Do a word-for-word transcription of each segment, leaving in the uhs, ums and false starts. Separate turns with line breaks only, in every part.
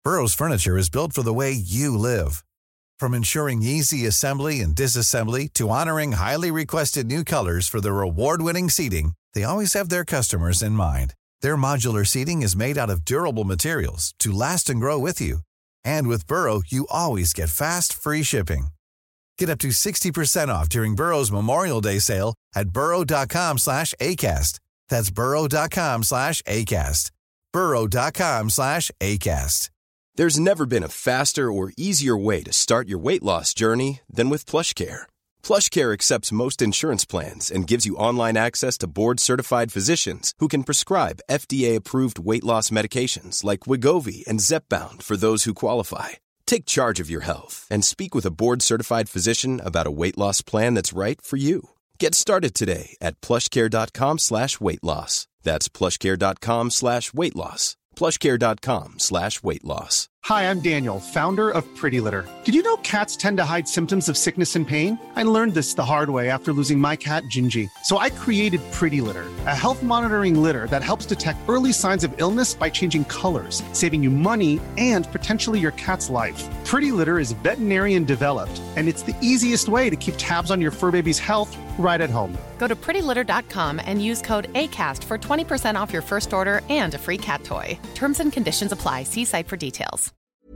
Burrow's furniture is built for the way you live. From ensuring easy assembly and disassembly to honoring highly requested new colors for their award-winning seating, they always have their customers in mind. Their modular seating is made out of durable materials to last and grow with you. And with Burrow, you always get fast, free shipping. Get up to sixty percent off during Burrow's Memorial Day sale at burrow.com slash ACAST. That's burrow.com slash ACAST. burrow.com slash ACAST.
There's never been a faster or easier way to start your weight loss journey than with PlushCare. PlushCare accepts most insurance plans and gives you online access to board-certified physicians who can prescribe F D A-approved weight loss medications like Wegovy and Zepbound for those who qualify. Take charge of your health and speak with a board-certified physician about a weight loss plan that's right for you. Get started today at plushcare.com slash weight loss. That's plushcare.com slash weight loss. plushcare.com slash weight loss.
Hi, I'm Daniel, founder of Pretty Litter. Did you know cats tend to hide symptoms of sickness and pain? I learned this the hard way after losing my cat, Gingy. So I created Pretty Litter, a health monitoring litter that helps detect early signs of illness by changing colors, saving you money and potentially your cat's life. Pretty Litter is veterinarian developed, and it's the easiest way to keep tabs on your fur baby's health right at home.
Go to pretty litter dot com and use code ACAST for twenty percent off your first order and a free cat toy. Terms and conditions apply. See site for details.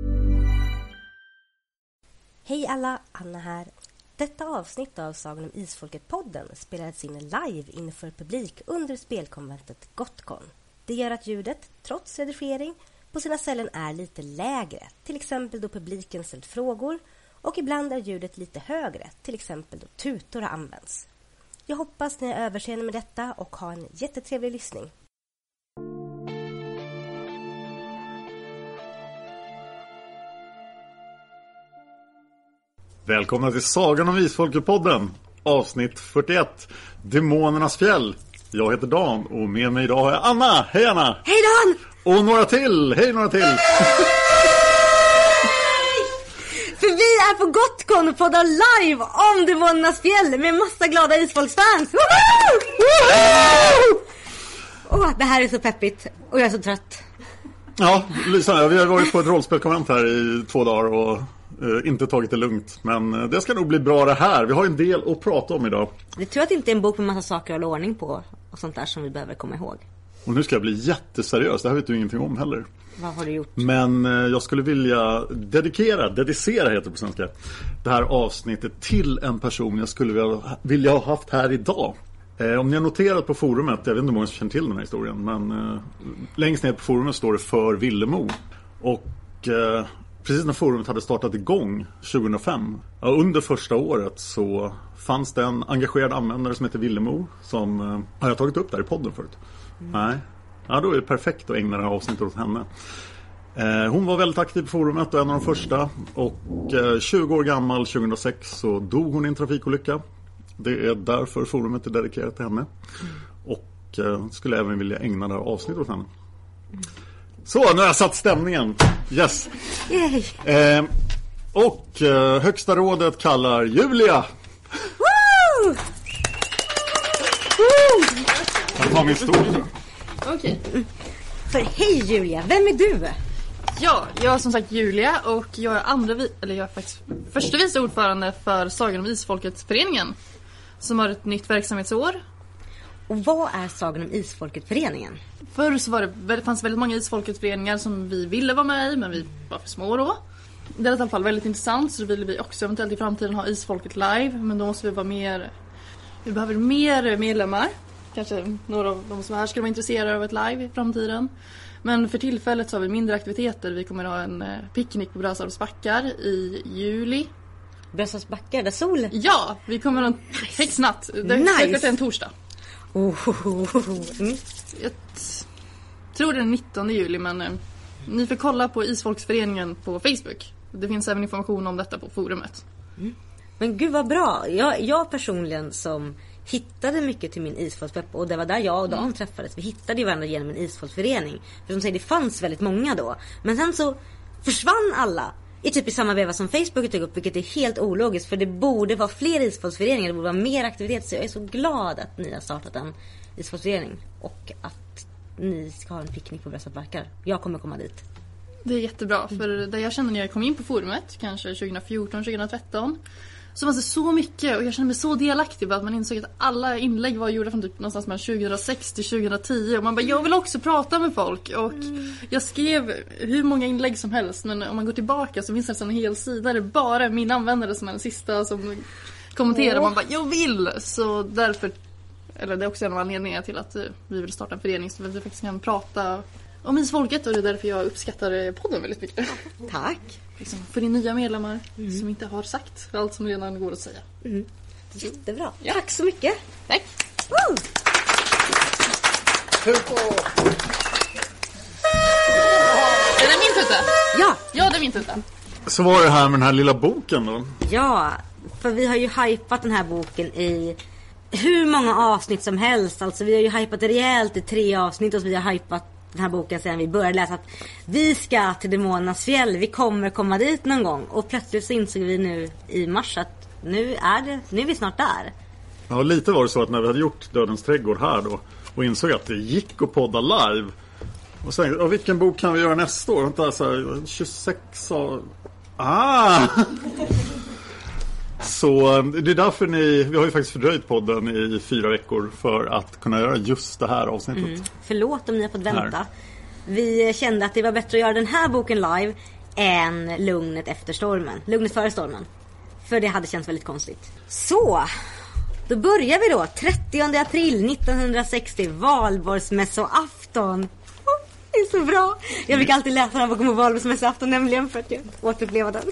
Hej alla, Anna här. Detta avsnitt av Sagan om Isfolket-podden spelades in live inför publik under spelkonventet Gotcon. Det gör att ljudet, trots redigering, på sina ställen är lite lägre. Till exempel då publiken ställt frågor, och ibland är ljudet lite högre, till exempel då tutor har använts. Jag hoppas ni är överseende med detta och har en jättetrevlig lyssning.
Välkomna till Sagan om Isfolket-podden, avsnitt fyrtioett, Demonernas fjäll. Jag heter Dan och med mig idag har jag Anna. Hej Anna!
Hej Dan!
Och några till, hej några till!
För vi är på Gotcon och poddar live om Demonernas fjäll med massa glada isfolksfans. Åh, oh, det här är så peppigt och jag är så trött.
Ja, Lisa, vi har varit på ett rollspelkonvent här i två dagar och Uh, inte tagit det lugnt, men uh, det ska nog bli bra det här. Vi har en del att prata om idag.
Det tror att det inte är en bok med massa saker att hålla ordning på och sånt där som vi behöver komma ihåg.
Och nu ska jag bli jätteseriös, det här vet du ingenting om heller.
Vad har du gjort?
Men uh, jag skulle vilja dedikera, dedicera heter det på svenska, det här avsnittet till en person jag skulle vilja, vilja ha haft här idag. Uh, om ni har noterat på forumet, jag vet inte om många som känner till den här historien, men uh, längst ner på forumet står det för Villemo. Och uh, precis när forumet hade startat igång tjugohundrafem, ja, under första året så fanns det en engagerad användare som heter Villemo som uh, har jag tagit upp där i podden förut. Mm. Nej, ja, då är det perfekt att ägna det här avsnittet åt henne. Uh, hon var väldigt aktiv på forumet och en av de första, och uh, tjugo år gammal tjugohundrasex så dog hon i en trafikolycka. Det är därför forumet är dedikerat till henne. Mm. Och uh, skulle även vilja ägna det här avsnittet åt henne. Mm. Så, nu har jag satt stämningen. Yes. Eh, och eh, högsta rådet kallar Julia.
Woo!
Jag tar min stol.
Okej.
Okay. För hej Julia, vem är du?
Ja, jag är som sagt Julia och jag är andra vi- eller jag är faktiskt första vice ordförande för Sagan om Isfolket-föreningen som har ett nytt verksamhetsår.
Och vad är Sagan om Isfolket-föreningen?
Förr så var det, det fanns väldigt många Isfolket-föreningar som vi ville vara med i, men vi var för små då. Det är i alla fall väldigt intressant, så vill vi också eventuellt i framtiden ha Isfolket live, men då måste vi vara mer, vi behöver mer medlemmar. Kanske några av de som är här skulle vara intresserade av ett live i framtiden. Men för tillfället så har vi mindre aktiviteter. Vi kommer att ha en picknick på Brösarps backar i juli.
Brösarps backar, där sol?
Ja, vi kommer att ha en häxnatt. Det är
nice.
säkert en torsdag.
Oh, oh, oh. Mm.
Jag tror det är den nittonde juli, men eh, ni får kolla på Isfolksföreningen på Facebook. Det finns även information om detta på forumet.
Mm. Men gud vad bra. Jag, jag personligen som hittade mycket till min isfolkspepp, och det var där jag och Dan mm. träffades. Vi hittade ju varandra genom en isfolksförening. För som säger, det fanns väldigt många då. Men sen så försvann alla i typ i samma veva som Facebook tog upp, vilket är helt ologiskt, för det borde vara fler isfolksföreningar, det borde vara mer aktivitet. Så jag är så glad att ni har startat en isfolksförening och att ni ska ha en picknick på Brösarps backar. Jag kommer komma dit.
Det är jättebra, för det jag kände när jag kom in på forumet, kanske tjugo fjorton tjugo tretton, så fanns det så mycket och jag kände mig så delaktig att man insåg att alla inlägg var gjorda från typ någonstans mellan tjugohundrasex till tjugohundratio och man bara, jag vill också prata med folk och mm. jag skrev hur många inlägg som helst, men om man går tillbaka så finns det en hel sida där bara min användare som är den sista som kommenterar och man bara, jag vill! Så därför, eller det är också en av anledningarna till att vi vill starta en förening så vi faktiskt kan prata om isfolket och det är därför jag uppskattar podden väldigt mycket.
Tack!
Liksom för de nya medlemmar mm. som inte har sagt allt som redan går att säga.
Mm. Jättebra. Ja. Tack så mycket.
Tack.
Woo!
Är det min tuta?
Ja.
Ja, det är min tuta.
Så var det här med den här lilla boken då?
Ja, för vi har ju hypat den här boken i hur många avsnitt som helst. Alltså vi har ju hypat rejält i tre avsnitt och vi har hypat den här boken sedan vi började läsa att vi ska till Demonernas fjäll, vi kommer komma dit någon gång och plötsligt så insåg vi nu i mars att nu är det, nu är vi snart där.
Ja, lite var det så att när vi hade gjort Dödens trädgård här då och insåg att det gick att podda live och sen, och vilken bok kan vi göra nästa år? Vänta, så här, tjugosex och... Ah! Så det är därför ni, vi har ju faktiskt fördröjt podden i fyra veckor för att kunna göra just det här avsnittet. Mm.
Förlåt om ni har fått vänta. Här. Vi kände att det var bättre att göra den här boken live än Lugnet efter stormen. Lugnet före stormen. För det hade känts väldigt konstigt. Så, då börjar vi då. trettionde april nittonhundrasextio, valborgsmässoafton. Oh, det är så bra. Jag brukar alltid läsa den här boken på valborgsmässoafton nämligen för att jag återuppleva den.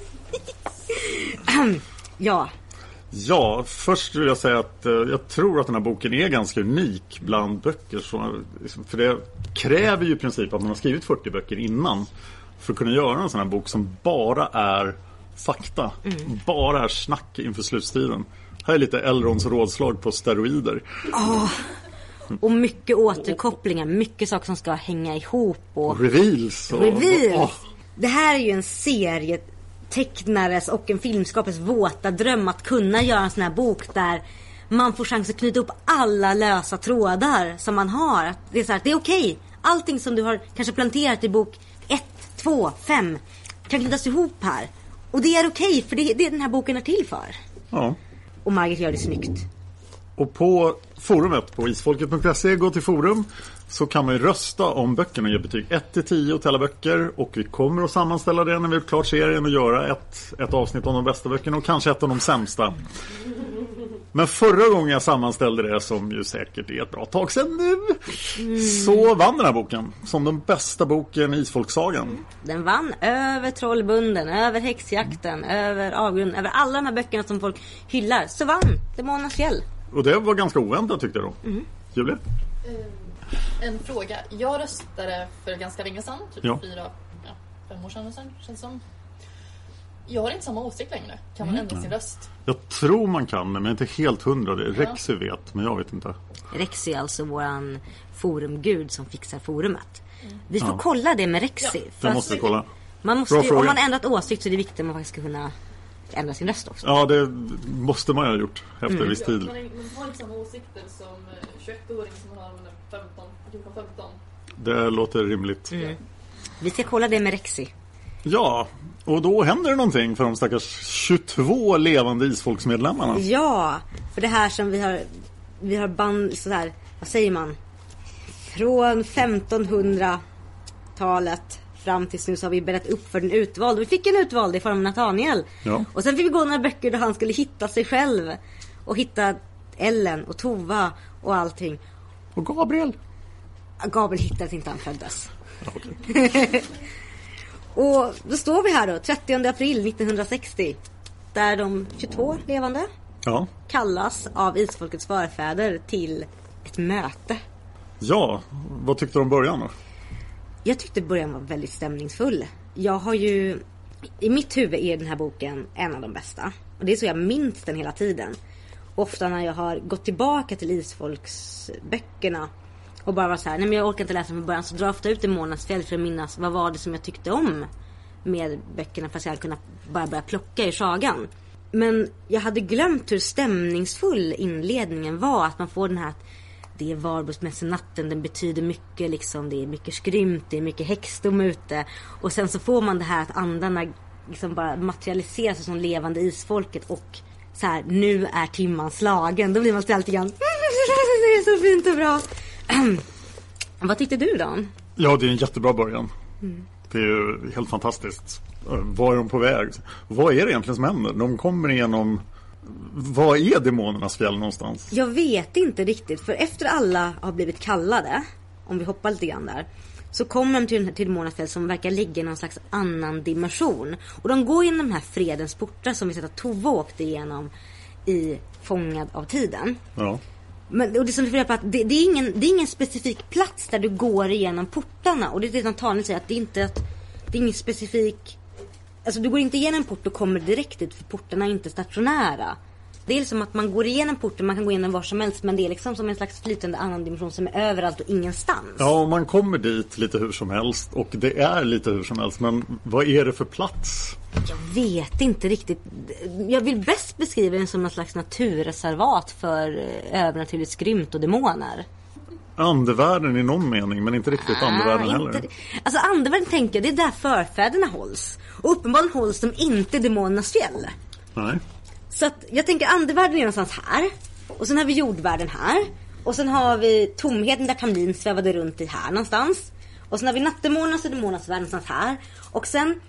Ja.
Ja, först vill jag säga att eh, jag tror att den här boken är ganska unik bland böcker. Så, för det kräver ju i princip att man har skrivit fyrtio böcker innan för att kunna göra en sån här bok som bara är fakta. Mm. Bara är snack inför slutstriden. Här är lite Elrons rådslag på steroider.
Oh. Och mycket återkopplingar, mycket saker som ska hänga ihop. Och,
och reveals. Och,
reveals. Oh. Det här är ju en serie tecknares och en filmskapares våta dröm att kunna göra en sån här bok där man får chans att knyta upp alla lösa trådar som man har. Att det är så här, det är okej. Allting som du har kanske planterat i bok ett, två, fem kan knytas ihop här. Och det är okej, för det är det den här boken är till för.
Ja.
Och Margit gör det snyggt.
Och på forumet på isfolket punkt se, gå till forum, så kan man ju rösta om böckerna och ge betyg ett till tio till alla böcker. Och vi kommer att sammanställa det när vi har klart serien och göra ett, ett avsnitt om de bästa böckerna och kanske ett av de sämsta. Men förra gången jag sammanställde det, som ju säkert är ett bra tag sedan nu, mm. så vann den här boken som den bästa boken i Isfolksagan.
Den vann över Trollbunden, över Häxjakten, mm. över Avgrunden, över alla de här böckerna som folk hyllar. Så vann Demonernas fjäll.
Och det var ganska oväntat tyckte jag då. Mm. Julia?
En fråga. Jag röstade för ganska länge sedan, typ ja. fyra, ja, fem år sedan, känns som. Jag har inte samma åsikt längre. Kan man ändra mm. sin röst?
Jag tror man kan, men jag är inte helt hundra. Det Rexy vet, men jag vet inte.
Rexy är alltså våran forumgud som fixar forumet. Mm. Vi får ja. kolla det med Rexy.
Ja. Det måste vi kolla.
Man måste, om man ändrat åsikt så är det viktigt att man faktiskt ska kunna ändra sin röst också.
Ja, det måste man ju ha gjort efter mm. viss tid.
Ja, man, man har inte samma åsikter som tjugoett-åring som har femton, fjorton, femton.
Det låter rimligt.
Mm. Vi ska kolla det med Rexy.
Ja, och då händer det någonting för de stackars tjugotvå levande isfolksmedlemmarna.
Ja, för det här som vi har vi har band så här, vad säger man? Från femtonhundratalet fram tills nu så har vi bäddat upp för den utvalda. Vi fick en utvald i form av Nathaniel. Ja. Och sen fick vi gå några böcker där han skulle hitta sig själv och hitta Ellen och Tova och allting.
Och Gabriel?
Gabriel hittades inte, han föddes.
Ja, okay.
Och då står vi här då, trettionde april nittonhundrasextio, där de tjugotvå levande
ja.
kallas av isfolkets förfäder till ett möte.
Ja, vad tyckte du om början då?
Jag tyckte början var väldigt stämningsfull. Jag har ju, i mitt huvud är den här boken en av de bästa. Och det är så jag minns den hela tiden. Ofta när jag har gått tillbaka till isfolksböckerna och bara var så här, nej men jag orkar inte läsa från början, så drar jag ofta ut Demonernas fjäll för att minnas vad var det som jag tyckte om med böckerna för att jag hade kunnat bara börja plocka i sagan. Men jag hade glömt hur stämningsfull inledningen var, att man får den här det är Varbergsmässonatten, den betyder mycket liksom, det är mycket skrymt, det är mycket häxdom ute. Och sen så får man det här att andarna liksom bara materialiseras som levande isfolket och så här, nu är timman slagen. Då blir man alltid grann, det är så fint och bra. Vad tyckte du då?
Ja, det är en jättebra början. Mm. Det är ju helt fantastiskt. Var är de på väg? Vad är det egentligen som händer? De kommer igenom... Vad är demonernas fjäll någonstans?
Jag vet inte riktigt. För efter alla har blivit kallade, om vi hoppar lite grann där, så kommer de till, till demonernas fjäll som verkar ligga i någon slags annan dimension. Och de går in de här fredens portar som vi sett att Tova åkte igenom i Fångad av tiden. Ja. Men, och det som du får på att det, det, är ingen, det är ingen specifik plats där du går igenom portarna. Och det är det som Tane säger, att det är inte att, det är ingen specifik... Alltså du går inte igenom en port och kommer direkt ut, för portarna är inte stationära. Det är liksom att man går igenom porten, man kan gå igenom var som helst, men det är liksom som en slags flytande annan dimension som är överallt och ingenstans.
Ja, och man kommer dit lite hur som helst, och det är lite hur som helst, men vad är det för plats?
Jag vet inte riktigt. Jag vill bäst beskriva den som en slags naturreservat för övernaturligt skrymt och demoner.
Andevärlden i någon mening, men inte riktigt andevärlden
ah,
heller.
Inte, alltså andevärlden tänker jag, det är där förfäderna hålls. Och uppenbarligen hålls de inte i demonernas fjäll.
Nej.
Så att jag tänker andevärlden är någonstans här. Och sen har vi jordvärlden här. Och sen har vi tomheten där Tamlin svävade runt i här någonstans. Och sen har vi nattdemonernas och demonernas värld någonstans här. Och sen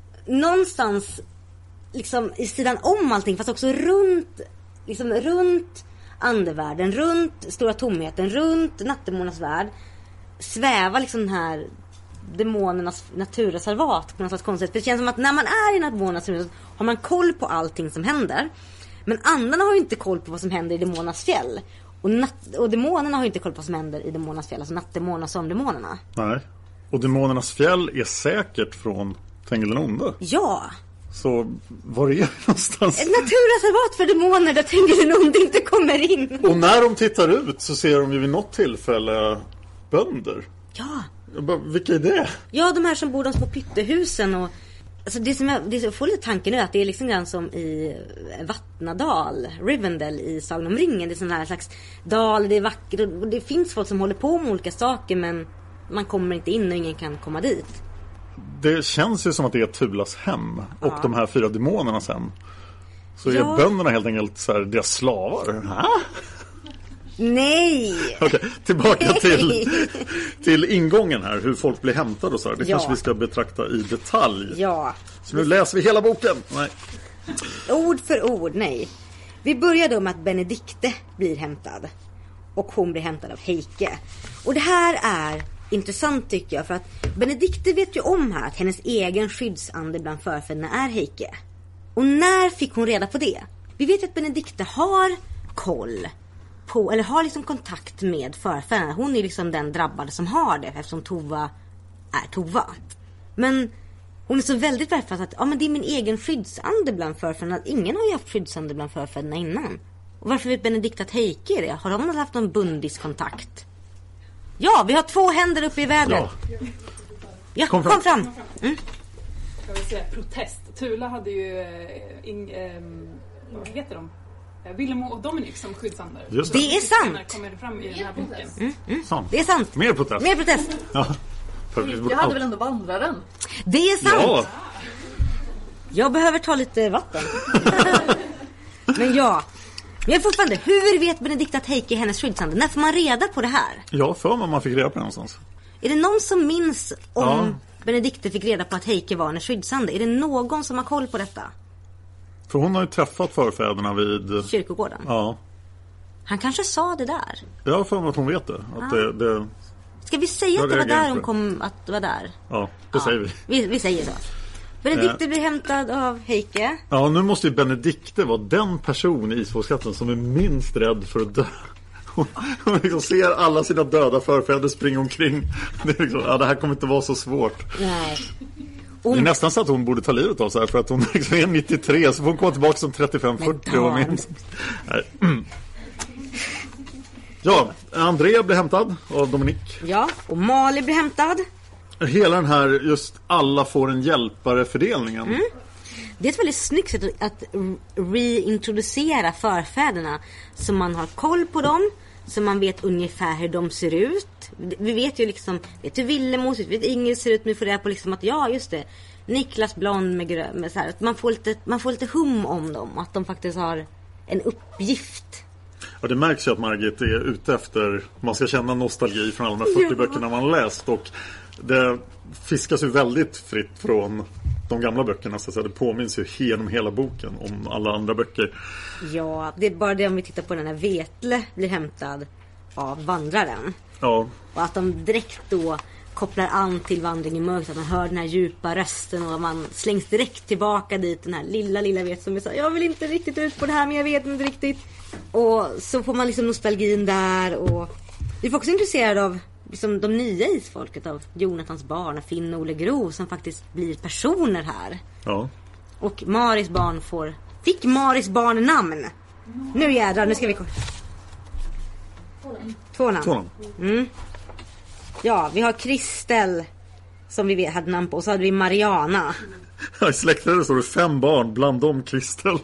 någonstans liksom i sidan om allting, fast också runt liksom runt andevärlden, runt stora tomheten, runt nattdemonernas värld, svävar liksom den här demonernas naturreservat på något slags konstigt. För det känns som att när man är i demonernas reservat har man koll på allting som händer. Men andarna har ju inte koll på vad som händer i demonernas fjäll. Och, natt- och demonerna har ju inte koll på vad som händer i demonernas fjäll. Alltså nattdemonerna som demonerna.
Nej. Och demonernas fjäll är säkert från Tengil den onde.
Ja.
Så var är det någonstans?
Ett naturreservat för demoner där Tengil den onde inte kommer in.
Och när de tittar ut så ser de ju vid något tillfälle bönder.
Ja.
Jag bara, vilka är det?
Ja, de här som bor de små pyttehusen. Och, alltså det som jag, det som får lite tanken nu är att det är liksom grann som i Vattnadal, Rivendell i Sagan om ringen. Det är sån här slags dal, det är vackert och det finns folk som håller på med olika saker, men man kommer inte in och ingen kan komma dit.
Det känns ju som att det är Tulas hem och
ja.
de här fyra demonernas hem. Så
ja.
är bönderna helt enkelt så här, deras slavar. Ha?
Nej!
Okej, okay, tillbaka till, till ingången här, hur folk blir hämtade och så här. Det
ja.
kanske vi ska betrakta i detalj.
Ja.
Så nu läser vi hela boken. Nej.
Ord för ord, nej. Vi börjar då med att Benedikte blir hämtad. Och hon blir hämtad av Heike. Och det här är intressant tycker jag, för att Benedikte vet ju om här att hennes egen skyddsande bland förfäderna är Heike. Och när fick hon reda på det? Vi vet att Benedikte har koll på, eller har liksom kontakt med förfäderna. Hon är liksom den drabbade som har det, eftersom Tova är Tova. Men hon är så väldigt värdefull att ja, men det är min egen skyddsande bland förfäderna. Ingen har ju haft skyddsande bland förfäderna innan. Och varför vet Benedikte att Heike är det? Har de haft någon bundiskontakt? Ja, vi har två händer uppe i vädret. Ja, ja kom, kom fram. Mm.
Jag vill säga protest. Tula hade ju äh, in, äh, vad heter de? Willemo och Dominic som skyddsandar.
Just det. Det är sant.
Kommer det fram i den här boken.
Mm, mm. Sant. Det är sant.
Mer protest.
Mer protest.
Ja.
Jag hade väl ändå vandraren.
Det är sant.
Ja.
Jag behöver ta lite vatten. Men ja. Men jag fortfarande, hur vet Benedikte att Heike är hennes skyddsande? När får man reda på det här?
Ja, för vad man fick reda på det någonstans.
Är det någon som minns om
ja.
Benedikte fick reda på att Heike var hennes skyddsande? Är det någon som har koll på detta?
För hon har ju träffat förfäderna vid
kyrkogården.
Ja.
Han kanske sa det där.
Ja, för att hon vet det. Att
ja.
det, det...
Ska vi säga att det var där hon kom, att det var där?
Ja, det ja. säger vi.
vi. Vi säger så. Benedikte eh. blir hämtad av Heike.
Ja, nu måste ju Benedikte vara den person i Isfolkskatten som är minst rädd för att dö. Hon, hon liksom ser alla sina döda förfäder springa omkring. Det är liksom, ja, det här kommer inte vara så svårt.
Nej.
Hon... Det är nästan så att hon borde ta livet av sig, för att hon liksom är nittiotre, så får hon komma tillbaka som trettiofem fyrtio och minst. Mm. Ja, Andrea blir hämtad av Dominic.
Ja, och Mali blir hämtad.
Hela den här, just alla får en hjälpare-fördelningen.
Mm. Det är ett väldigt snyggt sätt att reintroducera förfäderna. Så man har koll på dem. Så man vet ungefär hur de ser ut. Vi vet ju liksom, vet hur Villemos, vi vet hur Ingrid ser ut, men vi får reda på liksom att ja, just det, Niklas blond med grön, med så här, att man får lite, man får lite hum om dem, att de faktiskt har en uppgift.
Ja, det märks ju att Margit är ute efter, man ska känna nostalgi från alla de här fyrtio ja. böckerna man läst, och det fiskas ju väldigt fritt från de gamla böckerna, så att det påminns ju genom hela boken om alla andra böcker.
Ja, det är bara det om vi tittar på den här Vetle blir hämtad av vandraren.
Ja.
Och att de direkt då kopplar an till Vandring i mörkret, att man hör den här djupa rösten och man slängs direkt tillbaka dit, den här lilla, lilla vet som är så, jag vill inte riktigt ut på det här, men jag vet inte riktigt. Och så får man liksom nostalgin där, och vi får också intresserade av liksom de nya isfolket, av Jonathans barn, Finn och Ole Gro, som faktiskt blir personer här.
Ja.
Och Maris barn får, fick Maris barn namn. Nu jädrar, nu ska vi kolla. Två namn.
Två namn.
Mm. Ja, vi har Kristel som vi vet hade namn på, och så hade vi Mariana.
I släkten står det fem barn, bland dem Kristel.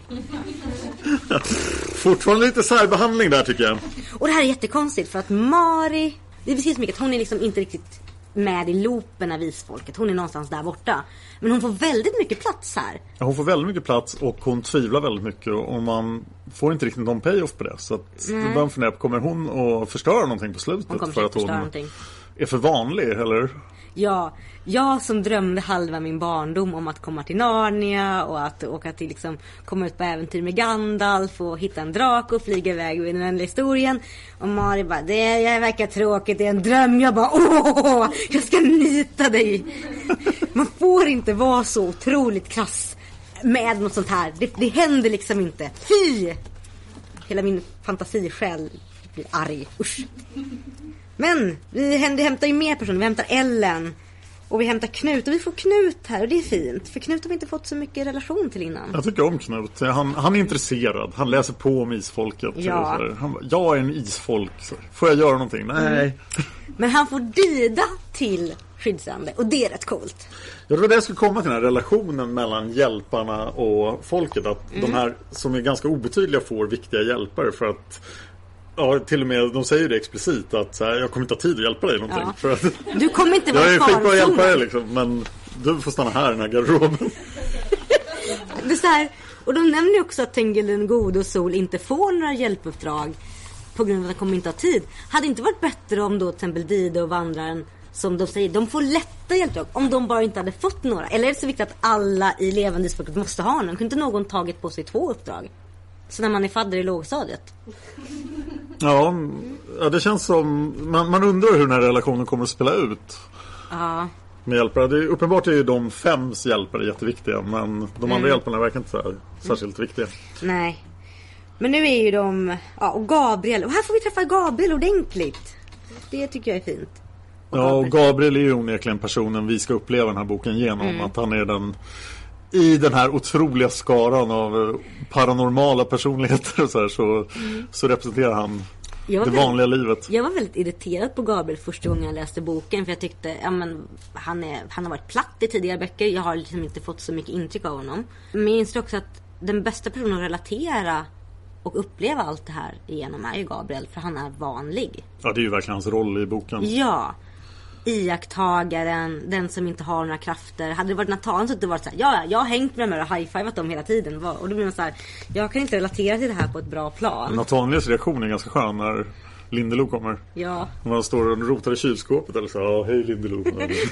Fortfarande lite särbehandling där, tycker jag.
Och det här är jättekonstigt, för att Mari, det är precis så mycket att hon är liksom inte riktigt med i loopen av isfolket. Hon är någonstans där borta. Men hon får väldigt mycket plats här.
Ja, hon får väldigt mycket plats, och hon tvivlar väldigt mycket, och man får inte riktigt någon payoff på det. Så att mm. man funderar på, kommer hon att förstöra någonting på slutet
hon
för att hon
någonting.
är för vanlig, eller?
Ja, jag som drömde halva min barndom om att komma till Narnia och att åka till liksom, komma ut på äventyr med Gandalf och hitta en drak och flyga iväg i den ändliga historien. Och Mari bara, det verkar tråkigt, det är en dröm. Jag bara, åh, jag ska nita dig. Man får inte vara så otroligt krass med något sånt här. Det, det händer liksom inte. Fy! Hela min fantasisjäl blir arg. Usch. Men vi hämtar ju mer personer. Vi hämtar Ellen och vi hämtar Knut, och vi får Knut här, och det är fint, för Knut har vi inte fått så mycket relation till innan.
Jag tycker om Knut. Han, han är intresserad. Han läser på om isfolket.
Ja.
Han, jag är en isfolk. Så får jag göra någonting? Nej. Mm.
Men han får dida till skyddsande, och det är rätt coolt.
Jag tror det skulle komma till den här relationen mellan hjälparna och folket. Att mm. de här som är ganska obetydliga får viktiga hjälpare, för att ja, till och med, de säger det explicit att så här, jag kommer inte ha tid att hjälpa dig någonting. Ja. För att,
du kommer inte vara
jag är skitbra att hjälpa dig liksom, men du får stanna här i den här garderoben.
Det är så här, och de nämner ju också att Tengil den gode och Sol inte får några hjälpuppdrag på grund av att de kommer inte ha tid. Hade inte varit bättre om då till exempel Dide och vandraren, som de säger, de får lätta hjälpuppdrag om de bara inte hade fått några. Eller är det så viktigt att alla i levande isfolket måste ha någon? Kunde inte någon tagit på sig två uppdrag? Så när man är fadder i lågstadiet.
Ja, ja, det känns som man, man undrar hur den här relationen kommer att spela ut.
Ja.
Med hjälpare. Det är, uppenbart är ju de fems hjälpare jätteviktiga, men de andra mm. hjälparna verkar inte så här, särskilt mm. viktiga.
Nej. Men nu är ju de, ja, och Gabriel, och här får vi träffa Gabriel ordentligt. Det tycker jag är fint. Och
ja, och Gabriel är ju onekligen personen vi ska uppleva den här boken genom. Mm. Att han är den, i den här otroliga skaran av paranormala personligheter och så här, så, mm. så representerar han det väldigt, vanliga livet.
Jag var väldigt irriterad på Gabriel första gången jag läste boken, för jag tyckte, ja, men, han, är, han har varit platt i tidigare böcker. Jag har liksom inte fått så mycket intryck av honom. Men jag inser också att den bästa personen att relatera och uppleva allt det här igenom är ju Gabriel, för han är vanlig.
Ja, det är ju verkligen hans roll i boken.
Ja, iakttagaren, den som inte har några krafter. Hade det varit Nathan så hade det varit så här, ja, jag har hängt med dem och high-fivat dem hela tiden. Och då blir man så här, jag kan inte relatera till det här på ett bra plan.
Nathaniels reaktion är ganska skön när Lindelo kommer.
Ja.
Man står och rotar i kylskåpet eller så, ja, hej Lindelo.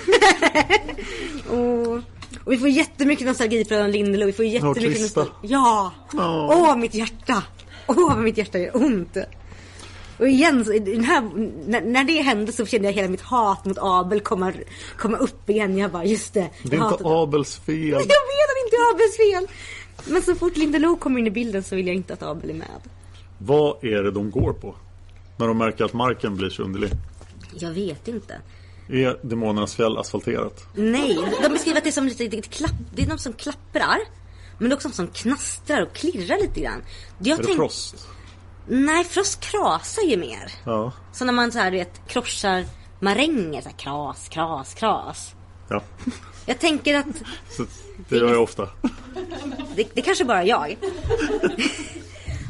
och, och vi får jättemycket nostalgi från Lindelo. Vi får jättemycket
ja,
nostalgi. Ja, åh, oh. oh, mitt hjärta. Åh, oh, mitt hjärta gör ont. Och igen, så, den här, när, när det hände så kände jag hela mitt hat mot Abel komma, komma upp igen. Jag bara, just det.
Det är inte Abels fel.
Jag vet att det inte är Abels fel. Men så fort Lindelo kommer in i bilden så vill jag inte att Abel är med.
Vad är det de går på när de märker att marken blir så underlig?
Jag vet inte.
Är Demonernas fjäll asfalterat?
Nej, de beskriver att det är som lite, lite klapp, det är något som klapprar. Men det är också som knastrar och klirrar lite grann. Jag
är det
tänk...
frost?
Nej, frost krasar ju mer.
Ja.
Så när man så här, vet, krossar maränger, så här, kras, kras, kras.
Ja.
Jag tänker att...
Så det gör jag ofta.
Det, det kanske bara jag.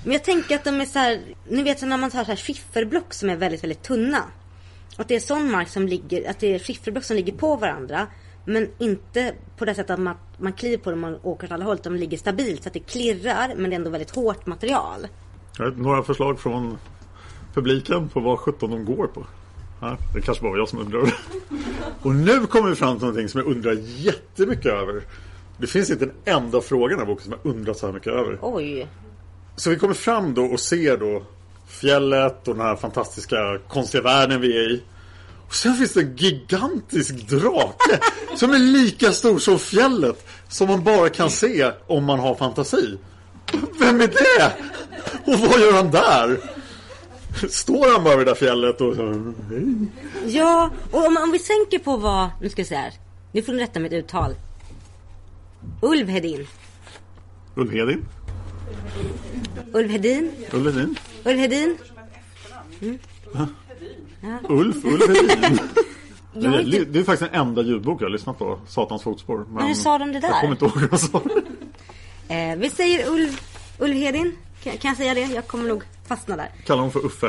Men jag tänker att de är så här, ni vet så när man tar så här skifferblock som är väldigt, väldigt tunna. Att det är sån mark som ligger, att det är skifferblock som ligger på varandra. Men inte på det sättet att man, man kliver på dem och åker åt alla håll. De ligger stabilt så att det klirrar, men det är ändå väldigt hårt material.
Jag har några förslag från publiken på vad sjutton de går på. Ja, det kanske bara var jag som undrar. Och nu kommer vi fram till någonting som jag undrar jättemycket över. Det finns inte en enda fråga i den här boken som jag undrar så här mycket över.
Oj.
Så vi kommer fram då och ser då fjället och den här fantastiska konstiga världen vi är i. Och sen finns det en gigantisk drake som är lika stor som fjället, som man bara kan se om man har fantasi. Vem är det? Och vad gör han där? Står han bara vid det där fjället och så...
Ja, och om, om vi tänker på vad... Nu ska jag säga här. Nu får ni rätta mitt uttal. Ulvhedin.
Ulvhedin?
Ulvhedin.
Ulvhedin.
Ulvhedin.
Mm. Ja. Ulf, Ulvhedin. Det är,
inte...
det är faktiskt den enda ljudbok jag har lyssnat på. Satans fotspår. Men,
men hur sa de det där?
Jag kommer inte ihåg hur jag sa det.
eh, Vi säger Ulv, Ulvhedin. Kan, kan jag säga det? Jag kommer nog fastna där.
Kallar hon för Uffe.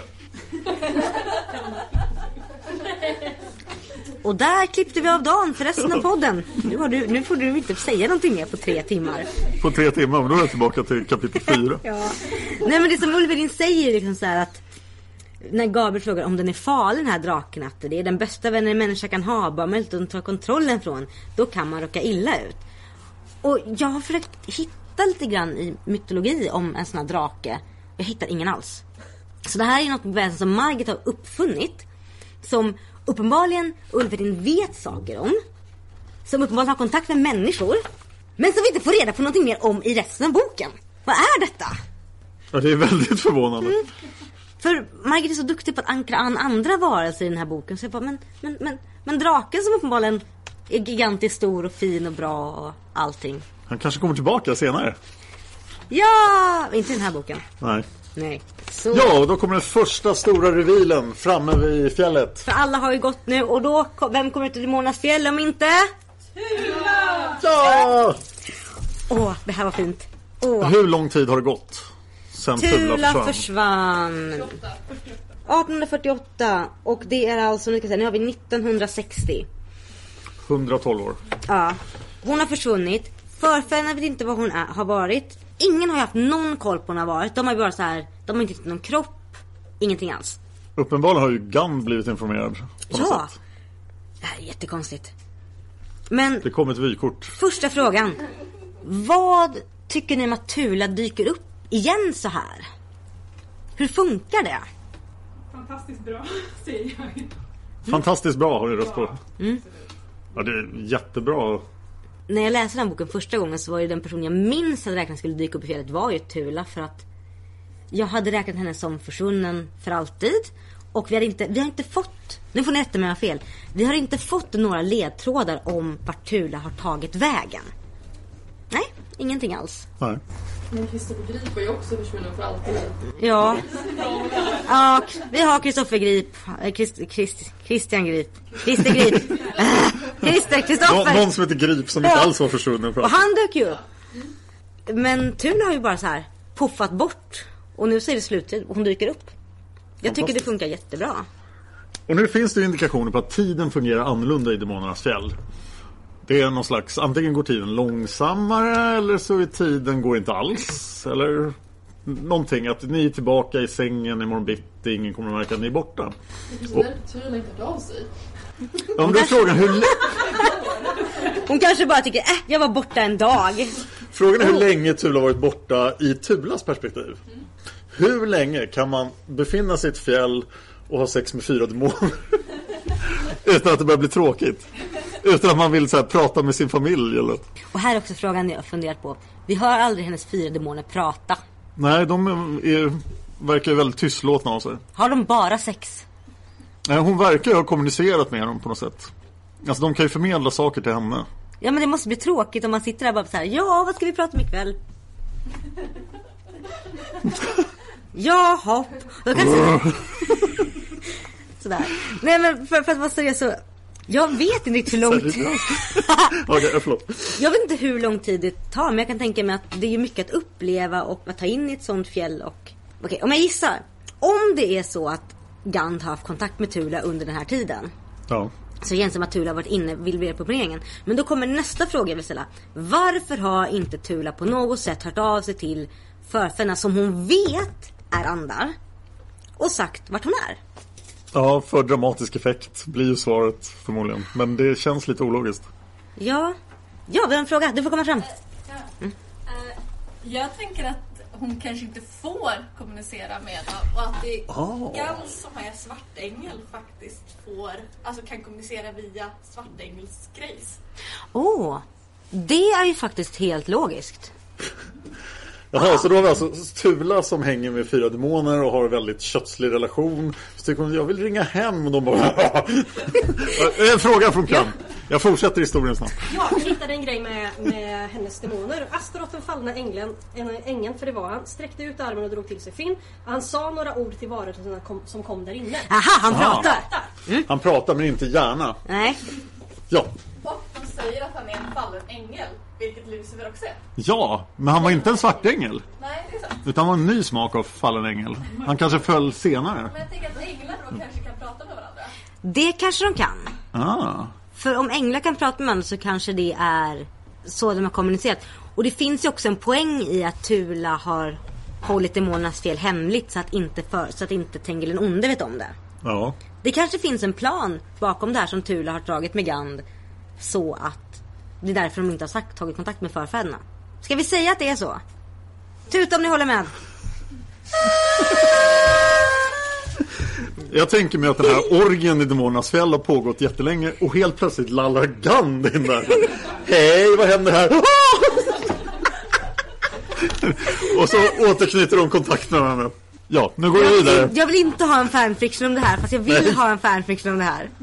Och där klippte vi av dagen för resten av podden. Nu, har du, nu får du inte säga någonting mer på tre timmar.
På tre timmar, men då är jag tillbaka till kapitel fyra.
Ja. Nej, men det som Ulvhedin säger är liksom så här att när Gabriel frågar om den är farlig, den här draken, att det är den bästa vännen en människa kan ha, bara möjligt att ta kontrollen från, då kan man råka illa ut. Och jag har försökt hitta lite grann i mytologi om en sån här drake. Jag hittar ingen alls. Så det här är något väsen som Margit har uppfunnit, som uppenbarligen Ulvhedin vet saker om, som uppenbarligen har kontakt med människor, men som vi inte får reda på någonting mer om i resten av boken. Vad är detta?
Ja, det är väldigt förvånande.
Mm. För Margit är så duktig på att ankra an andra varelser i den här boken. Så jag bara, men, men, men, men draken som uppenbarligen är gigantiskt stor och fin och bra och allting.
Han kanske kommer tillbaka senare.
Ja, inte i den här boken.
Nej.
Nej. Så.
Ja, och då kommer den första stora revealen framme vid fjället.
För alla har ju gått nu, och då, vem kommer ut till Demonernas fjäll om inte?
Tula! Ja!
Åh, det här var fint. Åh.
Hur lång tid har det gått sen Tula,
Tula
försvann?
försvann arton fyrtioåtta. Och det är alltså, nu ska jag säga, nu har vi nittonhundrasextio.
hundratolv år.
Ja, hon har försvunnit. Förfäderna vet inte vad hon är, har varit. Ingen har haft någon koll på hon har varit. De har ju bara så här, de har inte hittat någon kropp. Ingenting alls.
Uppenbarligen har ju Gunn blivit informerad på något
Ja,
sätt.
det här är jättekonstigt. Men
det kom ett vykort.
Första frågan. Vad tycker ni om att Tula dyker upp igen så här? Hur funkar det?
Fantastiskt bra, säger jag.
Fantastiskt bra har du röst på.
Mm.
Ja, det är jättebra.
När jag läste den boken första gången så var ju den person jag minst hade räknat skulle dyka upp i fjället var ju Tula, för att jag hade räknat henne som försvunnen för alltid. Och vi har inte, vi har inte fått, nu får ni rätta mig om jag har fel, vi har inte fått några ledtrådar om vart Tula har tagit vägen. Nej, ingenting alls.
Nej.
Men Kristoffer Grip var ju också försvunnen för alltid.
Ja. Ja, vi har Kristoffer Grip, Christ, Christ, Christian Grip, Christer Grip, Christer, Kristoffer.
Nå, någon som heter Grip som inte
ja.
alls var försvunnen för
och han dök ju upp. Men Tula har ju bara så här puffat bort. Och nu så är det slutet och hon dyker upp. Jag tycker det funkar jättebra.
Och nu finns det indikationer på att tiden fungerar annorlunda i Demonernas fjäll. Det är någon slags, antingen går tiden långsammare eller så är tiden går inte alls. Eller någonting, att ni är tillbaka i sängen imorgon bitti, ingen kommer att märka att ni är borta.
Det är Tula inte hört av sig.
Om du frågar hur länge...
Hon kanske bara tycker, äh, jag var borta en dag.
Frågan är hur länge Tula har varit borta i Tulas perspektiv. Mm. Hur länge kan man befinna sig i ett fjäll och ha sex med fyra demoner utan att det börjar bli tråkigt? Utan att man vill så här, prata med sin familj eller?
Och här är också frågan jag har funderat på. Vi hör aldrig hennes fyra demoner prata.
Nej, de är, verkar väldigt tystlåtna av sig.
Har de bara sex?
Nej, hon verkar ju ha kommunicerat med dem på något sätt. Alltså de kan ju förmedla saker till henne.
Ja, men det måste bli tråkigt om man sitter där bara så här, ja, vad ska vi prata om ikväll? Ja, hopp. Då kan det sådär. Nej, men för, för att vara seriös så Jag vet inte riktigt hur lång tid.
Okej, förlåt.
Jag vet inte hur lång tid det tar, men jag kan tänka mig att det är ju mycket att uppleva och att ta in i ett sånt fjäll. Och okej, om jag gissar, om det är så att Gand har haft kontakt med Tula under den här tiden.
Ja.
Så känns det som att Tula har varit inne vid repopuleringen. Men då kommer nästa fråga jag vill ställa. Varför har inte Tula på något sätt hört av sig till förfäderna som hon vet är andar och sagt vart hon är?
Ja, för dramatisk effekt blir ju svaret förmodligen. Men det känns lite ologiskt.
Ja, ja, vi har en fråga. Du får komma fram.
Mm. Uh, jag tänker att hon kanske inte får kommunicera med dem. Och att det är oh. Gand som är svartängel faktiskt får, alltså kan kommunicera via svartängelsgrejs.
Åh, oh, det är ju faktiskt helt logiskt.
Jaha, så då har vi alltså Tula som hänger med fyra demoner och har en väldigt kötslig relation. Så tycker hon, jag vill ringa hem och de bara... En fråga från Kram. Jag fortsätter historien snart.
Ja, jag hittade en grej med, med hennes demoner. Astaroth, den fallna ängeln, ängeln, för det var han, sträckte ut armen och drog till sig Finn. Han sa några ord till varelserna som kom där inne.
Aha, han pratar.
Mm. Han pratar men inte gärna.
Nej.
Ja.
Och de säger att han är en fallen ängel, vilket Lucifer också är.
Ja, men han var inte en svartängel.
Nej, det är sant.
Utan han var en ny smak av fallen ängel. Han kanske föll senare.
Men jag tänker att änglar då kanske kan prata med varandra.
Det kanske de kan.
Ah.
För om änglar kan prata med varandra så kanske det är så de har kommunicerat. Och det finns ju också en poäng i att Tula har hållit demonernas fel hemligt så att inte, för, så att inte Tengil den onde vet om det.
Ja.
Det kanske finns en plan bakom det här som Tula har dragit med Gand så att det är därför de inte har sagt, tagit kontakt med förfäderna. Ska vi säga att det är så? Tuta om ni håller med.
Jag tänker mig att den här orgen i demonernas fjäll har pågått jättelänge och helt plötsligt lallar Gand in där. Hej, vad händer här? Och så återknyter de kontakt med varandra. Ja, nu går vi vidare.
Jag vill inte ha en fanfiction om det här, fast jag vill Nej. ha en fanfiction om det här.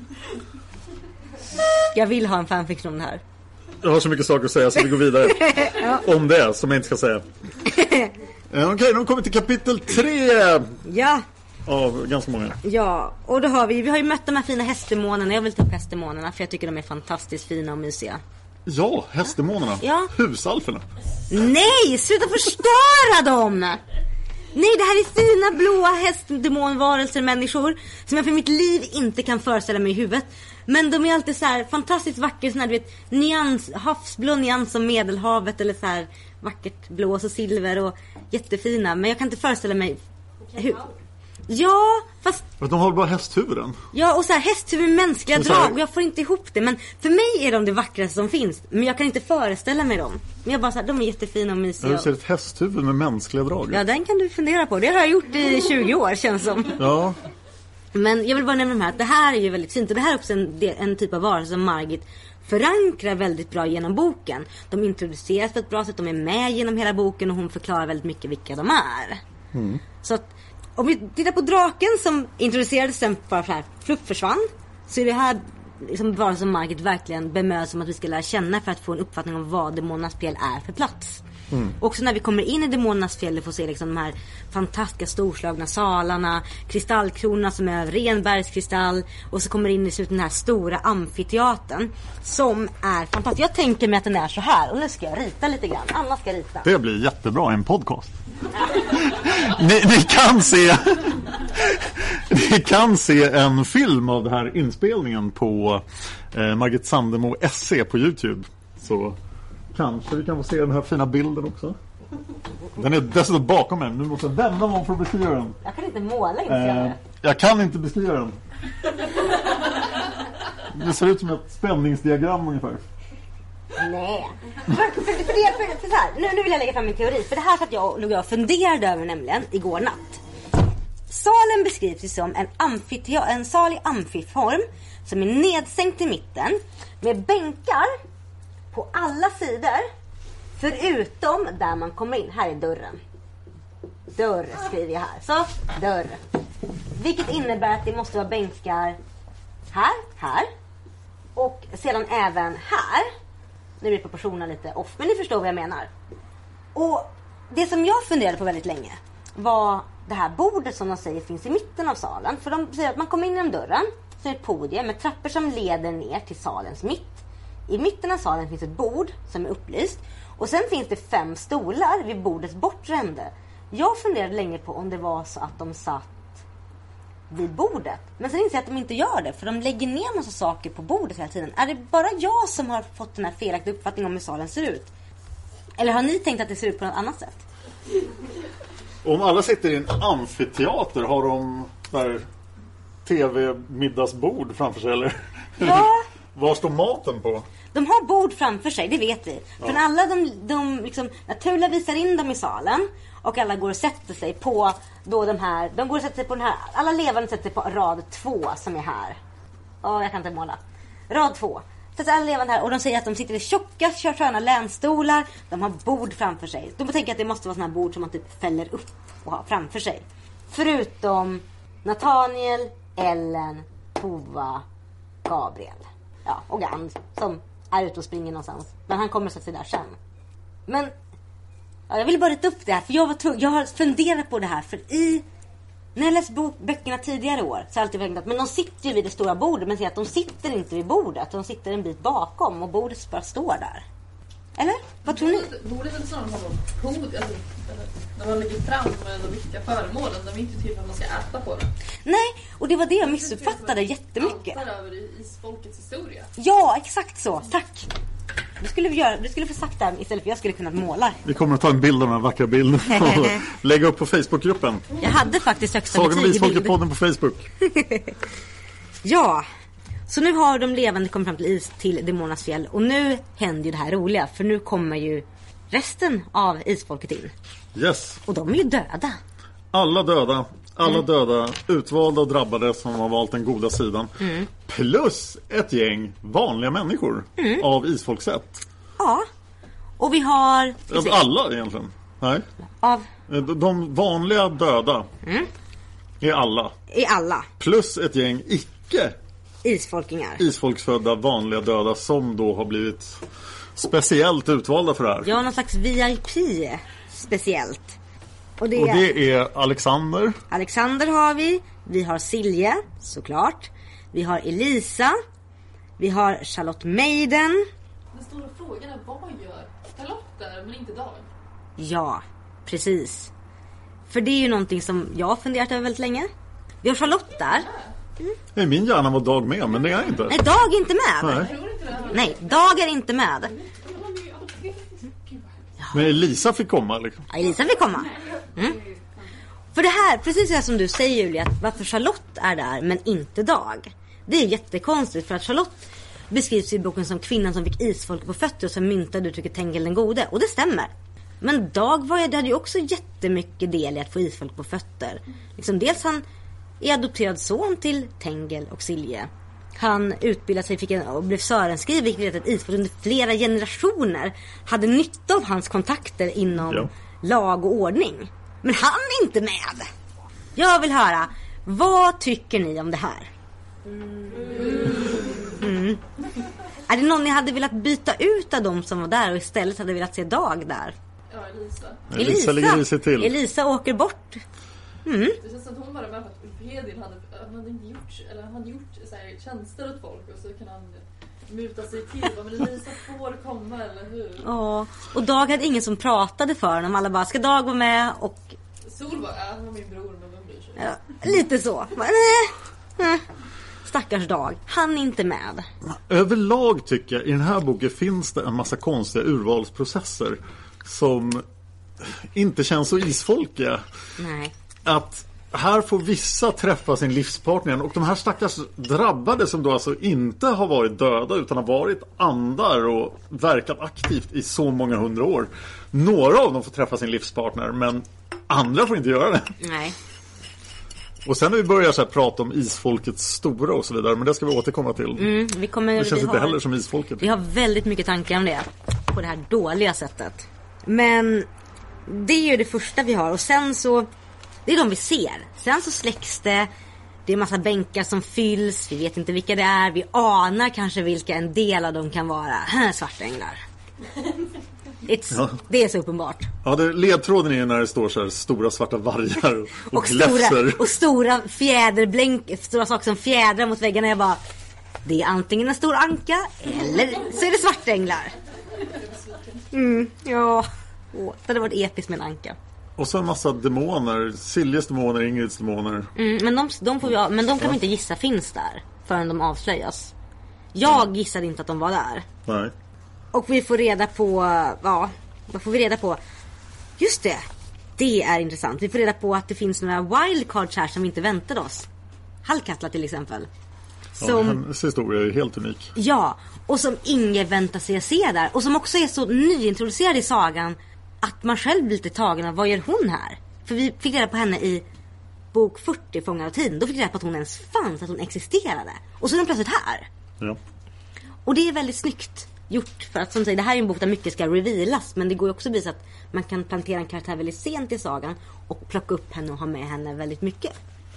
Jag vill ha en fanfiction om det här.
Jag har så mycket saker att säga så vi går vidare. Ja. Om det, som jag inte ska säga. Okej, okay, de kommer till kapitel tre.
Ja.
Av ganska många.
Ja, och då har vi, vi har ju mött de här fina hästdemonerna. Jag vill ta upp hästdemonerna för jag tycker de är fantastiskt fina och mysiga.
Ja, hästdemonerna.
Ja.
Husalferna.
Nej, sluta förstöra dem! Nej, det här är fina blåa hästdemonvarelser, människor som jag för mitt liv inte kan föreställa mig i huvudet. Men de är alltid så här fantastiskt vackra, sån här, du vet, nyans, havsblå nyans som Medelhavet eller så här vackert blå och silver och jättefina. Men jag kan inte föreställa mig hur. Ja, fast...
De har bara hästhuvuden.
Ja, och så här hästhuvud med mänskliga drag. Och jag får inte ihop det. Men för mig är de det vackraste som finns. Men jag kan inte föreställa mig dem. Men jag bara så här, de är jättefina och mysiga.
Du ser ett hästhuvud med mänskliga drag.
Ja, den kan du fundera på. Det har jag gjort i tjugo år, känns som.
Ja.
Men jag vill bara nämna de här. Att det här är ju väldigt fint. Och det här är också en, en typ av varelse som Margit förankrar väldigt bra genom boken. De introduceras på ett bra sätt. De är med genom hela boken. Och hon förklarar väldigt mycket vilka de är.
Mm.
Så att om vi tittar på draken som introducerades sen bara för här flupp försvann, så är det här liksom bara som Margit verkligen bemöds om att vi ska lära känna för att få en uppfattning om vad demonernas fjäll är för plats. Mm. Också när vi kommer in i demonernas fjäll och får se liksom de här fantastiska storslagna salarna, kristallkronorna som är ren bergskristall, och så kommer in i slutet den här stora amfiteatern som är fantastisk. Jag tänker mig att den är så här, och nu ska jag rita lite grann. Anna ska rita.
Det blir jättebra i en podcast. ni, ni kan se ni kan se en film av den här inspelningen på eh, Margit Sandemo S C på YouTube. Så kanske vi kan få se den här fina bilden också. Den är dessutom bakom mig. Nu måste jag vända mig om för att beskriva den.
Jag kan inte måla inte
eh, Jag kan inte beskriva den. Det ser ut som ett spänningsdiagram ungefär.
Nej. För, för, för, det, för, för så här, nu, nu vill jag lägga fram min teori. För det här satt jag och jag funderade över nämligen igår natt. Salen beskrivs som en, amfiteo- en sal i amfiform som är nedsänkt i mitten med bänkar på alla sidor förutom där man kommer in. Här är dörren. Dörr skriver jag här. Så, dörr. Vilket innebär att det måste vara bänkar här, här och sedan även här. Nu blir proportionerna lite off, men ni förstår vad jag menar. Och det som jag funderade på väldigt länge var det här bordet som de säger finns i mitten av salen. För de säger att man kommer in genom dörren
så är det ett podium med trappor som leder ner till salens mitt. I mitten av salen finns ett bord som är upplyst. Och sen finns det fem stolar vid bordets bortre ände. Jag funderade länge på om det var så att de satt vid bordet. Men sen inser jag att de inte gör det. För de lägger ner massa saker på bordet hela tiden. Är det bara jag som har fått den här felaktiga uppfattningen om hur salen ser ut? Eller har ni tänkt att det ser ut på något annat sätt?
Om alla sitter i en amfiteater, har de där tv-middagsbord framför sig? Eller?
Ja.
Var står maten på?
De har bord framför sig, det vet vi.
Ja.
Från alla de, de liksom, när Tula visar in dem i salen och alla går och sätter sig på då de här, de går och sätter sig på den här, alla levande sätter sig på rad två som är här. Åh, jag kan inte måla. Rad två. Så alla levande här och de säger att de sitter i tjocka, sköna länstolar. De har bord framför sig. De tänker att det måste vara såna här bord som man typ fäller upp och har framför sig. Förutom Nathaniel, Ellen, Tova, Gabriel. Ja, och Gand som är ute och springer någonstans. Men han kommer att sätta sig där sen. Men ja, jag ville bara rätta upp det här. För jag, var tro- jag har funderat på det här. För i när jag läst bok- böckerna tidigare år så har jag alltid tänkt att men de sitter ju vid det stora bordet. Men ser att de sitter inte vid bordet. De sitter en bit bakom och bordet bara står där. Eller? Vad tror ni?
Bordet är snarare någon pod, alltså, när man lägger fram de viktiga föremålen. De är inte till för att man ska äta på det.
Nej, och det var det jag missuppfattade jättemycket.
Altar över isfolkets historia.
Ja, exakt så. Tack. Du skulle, göra, du skulle få sagt det här istället för jag skulle kunna måla.
Vi kommer att ta en bild av den här vackra bilden och lägga upp på Facebookgruppen.
Jag hade faktiskt högsta
Sagan om
betyg i bild.
Isfolket-podden på Facebook.
Ja, så nu har de levande kommit fram till is till Demonernas fjäll. Och nu händer ju det här roliga. För nu kommer ju resten av isfolket in.
Yes.
Och de är ju döda.
Alla döda. Alla
Mm.
döda. Utvalda och drabbade som har valt den goda sidan.
Mm.
Plus ett gäng vanliga människor.
Mm.
Av isfolksätt.
Ja. Och vi har...
Av alla egentligen. Nej.
Av...
De vanliga döda.
Mm.
Är alla.
Är alla.
Plus ett gäng icke
isfolkingar.
Isfolksfödda vanliga döda som då har blivit speciellt utvalda för det här.
Ja, någon slags V I P speciellt. Och det,
Och
är...
det är Alexander.
Alexander har vi. Vi har Silje, såklart. Vi har Elisa. Vi har Charlotte Maiden.
Den stora frågan är, vad gör Charlotte där men inte Dag?
Ja, precis. För det är ju någonting som jag har funderat över väldigt länge. Vi har Charlotte där.
Mm. Nej, min hjärna var Dag med, men det är inte.
Nej, Dag är inte med.
Nej.
Nej, Dag är inte med.
Men Elisa fick komma liksom.
Ja, Elisa fick komma. Mm. För det här, precis det som du säger Julia, att varför Charlotte är där men inte Dag. Det är jättekonstigt för att Charlotte beskrivs i boken som kvinnan som fick isfolk på fötter och som myntade uttrycket Tengil den gode. Och det stämmer. Men Dag var ju, det hade ju också jättemycket del i att få isfolk på fötter. Liksom dels han är adopterad son till Tengil och Silje. Han utbildade sig fick en, och blev sörenskriv, vilket vet att isfolk under flera generationer hade nytta av hans kontakter inom
ja. lag
och ordning. Men han är inte med. Jag vill höra, vad tycker ni om det här? Mm. Är det någon ni hade velat byta ut av dem som var där och istället hade velat se Dag där?
Ja, Elisa.
Elisa,
Elisa
ligger i sig till.
Elisa åker bort. Mm.
Det känns som att hon bara med för att Ulf Hedin hade, han hade inte gjort, eller han hade gjort så här, tjänster åt folk och så kan han muta sig till. Men Elisa får komma, eller hur?
Ja, och Dag hade ingen som pratade för honom. Alla bara, ska Dag vara med? Och
Sol var, ja, han var min bror, men vem bryr sig?
ja, lite så. Men, nej, nej. Stackars Dag, han är inte med.
Överlag tycker jag, i den här boken finns det en massa konstiga urvalsprocesser som inte känns så isfolkiga.
Nej.
Att här får vissa träffa sin livspartner och de här stackars drabbade som då alltså inte har varit döda utan har varit andar och verkat aktivt i så många hundra år. Några av dem får träffa sin livspartner men andra får inte göra det.
Nej.
Och sen när vi börjar så här prata om isfolkets stora och så vidare, men det ska vi återkomma till.
Mm, vi kommer,
det känns
vi
inte
har,
heller som isfolket.
Vi har väldigt mycket tankar om det på det här dåliga sättet. Men det är ju det första vi har och sen så det är de vi ser. Sen så släcks det. Det är en massa bänkar som fylls. Vi vet inte vilka det är. Vi anar kanske vilka en del av dem kan vara. Svartänglar. It's,
Ja.
Det är så uppenbart.
Ja, det, ledtråden är när det står så här stora svarta vargar och,
Och
gläfser.
stora, och stora fjäderblänk, stora saker som fjädrar mot väggarna. Jag bara, det är antingen en stor anka eller så är det svartänglar. Mm, ja. Åh, det hade varit episkt med en anka.
Och så en massa demoner. Siljes demoner, Ingrids demoner.
Mm, men, de, de får vi, men de kan vi inte gissa finns där förrän de avslöjas. Jag gissade inte att de var där.
Nej.
Och vi får reda på, ja, vad får vi reda på? Just det, det är intressant. Vi får reda på att det finns några wildcards här som vi inte väntade oss. Hallkatla till exempel. Som,
Ja, hennes historia är helt unik.
Ja, och som ingen väntar sig att se där. Och som också är så nyintroducerad i sagan att man själv blir lite tagen av, vad gör hon här? För vi fick reda på henne i bok fyrtio, Fångar av tiden. Då fick vi reda på att hon ens fanns, att hon existerade. Och så är hon plötsligt här.
Ja.
Och det är väldigt snyggt gjort. För att som säger, det här är en bok där mycket ska revealas. Men det går ju också att visa att man kan plantera en karaktär väldigt sent i sagan och plocka upp henne och ha med henne väldigt mycket.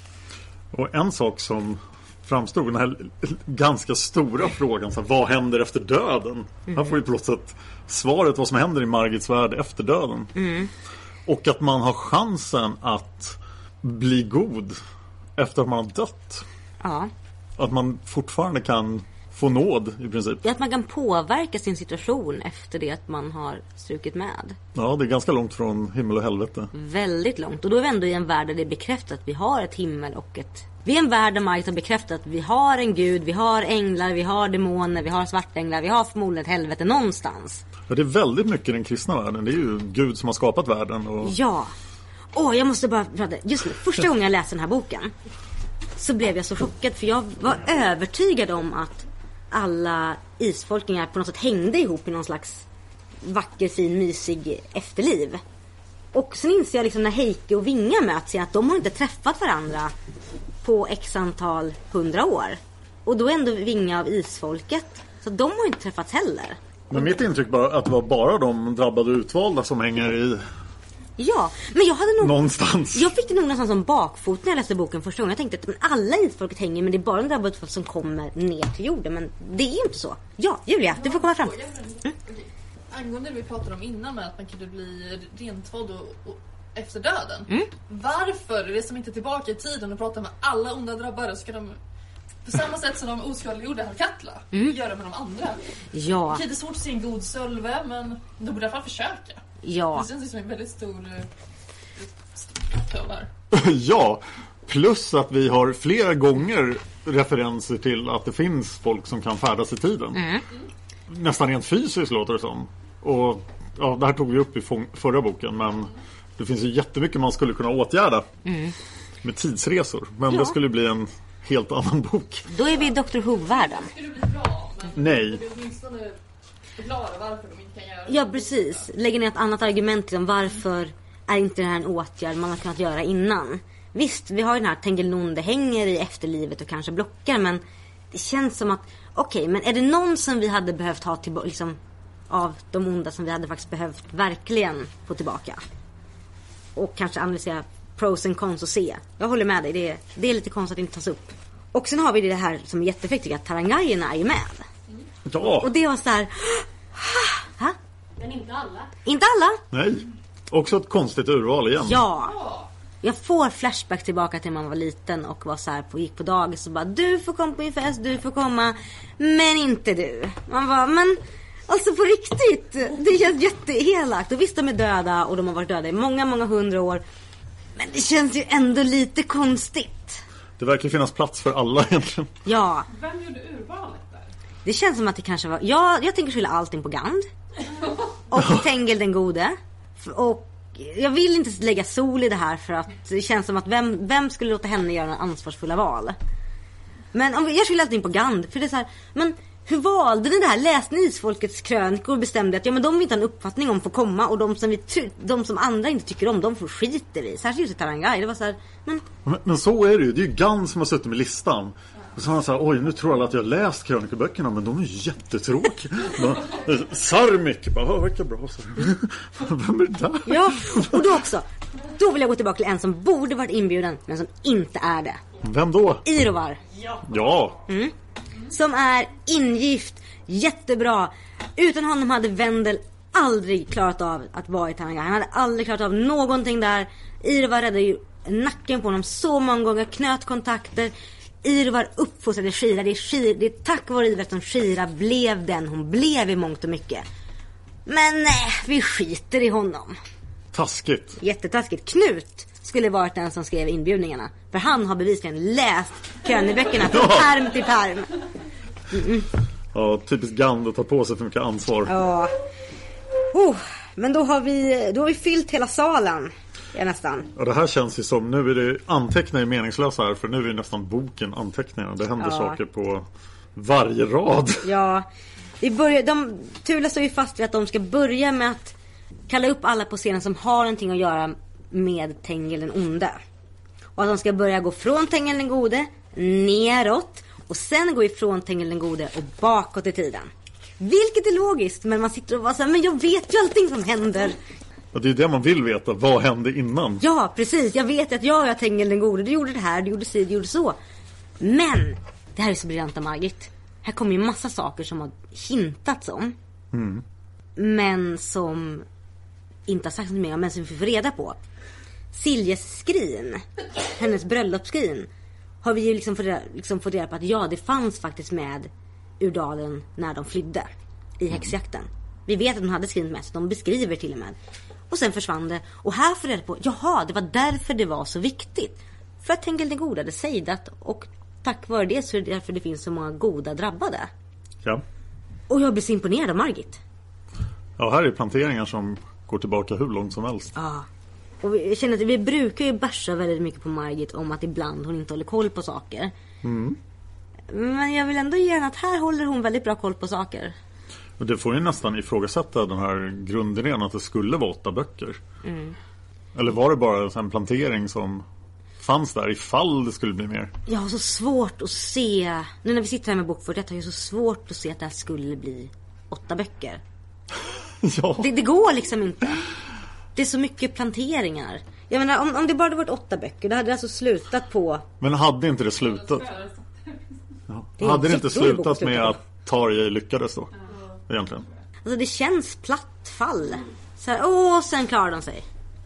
Och en sak som framstod, den här ganska stora frågan, så här, vad händer efter döden? Mm. Här får vi på något sätt svaret vad som händer i Margits värld efter döden.
Mm.
Och att man har chansen att bli god efter att man har dött.
Ja.
Att man fortfarande kan få nåd i princip.
Att man kan påverka sin situation efter det att man har strukit med.
Ja, det är ganska långt från himmel och helvete.
Väldigt långt. Och då är vi ändå i en värld där det är bekräftat att vi har ett himmel och ett... Vi är en värld där Margit har bekräftat att vi har en gud, vi har änglar, vi har demoner, vi har svartänglar, vi har förmodligen ett helvete någonstans.
Ja, det är väldigt mycket i den kristna världen. Det är ju Gud som har skapat världen. Och...
Ja. Åh, jag måste bara prata. Just nu, första gången jag läste den här boken så blev jag så chockad. För jag var övertygad om att alla isfolkningar på något sätt hängde ihop i någon slags vacker, fin, mysig efterliv. Och sen inser jag liksom när Heike och Vinga möts att de har inte träffat varandra på x antal hundra år. Och då är ändå Vinga av isfolket. Så de har inte träffats heller.
Men mitt intryck var att det var bara de drabbade utvalda som hänger i...
Ja, men jag hade nog...
Någonstans.
Jag fick det nog nästan som bakfot när jag läste boken första gången. Jag tänkte att men alla isfolket hänger, men det är bara de drabbade utvalda som kommer ner till jorden. Men det är inte så. Ja, Julia, du får komma fram. Mm.
Angående det vi pratade om innan med att man kunde bli rentvådd och, och efter döden.
Mm.
Varför är det som inte tillbaka i tiden och pratar med alla onda drabbare, ska de på samma sätt som de oskadliggjorde Hallkatla
Mm.
göra med de andra?
Ja.
Det är svårt att se en god Sölve, men de borde i alla fall försöka.
Ja.
Det känns som en väldigt stor tövar.
Ja, plus att vi har flera gånger referenser till att det finns folk som kan färdas i tiden.
Mm.
Nästan rent fysiskt låter det som. Och ja, det här tog vi upp i fång- förra boken, men det finns ju jättemycket man skulle kunna åtgärda
Mm.
med tidsresor. Men
Ja.
det skulle bli en helt annan bok.
Då är vi i doktor Who-världen.
Det skulle bli bra, men
Nej.
det är åtminstone förklara varför de inte kan göra det.
Ja, precis. Lägger ner ett annat argument till dem. Varför är inte det här en åtgärd man har kunnat göra innan? Visst, vi har ju den här Tengilnunde hänger i efterlivet och kanske blockar, men det känns som att okej, okay, men är det någon som vi hade behövt ha tillbaka, liksom, av de onda som vi hade faktiskt behövt verkligen få tillbaka? Och kanske analysera pros and cons och se. Jag håller med dig, det är, det är lite konstigt att det inte tas upp. Och sen har vi det här som är jättefräckt, att Tarangajerna är ju med.
Ja.
Och det var så här... Ha?
Men inte alla.
Inte alla?
Nej. Också ett konstigt urval igen.
Ja. Jag får flashback tillbaka till när man var liten och var så här på, gick på dagis och bara, du får komma på min fest, du får komma, men inte du. Man var, men alltså på riktigt, det känns jätteelakt. Och visst, de är döda och de har varit döda i många, många hundra år. Men det känns ju ändå lite konstigt.
Det verkar finnas plats för alla egentligen.
Ja.
Vem gjorde urvalet där?
Det känns som att det kanske var... Jag, jag tänker skylla allting på Gand. Och Tengil den gode. Och jag vill inte lägga sol i det här, för att det känns som att vem, vem skulle låta henne göra ansvarsfulla val? Men om jag skyller allting på Gand. För det är så här, men hur valde ni det här? Läste ni Isfolkets krönikor och bestämde att ja, men de vill inte ha en uppfattning om får komma, och de som, vi, de som andra inte tycker om, de får skiter i. Särskilt just i Tarangaj. Det var så här, men...
men... Men så är det ju. Det är ju Gand som har suttit med listan. Och så har han sagt, oj, nu tror alla att jag har läst krönikeböckerna, men de är ju jättetråkiga. Sarmik, bara, verkar bra. Vem är det där?
Ja, och då också. Då vill jag gå tillbaka till en som borde varit inbjuden, men som inte är det.
Vem då?
Irovar.
Ja.
Mm. Som är ingift, jättebra. Utan honom hade Wendel aldrig klarat av att vara i Tanaga. Han hade aldrig klarat av någonting där. Irvar räddade ju nacken på honom så många gånger, knöt kontakter. Irvar uppfostrade Shira. Det är, Shira, det är tack vare Irvar som Shira blev den hon blev i mångt och mycket. Men nej, vi skiter i honom.
Taskigt.
Jättetaskigt. Knut skulle varit den som skrev inbjudningarna. För han har bevisligen läst Köneböckerna från pärm till pärm. Mm-mm.
Ja, typiskt Gand att ta på sig för mycket ansvar.
Ja. Oh, men då har vi då har vi fyllt hela salen. Ja, nästan.
Ja, det här känns ju som, nu är det anteckningar meningslösa här, för nu är det nästan boken anteckningar. Det händer
ja.
saker på varje rad.
Ja. Vi börjar, de, Tula står ju fast vid att de ska börja med att kalla upp alla på scenen som har någonting att göra med Tengil den onde. Och att de ska börja gå från Tengil den gode neråt och sen gå ifrån Tengil den gode och bakåt i tiden. Vilket är logiskt, men man sitter och bara så här, men jag vet ju allting som händer.
Ja, det är det man vill veta. Vad hände innan?
Ja, precis. Jag vet att jag är Tengil den gode. Du gjorde det här, du gjorde så, du gjorde så. Men det här är så briljant av Margit. Här kommer ju massa saker som har hintats om.
Mm.
Men som inte har sagt något mer om, men som vi får reda på. Siljes skrin, hennes bröllopsskrin, har vi ju liksom fått, liksom fått reda på att ja, det fanns faktiskt med ur dalen när de flydde i häxjakten. Vi vet att de hade skrivit med, så de beskriver till och med. Och sen försvann det. Och här får reda på, jaha, det var därför det var så viktigt. För att Tengil den gode hade sejdat, och tack vare det så är det därför det finns så många goda drabbade.
Ja.
Och jag blir så imponerad av Margit.
Ja, här är planteringar som går tillbaka hur långt som helst.
Ja. Och vi känner att vi brukar ju bärsa väldigt mycket på Margit om att ibland hon inte håller koll på saker.
Mm.
Men jag vill ändå ge att här håller hon väldigt bra koll på saker.
Och det får ju nästan ifrågasätta den här grundidén att det skulle vara åtta böcker.
Mm.
Eller var det bara en plantering som fanns där ifall det skulle bli mer?
Jag har så svårt att se, nu när vi sitter här med bokfört, jag har så svårt att se att det här skulle bli åtta böcker.
Ja.
Det, det går liksom inte. Det är så mycket planteringar. Jag menar, om, om det bara hade varit åtta böcker, då hade det alltså slutat på...
Men hade inte det slutat? Ja.
Det
hade det inte slutat
bokslut,
med att Tarjei lyckades då? Egentligen.
Alltså det känns platt fall. Så här, åh, sen klarar de sig.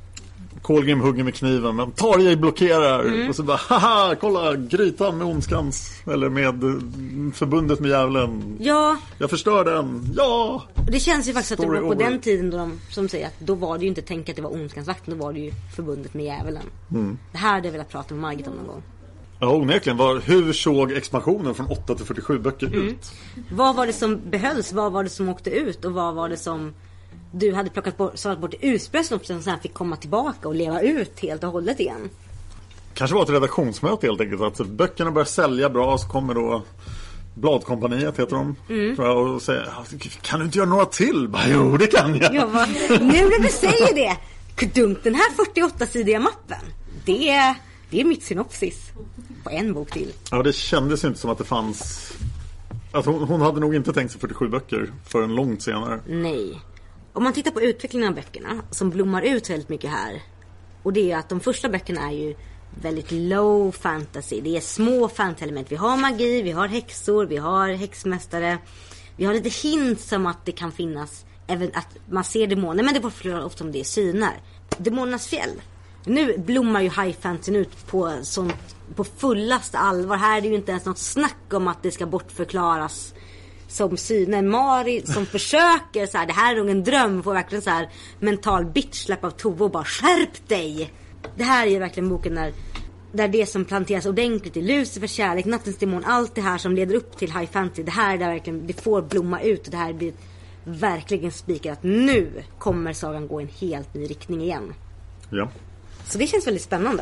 Kolgrim hugger med kniven, men Tarjei blockerar.
Mm.
Och så bara, haha, kolla, grytan med ondskans. Eller med förbundet med djävulen.
Ja.
Jag förstör den, ja.
Det känns ju faktiskt att det
Story
var på
over.
den tiden då de, som säger att då var det ju inte tänkt att det var ondskansvakten, då var det ju förbundet med djävulen.
Mm.
Det här hade jag velat prata med Margit om någon gång.
Ja, onekligen. Var, hur såg expansionen från åtta till fyrtiosju böcker
Mm.
ut?
Vad var det som behölls? Vad var det som åkte ut? Och vad var det som du hade plockat bort, sålt bort i ursprungslopp, som sen fick komma tillbaka och leva ut helt och hållet igen?
Kanske var ett redaktionsmöte helt enkelt. Att böckerna börjar sälja bra, så kommer då Bladkompaniet heter de.
Mm.
Tror jag, och säger, kan du inte göra några till? Bara, jo, det kan jag.
Jag bara, nu när du säger det, dumt, den här fyrtioåtta-sidiga mappen, det är, det är mitt synopsis på en bok till.
Ja, det kändes inte som att det fanns... Alltså, hon, hon hade nog inte tänkt sig fyrtiosju böcker förrän långt senare.
Nej. Om man tittar på utvecklingen av böckerna som blommar ut väldigt mycket här, och det är att de första böckerna är ju väldigt low fantasy. Det är små fantasy-element. Vi har magi, vi har häxor, vi har häxmästare. Vi har lite hints om att det kan finnas även att man ser demoner, men det är ofta om det är syner. Demonernas fjäll. Nu blommar ju high fantasy ut på sånt, på fullaste allvar. Här är det ju inte ens något snack om att det ska bortförklaras som syner. Mari som försöker så här, det här är nog en dröm, får verkligen så här mental bitchsläpp av Tove och bara skärp dig. Det här är ju verkligen boken där, där det som planteras ordentligt i Lucifer, kärlek, nattens demon, allt det här som leder upp till high fantasy, det här är där verkligen det får blomma ut, och det här blir verkligen spikat att nu kommer sagan gå en helt ny riktning igen.
Ja.
Så det känns väldigt spännande.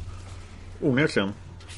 Onekligen.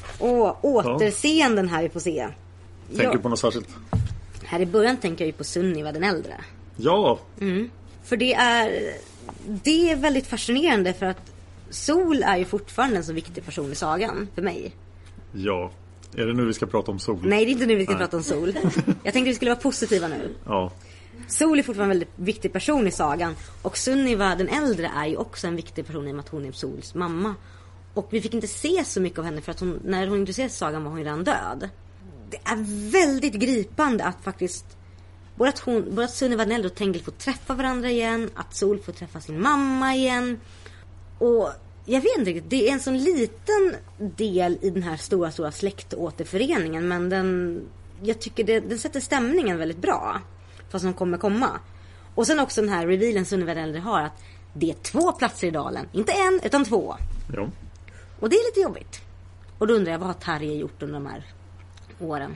Och återseenden här vi får se.
Tänker
ja.
du på något särskilt?
Här i början tänker jag ju på Sunniva den äldre.
Ja.
Mm. För det är det är väldigt fascinerande, för att Sol är ju fortfarande en så viktig person i sagan för mig.
Ja. Är det nu vi ska prata om Sol?
Nej, det är inte nu vi ska
Nej.
prata om Sol. Jag tänkte vi skulle vara positiva nu.
Ja.
Sol är fortfarande en väldigt viktig person i sagan. Och Sunniva den äldre är ju också en viktig person i och med att hon är Sols mamma. Och vi fick inte se så mycket av henne, för att hon, när hon introducerades i sagan var hon redan död. Det är väldigt gripande att faktiskt både att, hon, både att Sunniva Nell och Tengil får träffa varandra igen, att Sol får träffa sin mamma igen. Och jag vet inte riktigt, det är en sån liten del i den här stora, stora släktåterföreningen, men den, jag tycker det, den sätter stämningen väldigt bra, fast som kommer komma. Och sen också den här revealen Sunniva Nell har, att det är två platser i dalen, inte en utan två.
Ja.
Och det är lite jobbigt. Och då undrar jag, vad har Tarjei gjort under de här åren?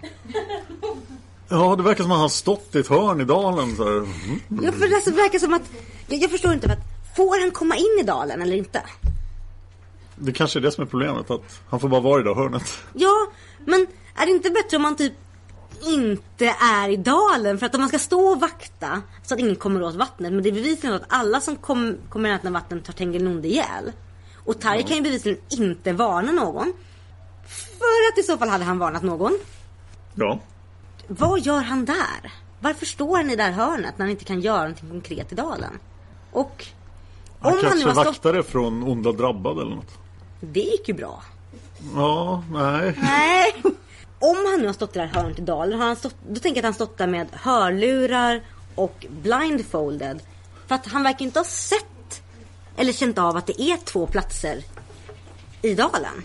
Ja, det verkar som att han har stått i ett hörn i dalen. Så här. Mm.
Ja, för det alltså verkar som att, jag, jag förstår inte, för att, får han komma in i dalen eller inte?
Det kanske är det som är problemet, att han får bara vara i det hörnet.
Ja, men är det inte bättre om man typ inte är i dalen? För att om man ska stå och vakta så att ingen kommer åt vattnet, men det är bevisligen att alla som kom, kommer att när vattnet tar Tengil Nonde ihjäl. Och Tarjei ja. kan ju bevisligen inte varna någon. För att i så fall hade han varnat någon.
Ja.
Vad gör han där? Varför står han i det där hörnet när han inte kan göra någonting konkret i dalen? Och
han
om
kanske
han nu har stått...
vaktade från onda drabbade eller något.
Det gick ju bra.
Ja, nej.
Nej. Om han nu har stått i det där hörnet i dalen, har han stått, då tänker jag att han stått där med hörlurar och blindfolded. För att han verkar inte ha sett eller känt av att det är två platser i dalen.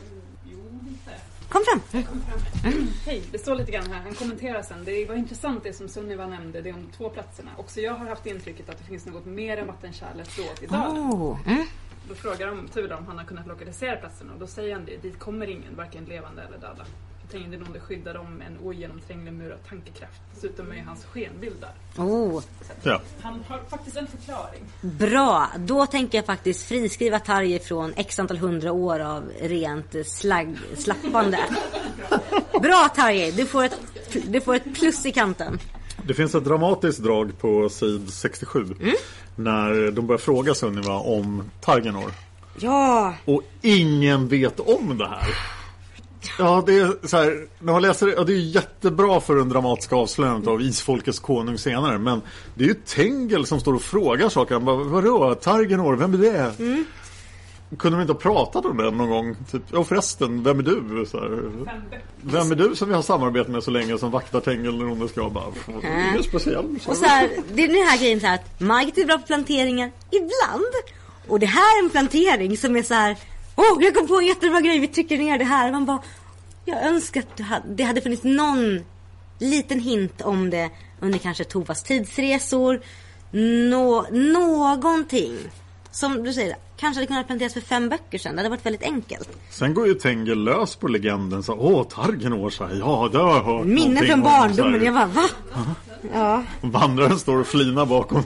Kom fram.
Kom fram. Mm. Hej, det står lite grann här. Han kommenterar sen. Det var intressant det som Sunniva nämnde, det om två platserna. Också jag har haft intrycket att det finns något mer än vattenkärlet då i dalen.
Oh. Mm.
Då frågar de Tur om han har kunnat lokalisera platserna, och då säger han det. Dit kommer ingen, varken levande eller döda. Tänker det någon det skyddar dem med en ogenomtränglig mur av tankekraft. Dessutom är hans skenbild där.
Oh.
Ja.
Han har faktiskt en förklaring.
Bra, då tänker jag faktiskt friskriva Tarjei från x antal hundra år av rent slagg, slappande. Bra Tarjei, du får, ett, du får ett plus i kanten.
Det finns ett dramatiskt drag på sid sextiosju. Mm. När de börjar fråga Sunniva om Targenor.
Ja.
Och ingen vet om det här. Ja, det är så här, när man läser det, ja, det är jättebra för en dramatisk avslöjande av Isfolkets konung senare, men det är ju Tengil som står och frågar saker. Han bara, vadå, Targenor, vem är det? Mm. Kunde de inte ha pratat om det någon gång? Typ, ja förresten, vem är du? Så här, vem är du som vi har samarbetat med så länge som vaktar Tengil när hon ska bara, det är speciellt.
Och så här, det är den här grejen så här, att Margit är bra på planteringar ibland. Och det här är en plantering som är så här, åh, jag kom på en jättebra grej, vi trycker ner det här. Man bara, jag önskar att det hade, det hade funnits någon liten hint om det under kanske Tovas tidsresor. Nå, någonting. Som du säger, kanske hade kunnat planteras för fem böcker sedan. Det hade varit väldigt enkelt.
Sen går ju Tengil lös på legenden. Så, åh, Targenor, så här, ja, det har jag hört.
Minnen från barndomen, jag bara, va?
Uh-huh.
Ja.
Vandraren står och flinar bakom.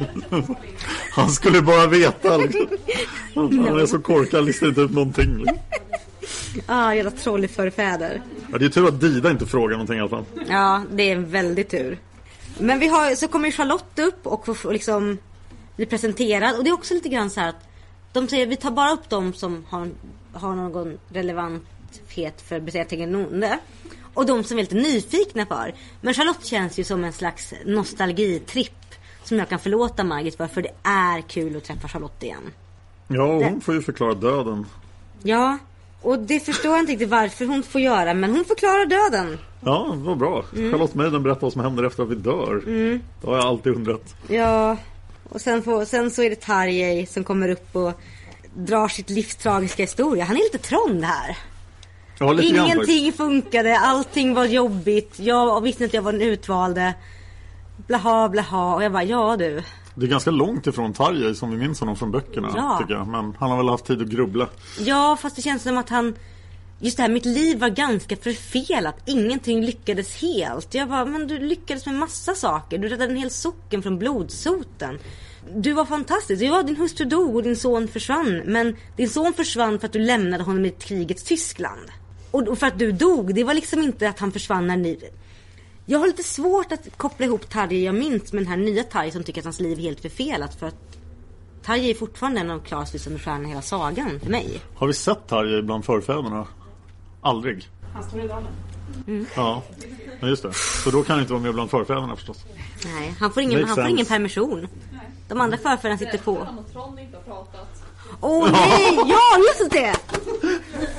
Han skulle bara veta liksom. Han är så korkad, listar inte upp någonting liksom.
Ah, jävla troll i förfäder.
Ja, det är tur att Dida inte frågar någonting i alla fall.
Ja, det är väldigt tur. Men vi har, så kommer Charlotte upp och får liksom bli presenterad. Och det är också lite grann så här att de säger, vi tar bara upp dem som har, har någon relevanthet för Tengil Nonde. Och de som är lite nyfikna för. Men Charlotte känns ju som en slags nostalgitripp som jag kan förlåta Margit för. För det är kul att träffa Charlotte igen.
Ja, hon det. får ju förklara döden.
Ja, och det förstår jag inte riktigt varför hon får göra. Men hon förklarar döden.
Ja, det var bra. Mm. Charlotte Maiden berättar vad som händer efter att vi dör. Mm. Det har jag alltid undrat.
Ja, och sen, får, sen så är det Tarjei som kommer upp och drar sitt livs tragiska historia. Han är lite trånd här.
Ja,
ingenting funkade, allting var jobbigt. Jag visste inte att jag var den utvalde. Blaha, blaha. Och jag bara, ja du.
Det är ganska långt ifrån Tarjei som vi minns honom från böckerna, ja. tycker jag. Men han har väl haft tid att grubbla.
Ja, fast det känns som att han... Just det här, mitt liv var ganska förfelat. Ingenting lyckades helt. Jag bara, men du lyckades med massa saker. Du räddade en hel socken från blodsoten. Du var fantastisk. Ja, din hustru dog och din son försvann. Men din son försvann för att du lämnade honom i krigets Tyskland. Och för att du dog, det var liksom inte att han försvann när ni... Jag har lite svårt att koppla ihop Tarjei jag minns med den här nya Tarjei som tycker att hans liv är helt förfelat. För att Tarjei är fortfarande en av Klas lysande stjärnor i hela sagan för mig.
Har vi sett Tarjei bland förfäderna? Aldrig.
Han står i dalen.
Mm.
Ja, ja, just det. Så då kan han inte vara med bland förfäderna förstås.
Nej, han får ingen, han får ingen permission. Nej. De andra förfäderna sitter på.
Han och Trond inte har pratat.
Åh oh, nej, ja just det!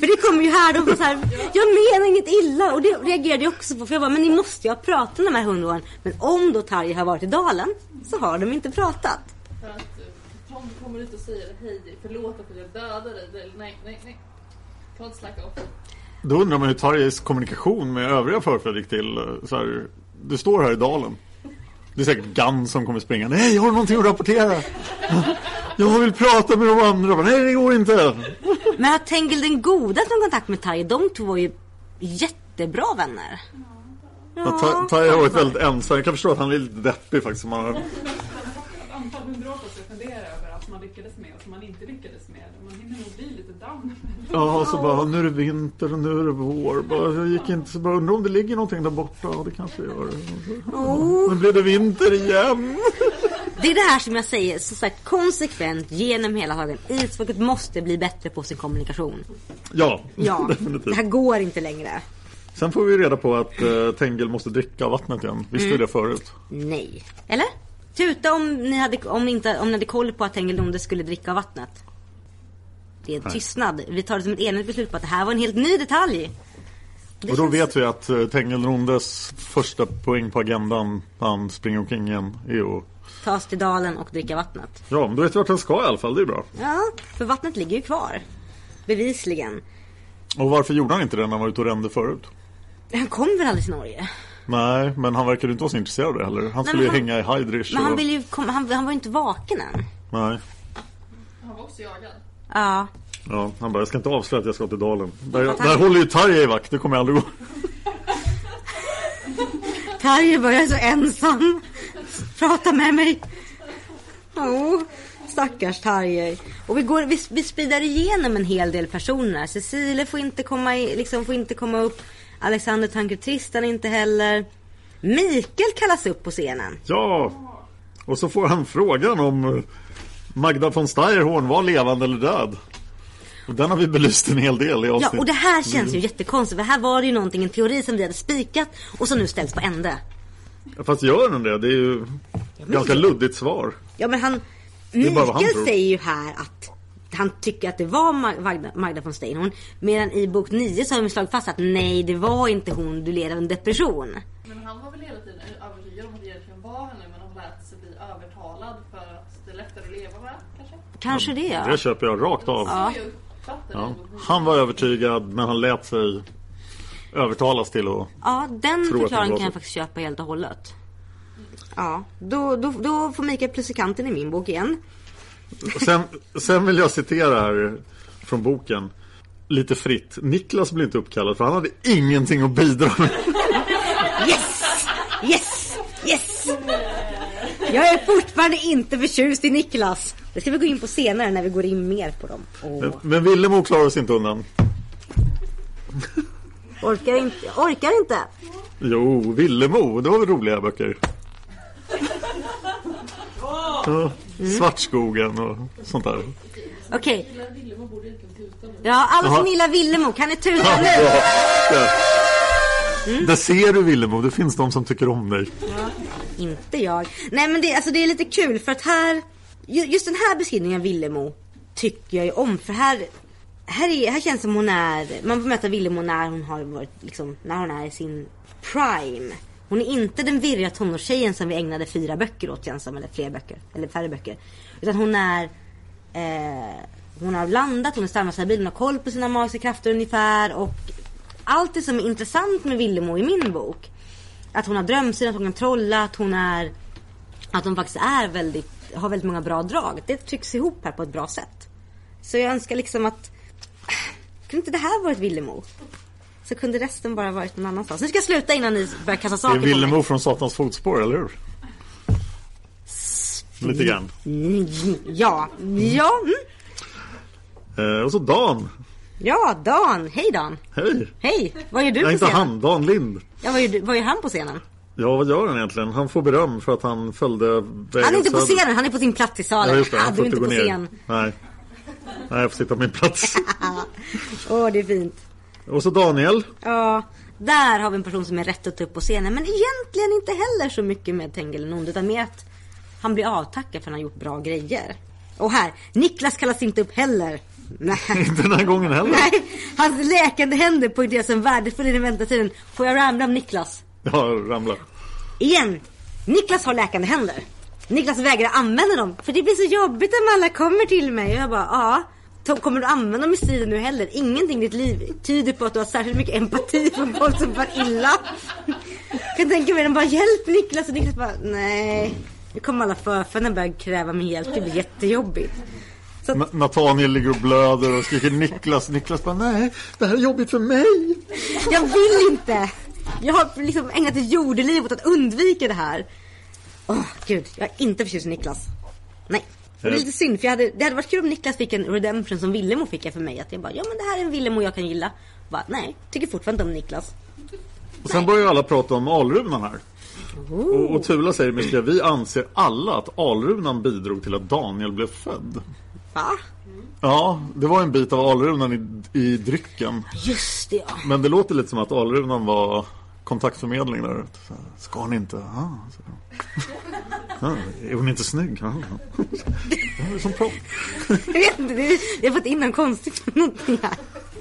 För det kommer ju här, de så här, jag menar inget illa. Och det reagerade jag också på. För jag bara, men ni måste ju ha pratat med de här hundåren. Men om då Tarje har varit i dalen, så har de inte pratat.
För att Tom kommer ut och säger hej, förlåt för att jag dödade dig. Nej, nej, nej. Kan inte slacka upp.
Då undrar man hur Tarjes kommunikation med övriga förfäder gick till. Så här, du står här i dalen. Det är säkert Gunn som kommer springa. Nej, jag har någonting att rapportera. Jag vill prata med de andra. Nej, det går inte.
Men att Tengil den goda som kontakt med Tarje, de två var ju jättebra vänner.
Ja, Tarje har varit väldigt ensam. Jag kan förstå att han är lite deppig faktiskt. Man har...
Antal hundra år på sig fundera över att man lyckades med och som man inte lyckades med. Man hinner nog bli lite down.
Ja, så bara, nu är det vinter och nu är det vår. Bara, jag gick inte så bara, undrar om det ligger någonting där borta. Och det kanske gör det. Oh. Nu blir det vinter igen.
Det är det här som jag säger, så sagt, konsekvent genom hela dagen. Isfolket måste bli bättre på sin kommunikation.
Ja,
ja
definitivt.
Det här går inte längre.
Sen får vi reda på att uh, Tengil måste dricka vattnet igen. Visste mm. du det förut?
Nej. Eller? Tuta om ni hade, om ni inte, om ni hade koll på att Tengil Nonde skulle dricka vattnet. Det är en tystnad. Vi tar det som ett enigt beslut på att det här var en helt ny detalj. Det
och då
känns...
vet vi att uh, Tengil Nondes första poäng på agendan, han springer omkring igen, är att
tas till dalen och dricka vattnet.
Ja, men då vet vi vart han ska i alla fall, det är bra.
Ja, för vattnet ligger ju kvar. Bevisligen.
Och varför gjorde han inte det när han var ute och rände förut?
Han kom väl aldrig till Norge?
Nej, men han verkar inte vara så intresserad av det heller. Han skulle Nej, ju han... hänga i Heidrich.
Men
och...
han, vill ju kom... han, han var ju inte vaken än.
Nej.
Han var också jagad.
Ja.
Ja, han bara, jag ska inte avslöja att jag ska till dalen. Där, där han... håller ju Tarje i vakt, det kommer jag aldrig gå.
Tarje var jag så ensam. Prata med mig. Åh, oh, stackars Tarje. Och vi, går, vi, vi sprider igenom en hel del personer. Cecilia får inte komma, i, liksom får inte komma upp. Alexander Tanker Tristan inte heller. Mikael kallas upp på scenen.
Ja, och så får han frågan om Magda von Steyerhorn var levande eller död. Och den har vi belyst en hel del i avsnitt.
Ja, och det här känns ju jättekonstigt. För här var det ju någonting, en teori som vi hade spikat och som nu ställs på ände.
Ja, fast gör den det? Det är ju ja, ganska luddigt svar.
Ja, men han Mikael säger ju här att han tycker att det var Magda, Magda von Steyerhorn. Medan i bok nio så har de slagit fast att nej, det var inte hon, du led av en depression.
Men han var väl hela tiden övertygad om att det egentligen var henne, men han lät sig bli övertalad för att det är lättare att leva med, kanske?
Kanske det, ja.
Det köper jag rakt av.
Ja.
Ja. Han var övertygad, men han lät sig övertalas till att
ja, den förklaringen kan jag faktiskt köpa helt och hållet. Ja, då, då, då får Mikael plus i kanten i min bok igen.
Sen, sen vill jag citera här från boken lite fritt. Niklas blev inte uppkallad för han hade ingenting att bidra med.
Yes! Yes! Yes! Jag är fortfarande inte förtjust i Niklas. Det ska vi gå in på senare när vi går in mer på dem. Oh.
Men, men Villemo klarar oss inte undan.
Orkar inte. Orkar inte.
Jo, Villemo, det var väl roliga böcker. Ja, Svartskogen och sånt där.
Okej. Ja, alla som gillar Villemo, kan ni tuta
ja,
nu?
Ja. Mm. Där ser du Villemo, det finns de som tycker om dig.
Ja, inte jag. Nej, men det, alltså, det är lite kul för att här, just den här beskrivningen av Villemo tycker jag ju om. För här, här, är, här känns som hon är, man får möta Villemo när hon har varit liksom, när hon är i sin prime. Hon är inte den virriga tonårstjejen som vi ägnade fyra böcker åt, ensam, eller fler böcker, eller färre böcker. Utan hon är eh, hon har landat, hon är stammar, hon har koll på sina magiska krafter ungefär. Och allt det som är intressant med Villemo i min bok, att hon har drömsyn, att hon kan trolla, att hon är, att hon faktiskt är väldigt, har väldigt många bra drag. Det trycks ihop här på ett bra sätt. Så jag önskar liksom att kunde inte det här vara ett Villemo? Så kunde resten bara varit någon annanstans. Nu ska jag sluta innan ni börjar kasta saker på mig.
Det är Villemo från Satans fotspår, eller hur? Lite grann.
Ja, ja.
Mm. Eh, och så Dan.
Ja, Dan. Hej Dan.
Hej.
Hej, vad gör du på
Nej,
scenen?
inte han, Dan Lind.
Ja, vad gör, du, vad gör han på scenen?
Ja, vad gör han egentligen? Han får beröm för att han följde vägen.
Han är inte på scenen, han är på sin plats i salen.
Ja, just det, han får
inte
gå
på
ner.
Scen.
Nej. Nej, jag får sitta på min plats.
Åh, oh, det är fint.
Och så Daniel.
Ja, där har vi en person som är rätt att ta upp på scenen. Men egentligen inte heller så mycket med Tengil Nonde, utan med att han blir avtackad för att han har gjort bra grejer. Och här, Niklas kallas inte upp heller. Nej.
Inte den här gången heller.
Nej, hans läkande händer poängteras som värdefull i den väntetiden. Får jag ramla om Niklas?
Ja, ramla.
Igen, Niklas har läkande händer. Niklas vägrar använda dem, för det blir så jobbigt om alla kommer till mig. Och jag bara, ja, Tom, kommer du använda dem i striden nu heller? Ingenting i ditt liv tyder på att du har särskilt mycket empati för folk som var illa. Jag kan tänka mig, de bara, hjälp Niklas. Och Niklas bara, nej, nu kommer alla förfäderna börja kräva min hjälp. Det blir jättejobbigt. Så att...
Nathaniel ligger och blöder och skriker Niklas. Niklas bara, nej, det här är jobbigt för mig.
Jag vill inte. Jag har liksom ägnat ett jordeliv åt att undvika det här. Åh, oh, gud, jag är inte förtjust i Niklas. Nej, det är lite synd, för jag hade, det hade varit kul om Niklas fick en redemption som Villemo fick för mig. Att jag bara, ja men det här är en Villemo jag kan gilla. Bara, nej, tycker fortfarande om Niklas.
Och sen börjar ju alla prata om Alrunan här. Oh. Och, och Tula säger mycket, vi anser alla att Alrunan bidrog till att Daniel blev född.
Va?
Ja, det var en bit av Alrunan i, i drycken.
Just det, ja.
Men det låter lite som att Alrunan var kontaktförmedling där. Ska hon inte? Ah, så. Ah, är hon inte snygg? Ah. Det är som propp.
Jag vet inte, det är, jag har fått in en konstigt någonting här.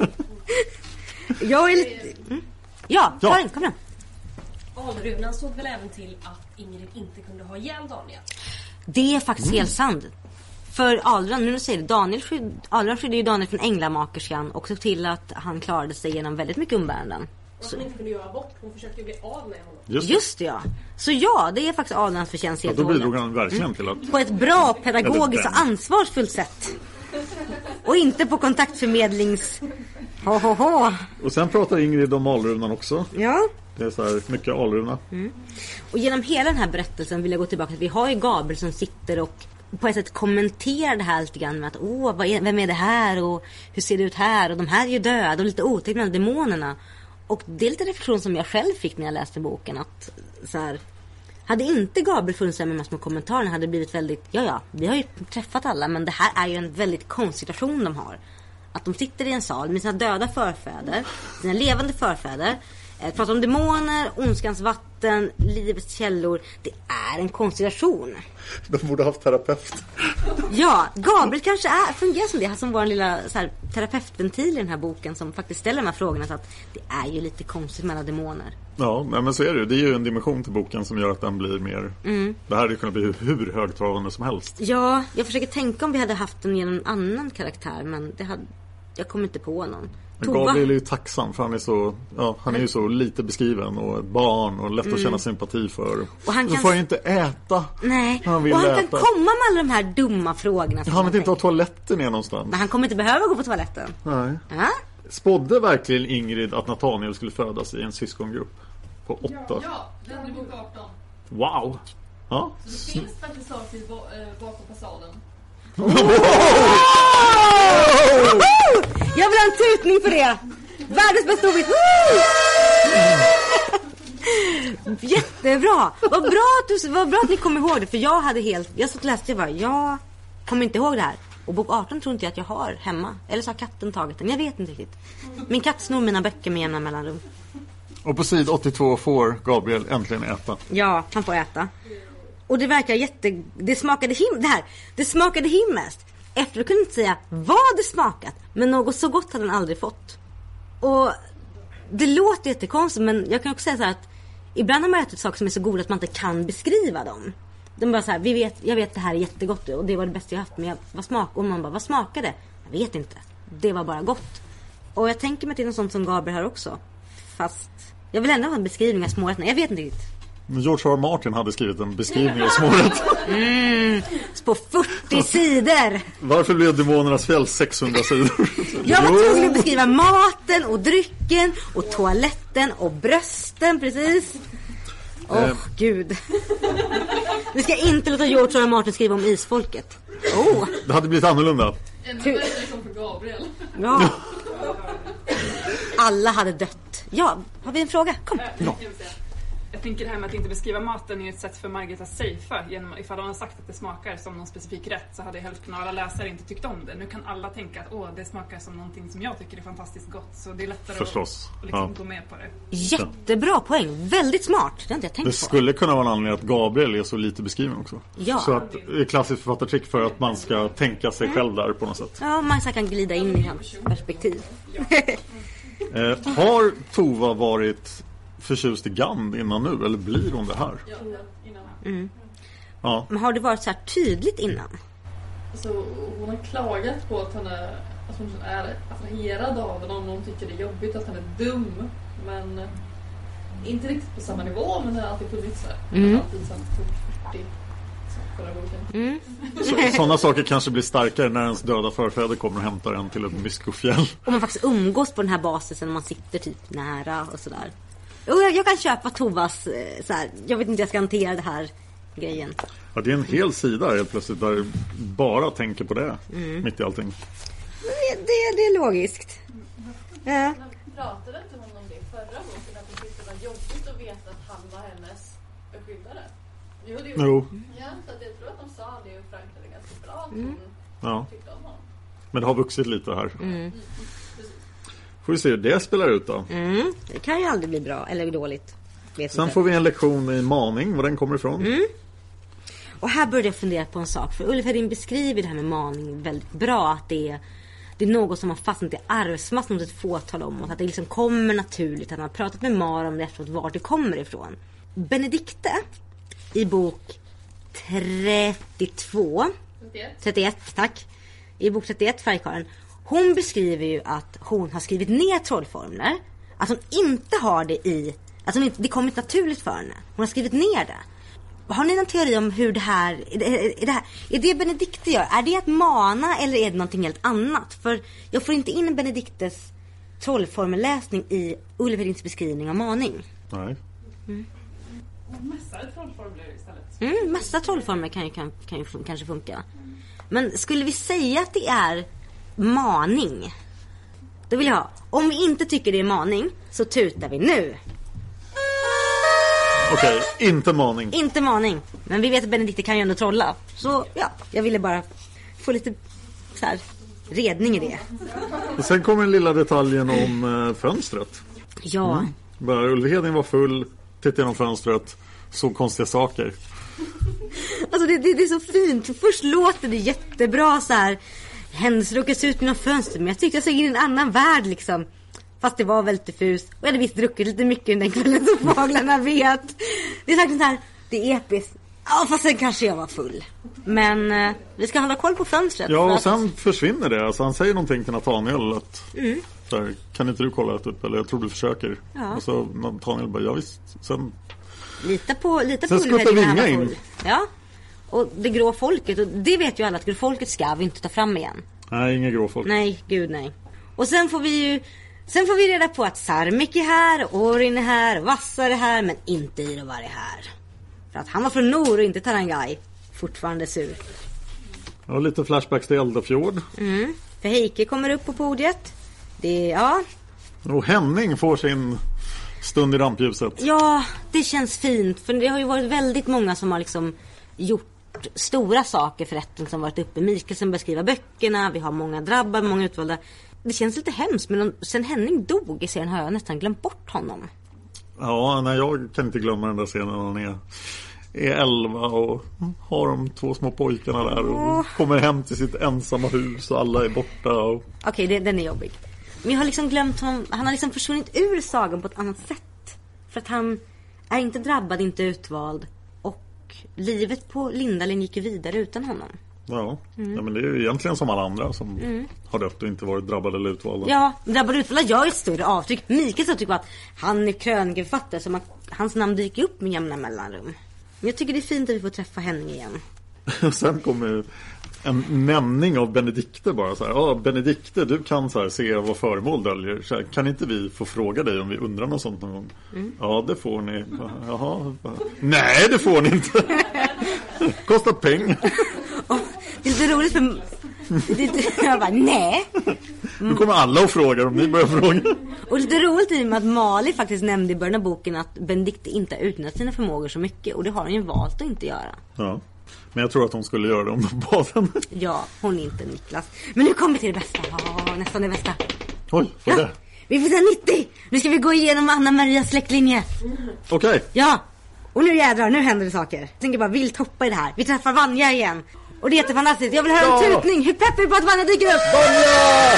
Jag är lite... Mm. Ja,
ja.
Karin, kom igen.
Alrunan såg väl även till att Ingrid inte kunde ha ihjäl Daniel?
Det är faktiskt mm. helt sant. För Alrunan, nu säger det, Daniel skydd, Alrunan skydde ju Daniel från änglamakerskan och såg till att han klarade sig genom väldigt mycket umbäranden.
Och hon inte kunde göra abort, hon försökte ju bli av med honom.
Just det. Just det, ja. Så ja, det är faktiskt Alrunans förtjänst helt
och hållet. Då bidrog han verkligen mm. till att...
På ett bra, pedagogiskt och ansvarsfullt sätt. Och inte på kontaktförmedlings... Ho, ho, ho.
Och sen pratar Ingrid om Alrunan också.
Ja.
Det är så här mycket Alruna.
Mm. Och genom hela den här berättelsen vill jag gå tillbaka till vi har ju Gabriel som sitter och på ett sätt kommenterar det här lite grann med att åh, vad är, vem är det här och hur ser det ut här och de här är ju döda och lite otäckt med demonerna. Och det är lite reflektion som jag själv fick när jag läste boken att så här, hade inte Gabriel funnits med massor med kommentarer hade det blivit väldigt, ja ja, vi har ju träffat alla men det här är ju en väldigt konstig situation de har. Att de sitter i en sal med sina döda förfäder, sina levande förfäder, eh, pratar om demoner, ondskans vatten, livets källor. Det är en konstellation.
De borde ha haft terapeut.
Ja, Gabriel kanske är, fungerar som det, som vår lilla så här, terapeutventil i den här boken som faktiskt ställer de här frågorna så att det är ju lite konstigt med alla demoner.
Ja, men så är det ju. Det är ju en dimension till boken som gör att den blir mer... Mm. Det här hade kunnat bli hur högtravande som helst.
Ja, jag försöker tänka om vi hade haft den genom en annan karaktär men det hade... Jag kommer inte på någon.
Gabriel är ju tacksam för han är så, ja, han är ju så lite beskriven och ett barn och lätt mm. att känna sympati för. Och han kan... får ju inte äta.
Nej.
Han vill
och han
äta.
kan komma med alla de här dumma frågorna.
Han vet inte var toaletten är någonstans.
Men han kommer inte behöva gå på toaletten.
Nej.
Ja?
Spådde verkligen Ingrid att Nathaniel skulle födas i en syskongrupp på åtta?
Ja, den är bok arton.
Wow. Ja.
Så det finns faktiskt saker bakom fasaden.
Oh! Jag vill ha en tutning för det. Världens bästa ordvits. Jättebra. Vad bra att du, vad bra att ni kom ihåg det. För jag hade helt, jag satt och läste och bara, jag kommer inte ihåg det här. Och bok arton tror inte jag att jag har hemma. Eller så har katten tagit den, jag vet inte riktigt. Min katt snor mina böcker med jämna mellanrum.
Och på sid åttiotvå får Gabriel äntligen äta.
Ja, han får äta. Och det verkar jätte... Det smakade him... Det här. Det smakade himmelskt. Efter att kunde inte säga vad det smakat. Men något så gott hade han aldrig fått. Och det låter jättekonstigt. Men jag kan också säga så här att ibland har man ätit saker som är så goda att man inte kan beskriva dem. De bara så här, vi vet, jag vet det här är jättegott. Och det var det bästa jag haft. Men jag, vad smak? Och man bara, vad smakade? Jag vet inte. Det var bara gott. Och jag tänker mig till något sånt som Gabriel här också. Fast jag vill ändå ha en beskrivning av smårätterna. Jag vet inte riktigt.
George R. Martin hade skrivit en beskrivning av smårätt.
Mm, på fyrtio sidor.
Varför blev demonernas fjäll sexhundra sidor?
Jag var tvungen att beskriva maten och drycken och toaletten och brösten, precis. Åh, oh, eh. gud. Nu ska jag inte låta George R. Martin skriva om isfolket. Oh.
Det hade blivit annorlunda.
En bättre som för Gabriel.
Ja. Alla hade dött. Ja, har vi en fråga? Kom.
Ja.
Jag tänker det här med att inte beskriva maten är ett sätt för Margit att safea. Genom, ifall hon har sagt att det smakar som någon specifik rätt så hade hälften av alla läsare inte tyckt om det. Nu kan alla tänka att åh, det smakar som någonting som jag tycker är fantastiskt gott. Så det är lättare
Förstås.
att liksom
Ja.
gå med på det.
Jättebra poäng. Väldigt smart. Det har inte jag tänkt
Det
på.
skulle kunna vara en anledning att Gabriel är så lite beskriven också.
Ja.
Så att det är klassiskt författartrick för att man ska tänka sig själv där på något sätt.
Ja, man kan glida in i hans perspektiv.
Eh, har Tova varit förtjust i Gand innan nu? Eller blir hon det här?
Ja, innan.
Mm.
Ja.
Men har det varit så här tydligt innan?
Så hon har klagat på att, han är, att hon är attraherad av honom. Hon tycker det är jobbigt att han är dum. Men inte riktigt på samma nivå, men det har alltid funnits där.
Mm.
Alltid sen fyrtio förra boken.
Mm.
Så, sådana saker kanske blir starkare när ens döda förfäder kommer och hämtar en till ett myskofjäll.
Om man faktiskt umgås på den här basen och man sitter typ nära och sådär. Och jag, jag kan köpa Tovas eh, så här, jag vet inte hur jag ska hantera det här grejen.
Ja, det är en hel sida helt plötsligt där du bara tänker på det
Mm.
mitt i allting.
Det, det, det är logiskt. Ja.
Pratade inte hon om det förra boken? Att hon tyckte det var jobbigt att veta att han var hennes beskyddare? Jo, det är
Jo.
Ja, så att jag tror att de sa det och förankrade ganska bra att
Mm.
hon
Ja.
tyckte om honom.
Men det har vuxit lite här.
Mm.
Får vi se hur det spelar ut då.
Mm. Det kan ju aldrig bli bra eller dåligt. Vet
Sen
inte.
får vi en lektion i maning, var den kommer ifrån.
Mm. Och här började jag fundera på en sak. För Ulf Hedin beskriver det här med maning väldigt bra. Att det är, det är något som har fastnat i arvsmassan hos ett fåtal om oss. Att det liksom kommer naturligt. Att man har pratat med Mar om det efteråt, vart det kommer ifrån. Benedikte i bok trettiotvå trettioett, tack. I bok trettioett, Färgkarlen. Hon beskriver ju att hon har skrivit ner trollformler. Att hon inte har det i... Att hon inte, det kommer inte naturligt för henne. Hon har skrivit ner det. Har ni någon teori om hur det här... Är det, är det, här, är det Benedikte gör? Är det att mana eller är det någonting helt annat? För jag får inte in Benediktes trollformelläsning i Ulf Hedins beskrivning av maning.
Nej.
Mm.
Mässar trollformler istället.
Mm, massa trollformer kan ju, kan, kan ju fun- kanske funka. Men skulle vi säga att det är maning? Då vill jag ha. Om vi inte tycker det är maning så tutar vi nu.
Okej, okay, inte maning.
Inte maning. Men vi vet att Benedikte kan ju ändå trolla. Så ja, jag ville bara få lite så här, redning i det.
Och sen kommer den lilla detaljen om eh, fönstret.
Ja.
Mm. Bara Ulf Hedin var full, tittade genom fönstret, såg konstiga saker.
Alltså det, det, det är så fint. För först låter det jättebra så här. Händelser råkade ut genom fönstret. Men jag tyckte jag såg in i en annan värld liksom. Fast det var väldigt diffust. Och jag hade visst druckit lite mycket den kvällen som fåglarna vet. Det är sagt så här, det är episkt. Ja, fast sen kanske jag var full. Men eh, vi ska hålla koll på fönstret.
Ja, och
att...
sen försvinner det. Alltså, han säger någonting till Nathaniel att
Mm.
så här, kan inte du kolla det upp? Eller jag tror du försöker.
Ja.
Och så Nathaniel bara, ja visst. Sen,
Lita på, lita
sen
på
skuttar
Ulf Hedin när
Vinga
han var
in.
full. Ja. Och det grå folket. Och det vet ju alla att grå folket ska vi inte ta fram igen.
Nej, ingen gråfolk.
Nej, gud nej. Och sen får vi ju... Sen får vi reda på att Sarmik är här, Orin är här, Vassar är här, men inte Irovar är här. För att han var från Nor och inte Tarangai. Fortfarande sur.
Ja, lite flashbacks till Eldafjord.
Mm. För Heike kommer upp på podiet. Det, ja.
Och Henning får sin stund i rampljuset.
Ja, det känns fint. För det har ju varit väldigt många som har liksom gjort stora saker för rätten som varit uppe. Mikael som beskriver böckerna. Vi har många drabbade, många utvalda. Det känns lite hemskt, men sen Henning dog i serien har jag nästan glömt bort honom.
Ja, nej, jag kan inte glömma den där scenen när han är, är elva och har de två små pojkarna där och
Åh.
kommer hem till sitt ensamma hus och alla är borta. Och...
Okej, okay, den är jobbig. Men jag har liksom glömt honom. Han har liksom försvunnit ur sagan på ett annat sätt. För att han är inte drabbad, inte utvald. Och livet på Lindalen gick ju vidare utan honom.
Ja,
Mm.
ja men det är ju egentligen som alla andra som
Mm.
har dött och inte varit drabbade eller utvalda.
Ja, drabbade utvalda gör ett större avtryck. Mikael så tycker på att han är krönikeförfattare, så man, hans namn dyker upp med jämna mellanrum. Men jag tycker det är fint att vi får träffa Henning igen.
Sen kommer en nämning av Benedikte bara så här. Ja, Benedikte, du kan så här se vad föremål döljer. Så här, kan inte vi få fråga dig om vi undrar något sånt någon gång? Mm. Ja, det får ni. Jaha. Nej, det får ni inte. Kostar pengar.
Och det är lite roligt för... Det, det, jag bara, nej.
Nu kommer alla att fråga om ni börjar fråga.
Och lite roligt i med att Mali faktiskt nämnde i början av boken att Benedikte inte har utnyttjat sina förmågor så mycket. Och det har hon ju valt att inte göra.
Ja, men jag tror att hon skulle göra det om de bad henne.
Ja, hon är inte Niklas. Men nu kommer vi till det bästa. Ja, nästan det bästa.
Oj, vad är
ja,
det?
vi får se nittio. Nu ska vi gå igenom Anna Marias släktlinje.
Okej. Okay.
Ja, och nu jädrar, nu händer det saker. Jag tänker bara vilt hoppa i det här. Vi träffar Vanja igen. Och det är jättefantastiskt. Jag vill höra ja. en tutning. Hur peppar vi på att Vanja dyker upp?
Vanja!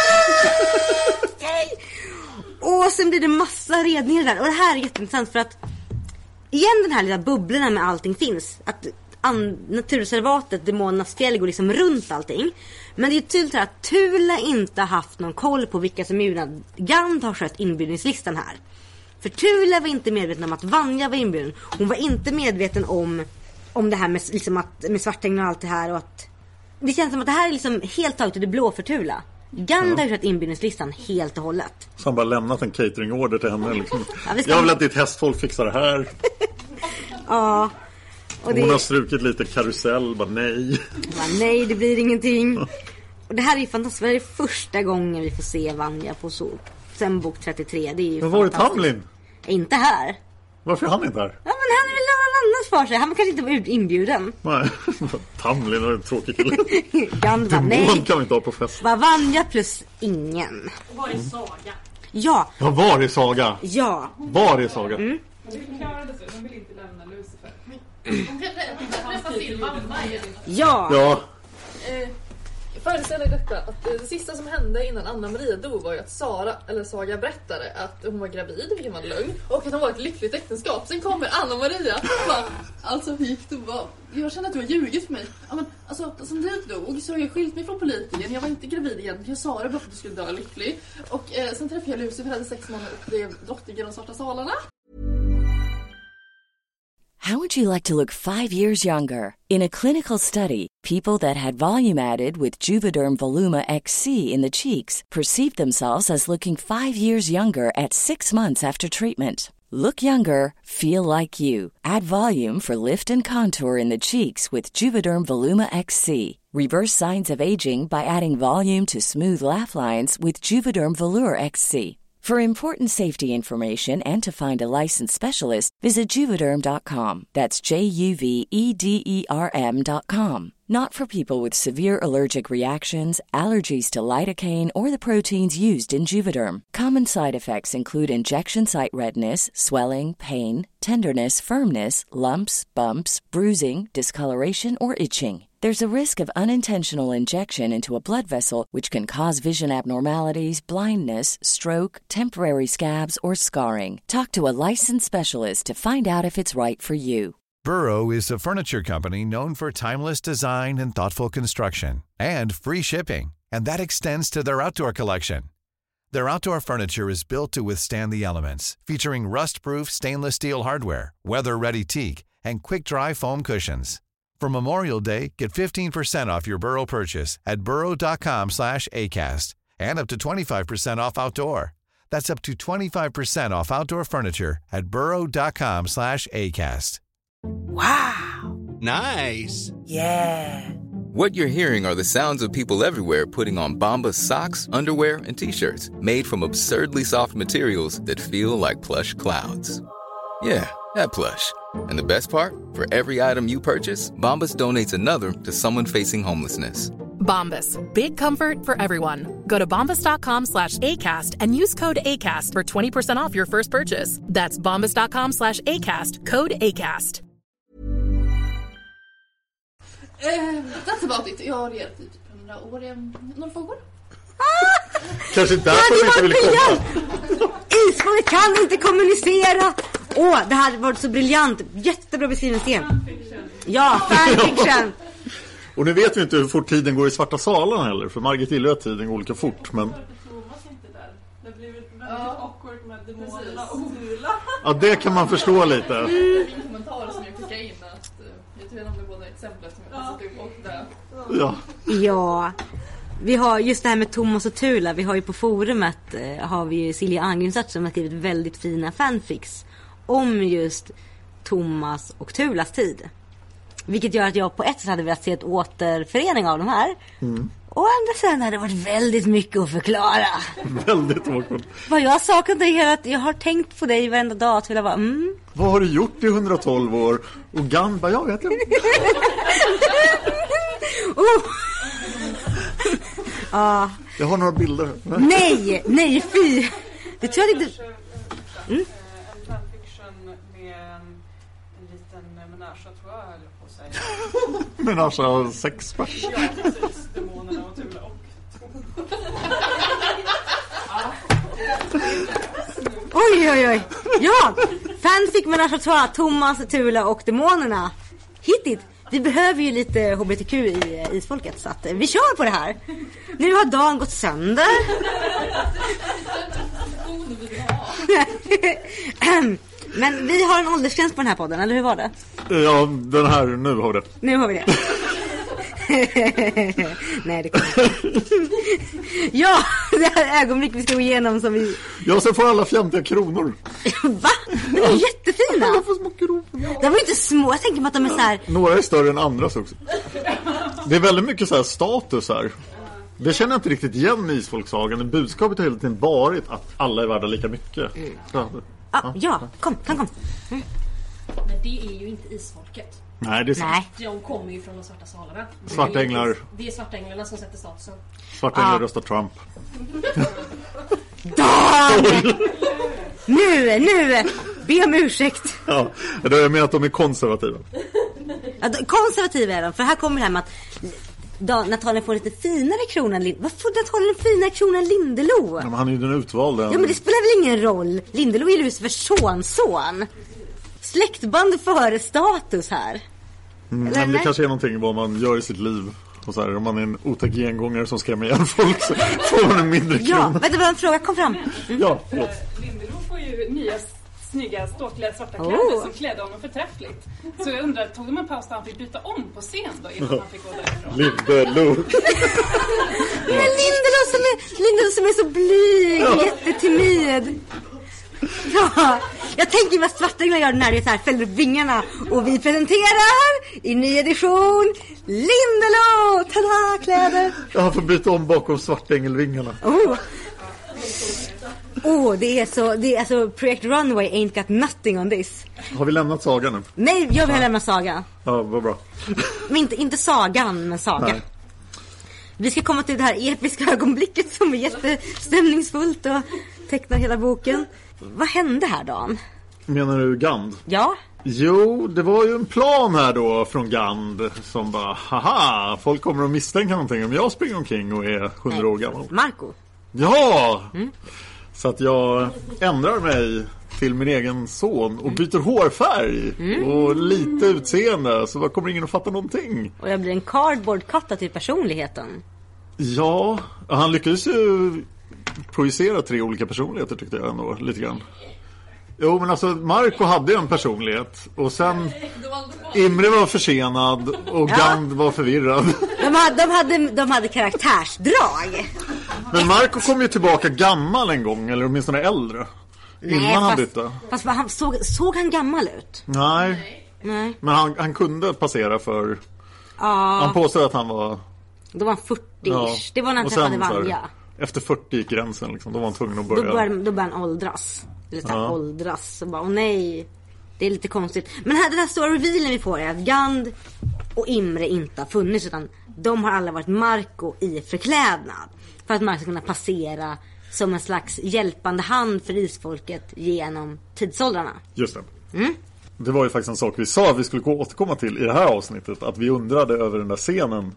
Yay! Och sen blir det massa redningar där. Och det här är jätteintressant för att igen den här lilla bubblorna med allting finns. Att an- naturreservatet, demonernas fjäll går liksom runt allting. Men det är tydligt att Tula inte har haft någon koll på vilka som är inbjudna. Gand har skött inbjudningslistan här. För Tula var inte medveten om att Vanja var inbjuden. Hon var inte medveten om om det här med, liksom att, med svartängel och allt det här. Och att, det känns som att det här är liksom helt taget det blå för Tula. Gand ja. har skött inbjudningslistan helt och hållet.
Så han bara lämnat en cateringorder till henne. Liksom.
Ja, vi ska...
Jag vill att ditt hästfolk fixar det här.
Ja. Och det...
Hon har strukit lite karusell. Bara nej.
Bara, nej, det blir ingenting. Och det här är ju fantastiskt. Det är första gången vi får se Vanja på så. Sen bok trettiotre. Det är ju
men var är Tamlin?
Inte här.
Varför är han inte här?
Ja, men han är väl någon annans för sig. Han var kanske inte var inbjuden.
Nej, Tamlin är en tråkig kille.
Gand var nej.
Demon kan vi inte ha på fest.
Var Vanja plus ingen.
Var är Saga?
Ja.
Ja, var är Saga?
Ja.
Var är Saga?
Mm.
De förklarade så. De vill inte lämna Lucifer.
De kan träffa sin mamma igen.
Ja.
Ja.
Eh, föreställer detta att det sista som hände innan Anna Maria dog var ju att Sara, eller Saga berättade att hon var gravid, vilket var lögn, och att hon var ett lyckligt äktenskap. Sen kommer Anna Maria och bara, alltså hur gick det? Jag känner att du har ljugit för mig. Ja, men, alltså, som du dog så har jag skilt mig från politiken. Jag var inte gravid igen. Jag sa det bara för att du skulle dö lycklig. Och eh, sen träffade jag Lucifer, hade sex månader och blev drottning i de svarta salarna.
How would you like to look five years younger? In a clinical study, people that had volume added with Juvederm Voluma X C in the cheeks perceived themselves as looking five years younger at six months after treatment. Look younger, feel like you. Add volume for lift and contour in the cheeks with Juvederm Voluma X C. Reverse signs of aging by adding volume to smooth laugh lines with Juvederm Volure X C. For important safety information and to find a licensed specialist, visit Juvederm dot com. That's J U V E D E R M dot com. Not for people with severe allergic reactions, allergies to lidocaine, or the proteins used in Juvederm. Common side effects include injection site redness, swelling, pain, tenderness, firmness, lumps, bumps, bruising, discoloration, or itching. There's a risk of unintentional injection into a blood vessel, which can cause vision abnormalities, blindness, stroke, temporary scabs, or scarring. Talk to a licensed specialist to find out if it's right for you.
Burrow is a furniture company known for timeless design and thoughtful construction, and free shipping, and that extends to their outdoor collection. Their outdoor furniture is built to withstand the elements, featuring rust-proof stainless steel hardware, weather-ready teak, and quick-dry foam cushions. For Memorial Day, get fifteen percent off your Burrow purchase at burrow dot com slash acast, and up to twenty-five percent off outdoor. That's up to twenty-five percent off outdoor furniture at burrow dot com slash acast.
Wow! Nice!
Yeah! What you're hearing are the sounds of people everywhere putting on Bombas socks, underwear, and T-shirts made from absurdly soft materials that feel like plush clouds. Yeah, that plush. And the best part? For every item you purchase, Bombas donates another to someone facing homelessness.
Bombas. Big comfort for everyone. Go to bombas dot com slash ACAST and use code ACAST for twenty percent off your first purchase. That's bombas dot com slash ACAST. Code ACAST.
Uh, that's about it. Jag har redan typ hundra år. Några frågor?
Kanske därför vi inte vill komma.
Isfolket kan inte kommunicera. Åh, oh, det här var så briljant. Jättebra beskrivning. Ja, fanfiction.
Och nu vet vi inte hur fort tiden går i svarta salen heller. För Margit gillar att tiden går olika fort. Men...
Det blir väldigt awkward med demonerna och Tula.
Ja, det kan man förstå lite.
Mm. Min kommentar som jag skickade in att jag tror att det var båda exemplet som jag satt upp och det.
Ja.
Ja. Vi har just det här med Thomas och Tula. Vi har ju på forumet eh, har vi ju Silja Angrimsart som har skrivit väldigt fina fanfics om just Thomas och Tulas tid. Vilket gör att jag på ett sätt hade velat se ett återförening av de här. Mm. Å andra sidan hade det varit väldigt mycket att förklara.
Väldigt awkward.
Vad jag saknar dig är att jag har tänkt på dig varenda dag till att vara, mm.
Vad har du gjort i hundratolv år? Och Gunn bara, jag vet inte.
oh. ah.
Jag har några bilder.
Nej, nej, fy. Det tror jag inte... Mm.
En fanfiction med en liten menage à trois, eller på att säga.
Menage à sex pers.
Ja, precis. Demonerna och Tula och
Oj, oj, oj. Ja, fanfic menage à trois, Thomas, Tula och demonerna. Hittigt. Vi behöver ju lite H B T Q i isfolket, så att vi kör på det här. Nu har dagen gått sönder. Men vi har en åldersgräns på den här podden, eller hur var det?
Ja, den här, nu har vi det.
Nu har vi det. Nej, det kommer Ja, det här ögonblick vi ska gå igenom som vi...
Ja, sen får alla fjantiga kronor.
Va? De är jättefina.
Alla får små kronor.
De är inte små, jag tänker på att de är så här...
Några är större än andras också. Det är väldigt mycket så här status här. Det känner jag inte riktigt igen i isfolksagan. Budskapet har hela tiden varit att alla är värda lika mycket.
Mm.
Ja,
ah, ja, kom, kom, kom. Mm.
Men det är ju inte isfolket.
Nej, det är sant.
De kommer ju från de svarta salarna.
Svarta änglar.
Det är svarta änglarna som sätter statusen.
Svarta änglar
ah.
röstar Trump.
Dan! Nu, nu! Be om ursäkt.
Ja, då är jag med att de är konservativa.
Ja, konservativa är de, för här kommer det här med att Dan, Nathaliel får lite finare kronan. Vad får Nathaliel en finare kronan Lindelo?
Ja, men han är ju den utvalda.
Ja, men det spelar väl ingen roll. Lindelo är Lucifers sonson. Släktband före status här.
Mm, men det kanske är någonting vad man gör i sitt liv. Och så här, om man är en otäck gengångare som skrämmer igen folk så får man en mindre krona.
Ja, vänta, vad en fråga kom fram.
Mm. Ja, förlåt.
Lindelo får ju nya snygga ståklädda svarta kläder
oh.
som klädde honom förträffligt. Så jag undrar, tog de en paus där han fick byta om på scen då innan han fick gå därifrån?
Lindelo.
Men Lindelo som är, Lindelo som är så blyg, ja. Jättetimid. Ja, jag tänker vad Svartänglar gör när det är så här, fäller upp vingarna. Och vi presenterar i ny edition Lindelo, tada, kläder.
Jag får byta om bakom Svartängelvingarna.
Oh. Oh, det är så, det är alltså Project Runway ain't got nothing on this.
Har vi lämnat sagan nu?
Nej, jag vill lämna saga.
Ja, vad bra.
Men inte, inte sagan, men saga.
Nej.
Vi ska komma till det här episka ögonblicket som är jättestämningsfullt och tecknar hela boken. Vad hände här, Dan?
Menar du Gand?
Ja.
Jo, det var ju en plan här då från Gand som bara, haha, folk kommer att misstänka någonting om jag springer omkring och är hundra år gammal.
Marco.
Ja! Mm. Så att jag ändrar mig till min egen son och byter hårfärg mm. och lite utseende, så då kommer ingen att fatta någonting.
Och jag blir en cardboard-katta till personligheten.
Ja, han lyckades ju projicera tre olika personligheter tyckte jag ändå, lite grann. Jo, men alltså Marco hade en personlighet och sen Imre var försenad och ja. Gand var förvirrad.
De hade, de hade, de hade karaktärsdrag.
Men Marco kom ju tillbaka gammal en gång, eller åtminstone äldre.
Nej,
innan han
fast,
bytte.
Fast han, såg, såg han gammal ut?
Nej.
Nej. Men
han, han kunde passera för...
Ja.
Han påstod att han var...
Då var han fyrtio. Ja. Det var när han träffade Vanja.
Efter fyrtio gick gränsen liksom. Då var han tvungen att börja...
Då började, då började han åldras. Eller ja. åldras. Och bara, åh nej. Det är lite konstigt. Men här, den här stora revealen vi får är att Gand och Imre inte har funnits. Utan de har alla varit Marco i förklädnad. För att Marco ska kunna passera som en slags hjälpande hand för isfolket genom tidsåldrarna.
Just det.
Mm.
Det var ju faktiskt en sak vi sa att vi skulle återkomma till i det här avsnittet. Att vi undrade över den där scenen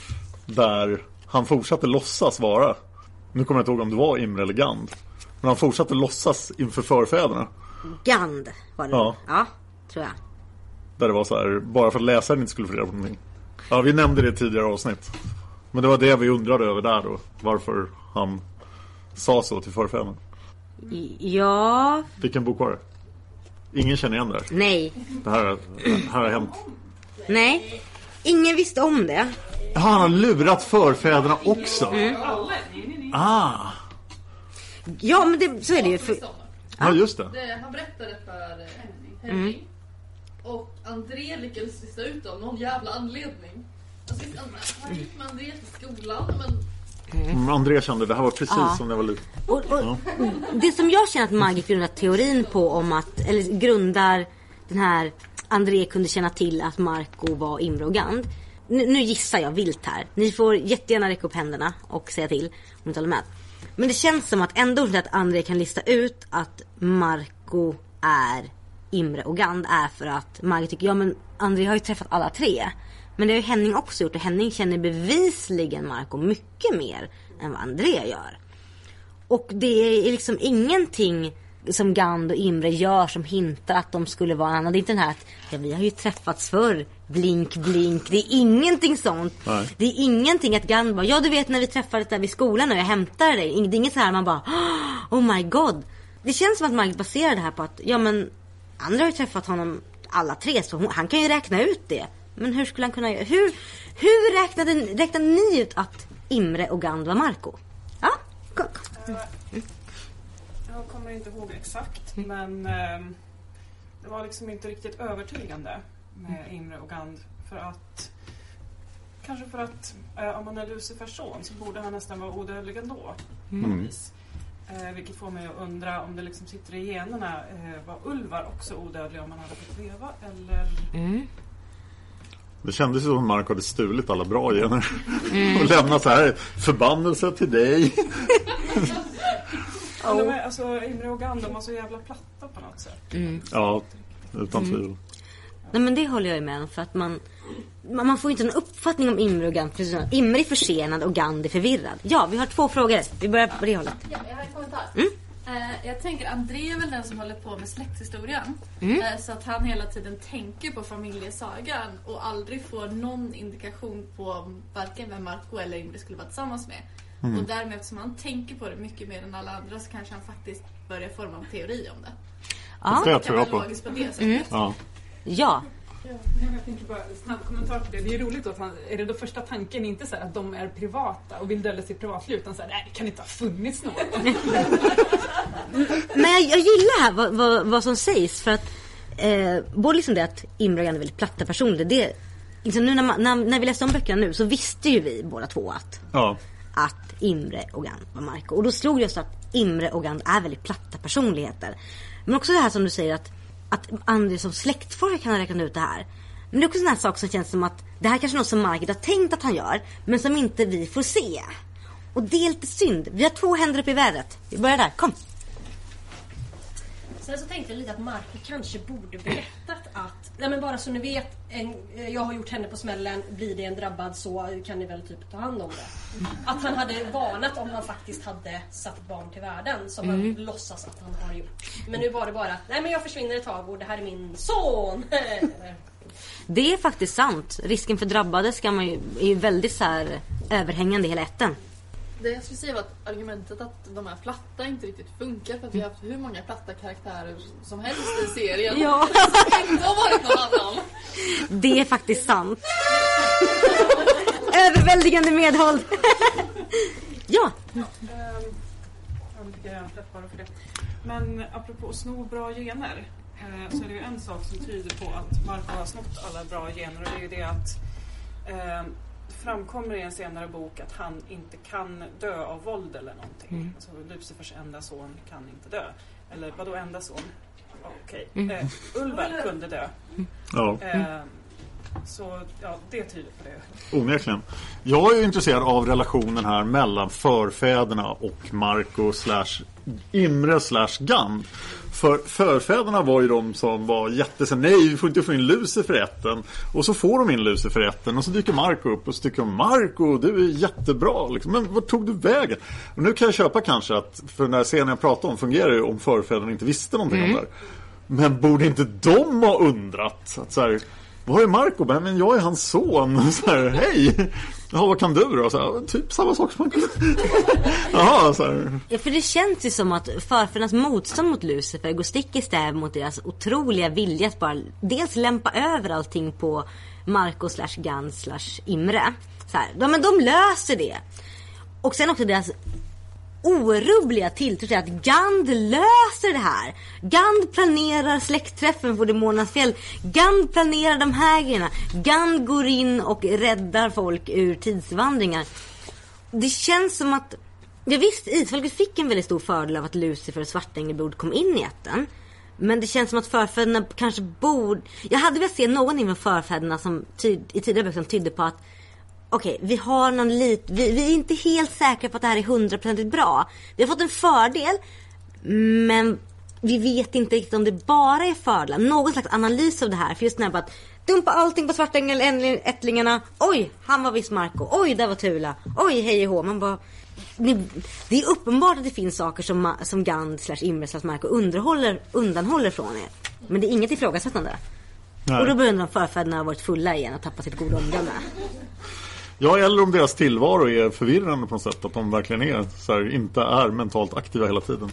där han fortsatte låtsas vara. Nu kommer jag inte ihåg om det var Imre eller Gand. Men han fortsatte låtsas inför förfäderna.
Gand var det.
Ja.
Ja, tror jag.
Där det var så här, bara för att läsaren inte skulle få reda på någonting. Ja, vi nämnde det i tidigare avsnitt. Men det var det vi undrade över där då. Varför han sa så till förfäderna.
Ja.
Vilken bok var det? Ingen känner igen det här.
Nej.
Det här, det här har hänt.
Nej. Ingen visste om det.
Ja, han har lurat förfäderna också.
Mm.
Ah.
Ja, men det, så är det ju. För...
Ja, just det.
det. Han berättade för Henning. Mm. Och André lyckades lista ut av någon jävla anledning Han gick med André till skolan, men...
Mm, André kände det här var precis
Ja.
som det var lite.
Och, och,
Ja.
Det som jag känner att Margit grundar teorin på om att, eller grundar den här André kunde känna till att Marco var Imre och Gand. Nu, nu gissar jag vilt här. Ni får jättegärna räcka upp händerna och säga till om ni inte håller med. Men det känns som att ändå att André kan lista ut att Marco är Imre och Gand är för att Margit tycker, ja men André har ju träffat alla tre. Men det har ju Henning också gjort och Henning känner bevisligen Marco mycket mer än vad André gör. Och det är liksom ingenting som Gand och Imre gör som hintar att de skulle vara andra. Det är inte den här att ja, vi har ju träffats förr, blink blink. Det är ingenting sånt.
Nej.
Det är ingenting att Gand bara, ja du vet när vi träffades där vid skolan och jag hämtade dig. Det är inget så här man bara, oh my god. Det känns som att Margit baserar det här på att ja men André har ju träffat honom alla tre så hon, han kan ju räkna ut det. Men hur skulle han kunna göra? Hur, hur räknade, räknade ni ut att Imre och Gand var Marco? Ja, kom, kom.
Mm. Jag kommer inte ihåg exakt, men eh, det var liksom inte riktigt övertygande med Imre och Gand. För att, kanske för att eh, om man är Lucifers son så borde han nästan vara odödlig ändå.
Mm.
Eh, vilket får mig att undra om det liksom sitter i generna. Eh, var Ulvar också odödlig om han hade fått leva? Eller...
Mm.
Det kändes som att Marco hade stulit alla bra gener
Mm.
och lämnat så här förbannelse till dig.
Ja, de är, alltså, Imre och Gand, de var så jävla platta på något sätt.
Mm.
Ja, utan tvivel.
Mm. Nej men det håller jag ju med om för att man man man får inte någon uppfattning om Imre och Gand. Imre är försenad och Gand är förvirrad. Ja, vi har två frågor. Vi börjar på det hållet.
Ja, jag har en kommentar.
Mm.
Eh, jag tänker André är väl den som håller på med släkthistorien.
Mm.
Eh, så att han hela tiden tänker på familjesagan och aldrig får någon indikation på varken vem Marco eller Imre skulle vara tillsammans med.
Mm.
Och därmed eftersom han tänker på det mycket mer än alla andra så kanske han faktiskt börjar forma en teori om det.
Ja,
det
det
tror jag på.
logiskt på det sättet.
Mm.
Ja.
Ja.
Ja, jag tänker bara snabb kommentar på det. Det är ju roligt att han, är det då första tanken inte så här att de är privata och vill dölja sitt privatliv utan så här, nej det kan inte ha funnits något.
Men jag, jag gillar här vad, vad, vad som sägs för att eh, både liksom det att Imre och Gand är väldigt platta personer. Det, liksom nu när, man, när, när vi läste om böckerna nu så visste ju vi båda två att,
Ja.
att Imre och Gand var Marco. Och då slog det oss att Imre och Gand är väldigt platta personligheter. Men också det här som du säger att att André som släktforskare kan räkna ut det här. Men det är också en sån här sak som känns som att det här kanske är något som Margit har tänkt att han gör men som inte vi får se. Och det är lite synd. Vi har två händer upp i vädret. Vi börjar där, kom.
Sen så tänkte jag lite att Marco kanske borde berättat att nej men bara så ni vet en, jag har gjort henne på smällen, blir det en drabbad så kan ni väl typ ta hand om det. Att han hade varnat om han faktiskt hade satt barn till världen som
Mm.
han låtsas att han har gjort. Men nu var det bara att nej men jag försvinner ett tag och det här är min son.
Det är faktiskt sant. Risken för drabbade ska man ju, är ju väldigt så här överhängande i hela ätten.
Det jag skulle säga var att argumentet att de här platta inte riktigt funkar för att vi har haft hur många platta karaktärer som helst i serien.
Ja.
Det har varit någon annan.
Det är faktiskt sant. Överväldigande medhåll. Ja.
Ja, ähm, jag tycker jag är släpp bara för det. Men apropå att sno bra gener eh, så är det ju en sak som tyder på att Marco har snott alla bra gener och det är ju det att eh, framkommer i en senare bok att han inte kan dö av våld eller någonting.
Mm.
Alltså Lucifers enda son kan inte dö. Eller vadå enda son? Okej.
Mm.
Eh, Ulvar kunde dö.
Ja.
Eh, så ja, det tyder på det.
Onekligen. Jag är ju intresserad av relationen här mellan förfäderna och Marco slash Imre slash Gand. För förfäderna var ju de som var jättesen. Nej, vi får inte få in Lucifer i ätten. Och så får de in Lucifer i ätten. Och så dyker Marco upp och så tycker de Marco, du är jättebra. Liksom. Men vad tog du vägen? Och nu kan jag köpa kanske att för den här scenen jag pratade om fungerar ju om förfäderna inte visste någonting
Mm.
om det här. Men borde inte de ha undrat att så här, vad är Marco? Men jag är hans son. Så här, hej. Jaha, vad kan du då? Så här, typ samma sak som Marco. Jaha, så här.
Ja, för det känns ju som att förfädernas motstånd mot Lucifer går stick i stäv mot deras otroliga vilja att bara dels lämpa över allting på Marco slash Gand slash Imre. Så här, ja, men de löser det. Och sen också deras orubbliga tilltro till att Gand löser det här. Gand planerar släktträffen på Demonasfjäll. Gand planerar de här grejerna. Gand går in och räddar folk ur tidsvandringar. Det känns som att, ja visst, isfolket fick en väldigt stor fördel av att Lucifer och Svartängelblod kom in i ätten. Men det känns som att förfäderna kanske borde... Jag hade velat se någonting från förfäderna som tyd... i tidigare böcker som tydde på att okej, okay, vi har någon lit... Vi, vi är inte helt säkra på att det här är hundraprocentigt bra. Vi har fått en fördel, men vi vet inte riktigt om det bara är fördelar. Någon slags analys av det här. För just när jag bara dumpa allting på Svartängel, ättlingarna. Oj, han var visst Marco. Oj, där var Tula. Oj, hej och hå. Man bara... Det är uppenbart att det finns saker som, som Gand slash Imre slash Marco underhåller, undanhåller från er. Men det är inget ifrågasättande. Nej. Och då börjar de förfäderna ha varit fulla igen och tappa sitt goda omdöme.
Ja, eller om deras tillvaro är förvirrande på något sätt. Att de verkligen är så här, inte är mentalt aktiva hela tiden.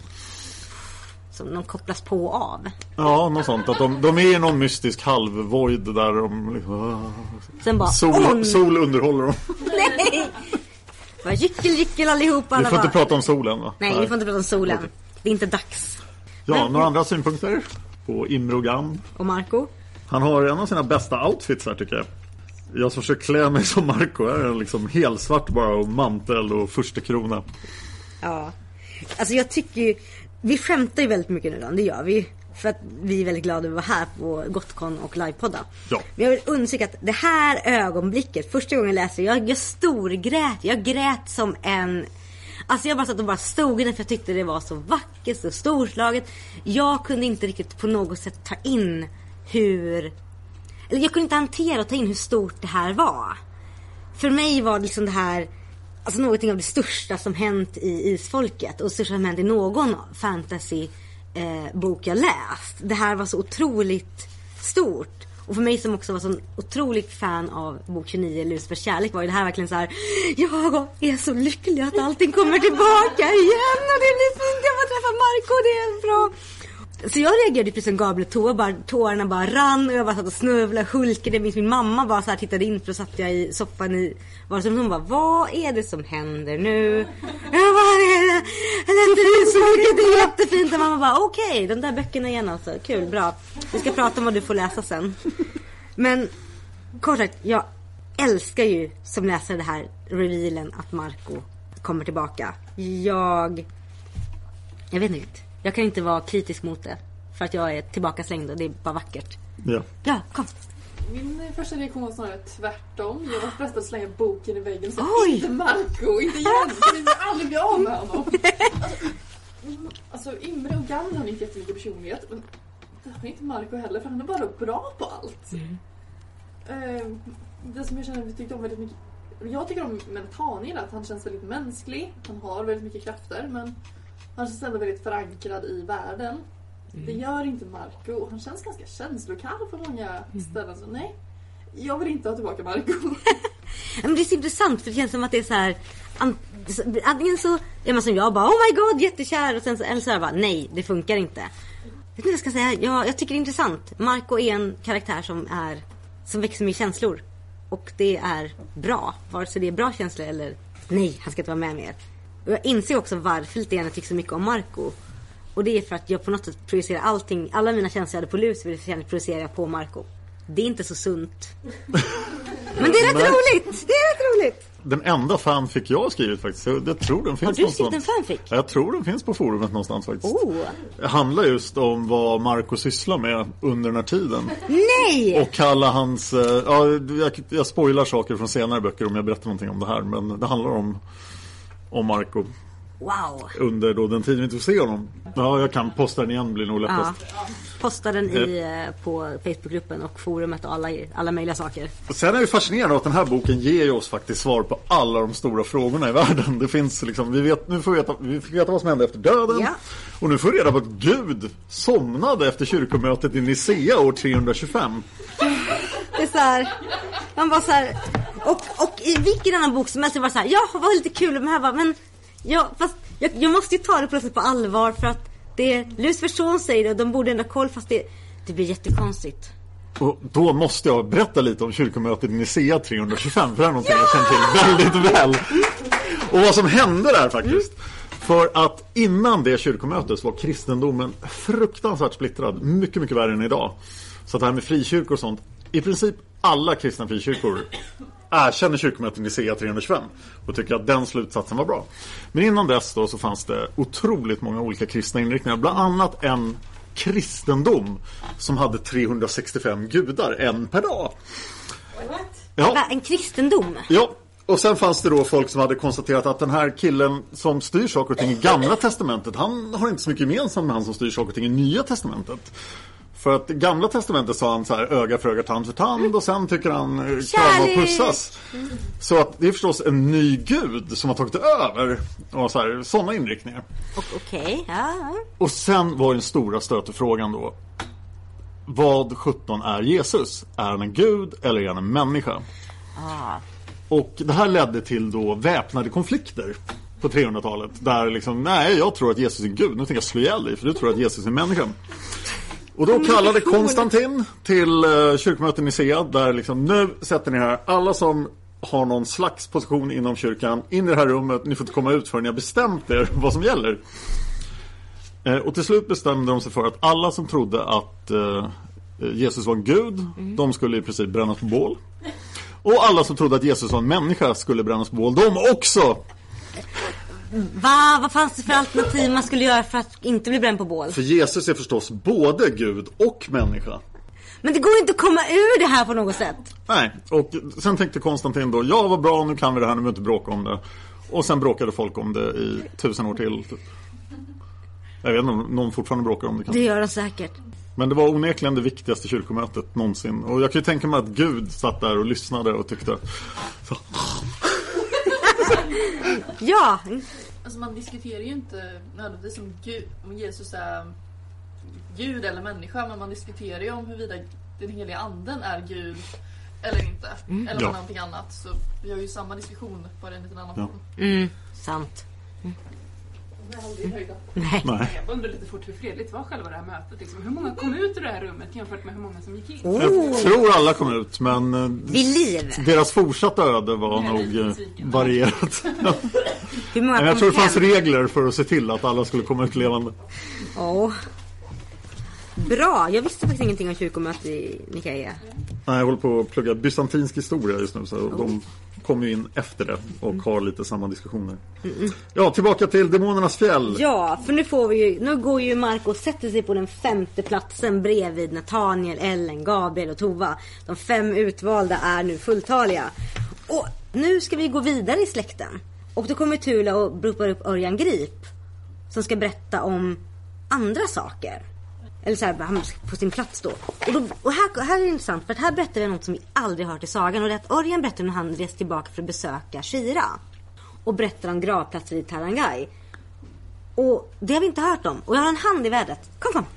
Som de kopplas på och av.
Ja, något sånt. Att de, de är någon mystisk halvvoid där de liksom,
sen bara,
sol,
oh,
sol underhåller dem.
Nej! Bara gyckel, gyckel allihopa.
Vi får
bara...
inte prata om solen, va?
Nej, Nej, vi får inte prata om solen. Det är inte dags.
Ja,
Men...
några andra synpunkter på Imre och Gand?
Och Marco?
Han har en av sina bästa outfits här, tycker jag. Jag som försöker klä mig som Marco. Jag är liksom helsvart bara och mantel och första krona.
Ja, alltså jag tycker ju... Vi skämtar ju väldigt mycket nu då, det gör vi. För att vi är väldigt glada att vara här på Gotcon och livepodda.
Ja.
Men jag vill undersöka att det här ögonblicket, första gången jag läste, jag, jag storgrät. Jag grät som en... Alltså jag bara satt och bara stod in för jag tyckte det var så vackert, så storslaget. Jag kunde inte riktigt på något sätt ta in hur... Eller jag kunde inte hantera och ta in hur stort det här var. För mig var det liksom det här... Alltså någonting av det största som hänt i Isfolket. Och det största som hänt i någon fantasy eh, bok jag läst. Det här var så otroligt stort. Och för mig som också var så otroligt fan av bok tjugonio, Lucifers kärlek, var ju det här verkligen så här: jag är så lycklig att allting kommer tillbaka igen. Och det blir fint, jag får träffa Marco, det är bra. Så jag reagerade precis som Gabriel tår, bara, tårarna bara rann och jag bara satt och snövlade, hulkade. Min mamma bara så här tittade in, för då satt jag i soffan i vardagsrummet och hon bara, vad är det som händer nu? Jag bara, det är inte så mycket, det är jättefint. Och mamma bara, okej, okay, de där böckerna igen alltså, kul, bra. Vi ska prata om vad du får läsa sen. Men kort sagt, jag älskar ju som läsare det här revealen att Marco kommer tillbaka. Jag Jag vet inte. Jag kan inte vara kritisk mot det. För att jag är tillbaka slängd och det är bara vackert.
Ja,
ja kom.
Min första reaktion var snarare tvärtom. Jag var frestad att slänga boken i väggen. Så
Oj!
Inte Marco, inte igen. Jag vill aldrig bli av med honom. Alltså, alltså Imre och Gand har inte jättemycket personlighet. Men det har inte Marco heller. För han är bara bra på allt. Mm. Uh, det som jag känner att vi tyckte om väldigt mycket. Jag tycker om Meltanien, att han känns väldigt mänsklig. Han har väldigt mycket krafter. Men han känns ändå väldigt förankrad i världen. Mm. Det gör inte Marco. Han känns ganska känslokall på många mm. ställen. Så nej, jag vill inte ha tillbaka Marco.
Men det är så intressant, för det känns som att det är så här... Antingen så är man som jag bara, oh my god, jättekär. Och sen så, eller så här bara, nej, det funkar inte. Jag vet inte vad jag ska säga. Jag, jag tycker det är intressant. Marco är en karaktär som är som växer med känslor. Och det är bra. Vare sig det är bra känslor eller nej, han ska inte vara med mer. Och jag inser också varför lite grann jag tycker så mycket om Marco. Och det är för att jag på något sätt projicerar allting. Alla mina känslor jag hade på Lucifer projicerar jag på Marco. Det är inte så sunt. Men det är rätt
Nej.
roligt. Det är rätt roligt.
Den enda fanfic jag har skrivit faktiskt. Jag tror den finns.
Har du skrivit en fanfic?
Jag tror den finns på forumet någonstans faktiskt.
Oh.
Det handlar just om vad Marco sysslar med under den här tiden.
Nej!
Och kalla hans... Ja, jag, jag spoilar saker från senare böcker om jag berättar någonting om det här. Men det handlar om, om Marco.
Wow.
Under då den tiden vi inte får se honom. Ja, jag kan posta den igen, blir nog lättast.
Ja. Posta den i, på Facebookgruppen och forumet och alla, alla möjliga saker.
Sen är det fascinerande att den här boken ger oss faktiskt svar på alla de stora frågorna i världen. Det finns liksom, vi vet, nu får vi veta, vi fick veta vad som hände efter döden.
Ja.
Och nu får vi reda på att Gud somnade efter kyrkomötet i Nicea år trehundratjugofem.
Det är så här, man bara så här, och, och i vilken annan bok som helst var så här, ja, vad lite kul med det här, men ja, fast jag, jag måste ju ta det plötsligt på allvar för att det Lucifers son säger det och de borde ändå koll, fast det, det blir jättekonstigt.
Och då måste jag berätta lite om kyrkomötet i Nicea trehundratjugofem, för det är någonting ja! jag känner till väldigt väl. Och vad som hände där faktiskt. Mm. För att innan det kyrkomötet var kristendomen fruktansvärt splittrad. Mycket, mycket värre än idag. Så att det här med frikyrkor och sånt. I princip alla kristna frikyrkor erkänner kyrkomötet Nicea trehundratjugofem och tycker att den slutsatsen var bra. Men innan dess då så fanns det otroligt många olika kristna inriktningar. Bland annat en kristendom som hade trehundrasextiofem gudar, en per dag.
Ja. En kristendom?
Ja, och sen fanns det då folk som hade konstaterat att den här killen som styr saker och ting i Gamla testamentet, han har inte så mycket gemensamt med han som styr saker och ting i Nya testamentet. För att i Gamla testamentet sa han så här, öga för öga, tand för tand, och sen tycker han krama och pussas. Så att det är förstås en ny gud som har tagit över och så här, sådana inriktningar.
Okej, okay, ja.
Och sen var den stora stötefrågan då, vad sjutton är Jesus? Är han en gud eller är han en människa?
Ah.
Och det här ledde till då väpnade konflikter på trehundratalet. Där liksom, nej, jag tror att Jesus är en gud. Nu tänker jag slå ihjäl dig, för du tror att Jesus är en människa. Och då kallade Konstantin till uh, kyrkomöten i Nicea. Där liksom, nu sätter ni här alla som har någon slags position inom kyrkan in i det här rummet. Ni får inte komma ut förrän ni har bestämt er vad som gäller. Uh, och till slut bestämde de sig för att alla som trodde att uh, Jesus var en gud, mm. de skulle i princip brännas på bål. Och alla som trodde att Jesus var en människa skulle brännas på bål, de också.
Va? Vad fanns det för alternativ man skulle göra för att inte bli bränd på bål?
För Jesus är förstås både Gud och människa.
Men det går inte att komma ur det här på något sätt.
Nej, och sen tänkte Konstantin då, ja vad bra, nu kan vi det här, nu behöver inte bråka om det. Och sen bråkade folk om det i tusen år till. Jag vet inte om någon fortfarande bråkar om det kanske.
Det gör de säkert.
Men det var onekligen det viktigaste kyrkomötet någonsin. Och jag kan ju tänka mig att Gud satt där och lyssnade och tyckte så.
Ja.
Alltså man diskuterar ju inte nödvändigtvis som Gud, om Jesus är Gud eller människa, men man diskuterar ju om huruvida den heliga anden är Gud eller inte. Mm. Eller ja. någonting annat. Så vi har ju samma diskussion, bara en liten annan
ja. form. Mm, sant. Mm.
Nej. Nej. Nej. Jag undrar lite fort hur fredligt var själva det här mötet. Liksom. Hur många kom ut ur det här rummet jämfört med hur många som gick in?
Oh. Jag tror alla kom ut, men
vid liv.
Deras fortsatta öde var nog varierat.
Hur många
men jag tror det fanns regler för att se till att alla skulle komma ut levande.
Oh. Bra, jag visste faktiskt ingenting om kyrkomötet i Nikaia.
Nej, jag håller på att plugga bysantinsk historia just nu, så oh. de kommer ju in efter det och mm. har lite samma diskussioner. Mm. Ja, tillbaka till Demonernas fjäll.
Ja, för nu får vi ju, nu går ju Marco och sätter sig på den femte platsen bredvid Nathaniel, Ellen, Gabriel och Tova. De fem utvalda är nu fulltaliga. Och nu ska vi gå vidare i släkten. Och då kommer Tula och ropar upp Örjan Grip som ska berätta om andra saker. Eller så här, han på sin plats då. Och, då, och här, här är det intressant, för att här berättar vi något som vi aldrig hört i sagan. Och det är att Örjan berättar när han reser tillbaka för att besöka Shira. Och berättar om gravplatser i Tarangai. Och det har vi inte hört om. Och jag har en hand i vädret. Kom, kom.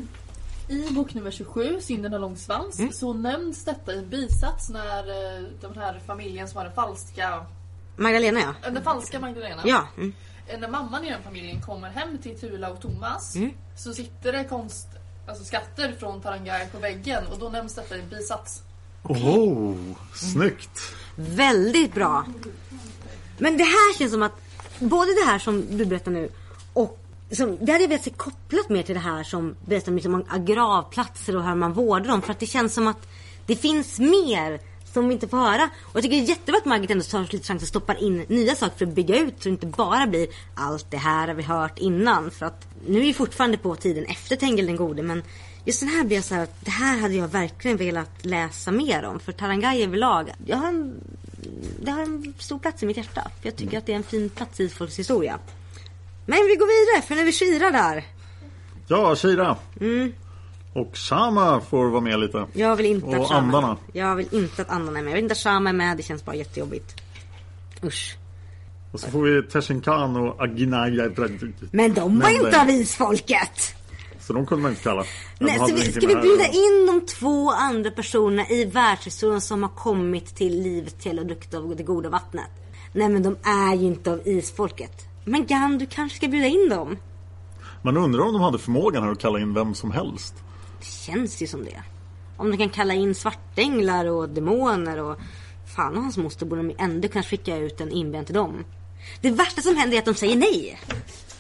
I bok nummer tjugosju, Synden har lång svans, mm. så nämns detta i bisats när den här familjen som har den falska...
Magdalena, ja.
Den falska Magdalena.
Ja. Mm.
När mamman i den familjen kommer hem till Tula och Thomas, mm. så sitter det konst, alltså skatter från Tarangai på väggen, och då nämns detta i en bisats.
Oh, snyggt.
Väldigt bra. Men det här känns som att både det här som du berättar nu och som, det hade jag velat se kopplat mer till det här som berättar om liksom gravplatser och hur man vårdar dem, för att det känns som att det finns mer som vi inte får höra. Och jag tycker det är jättebra att Margit ändå tar lite chans att stoppa in nya saker för att bygga ut, så det inte bara blir allt det här har vi hört innan. För att nu är vi fortfarande på tiden efter Tengil den gode, men just den här blir så här att det här hade jag verkligen velat läsa mer om. För Tarangai överlag, jag har en, det har en stor plats i mitt hjärta. För jag tycker mm. att det är en fin plats i folks historia. Men vi går vidare, för nu är vi Shira där.
Ja, Shira. Mm. Och Shama får vara med lite.
Jag vill inte
och
att Shama.
Andarna.
Jag vill inte att andarna är med. Jag vill inte att Shama är med. Det känns bara jättejobbigt. Usch.
Och så får vi Teshinkan och Aginaya.
Men de var inte av isfolket.
Så de kunde man inte kalla.
Nej, så vi, ska vi bjuda in de två andra personerna i världshistorien som har kommit till livet till och druckit av det goda vattnet? Nej, men de är ju inte av isfolket. Men Gan, du kanske ska bjuda in dem.
Man undrar om de hade förmågan här att kalla in vem som helst.
Det känns ju som det. Om de kan kalla in svartänglar och demoner och fan och hans moster borde de ändå kunna skicka ut en inbjudan till dem. Det värsta som händer är att de säger nej.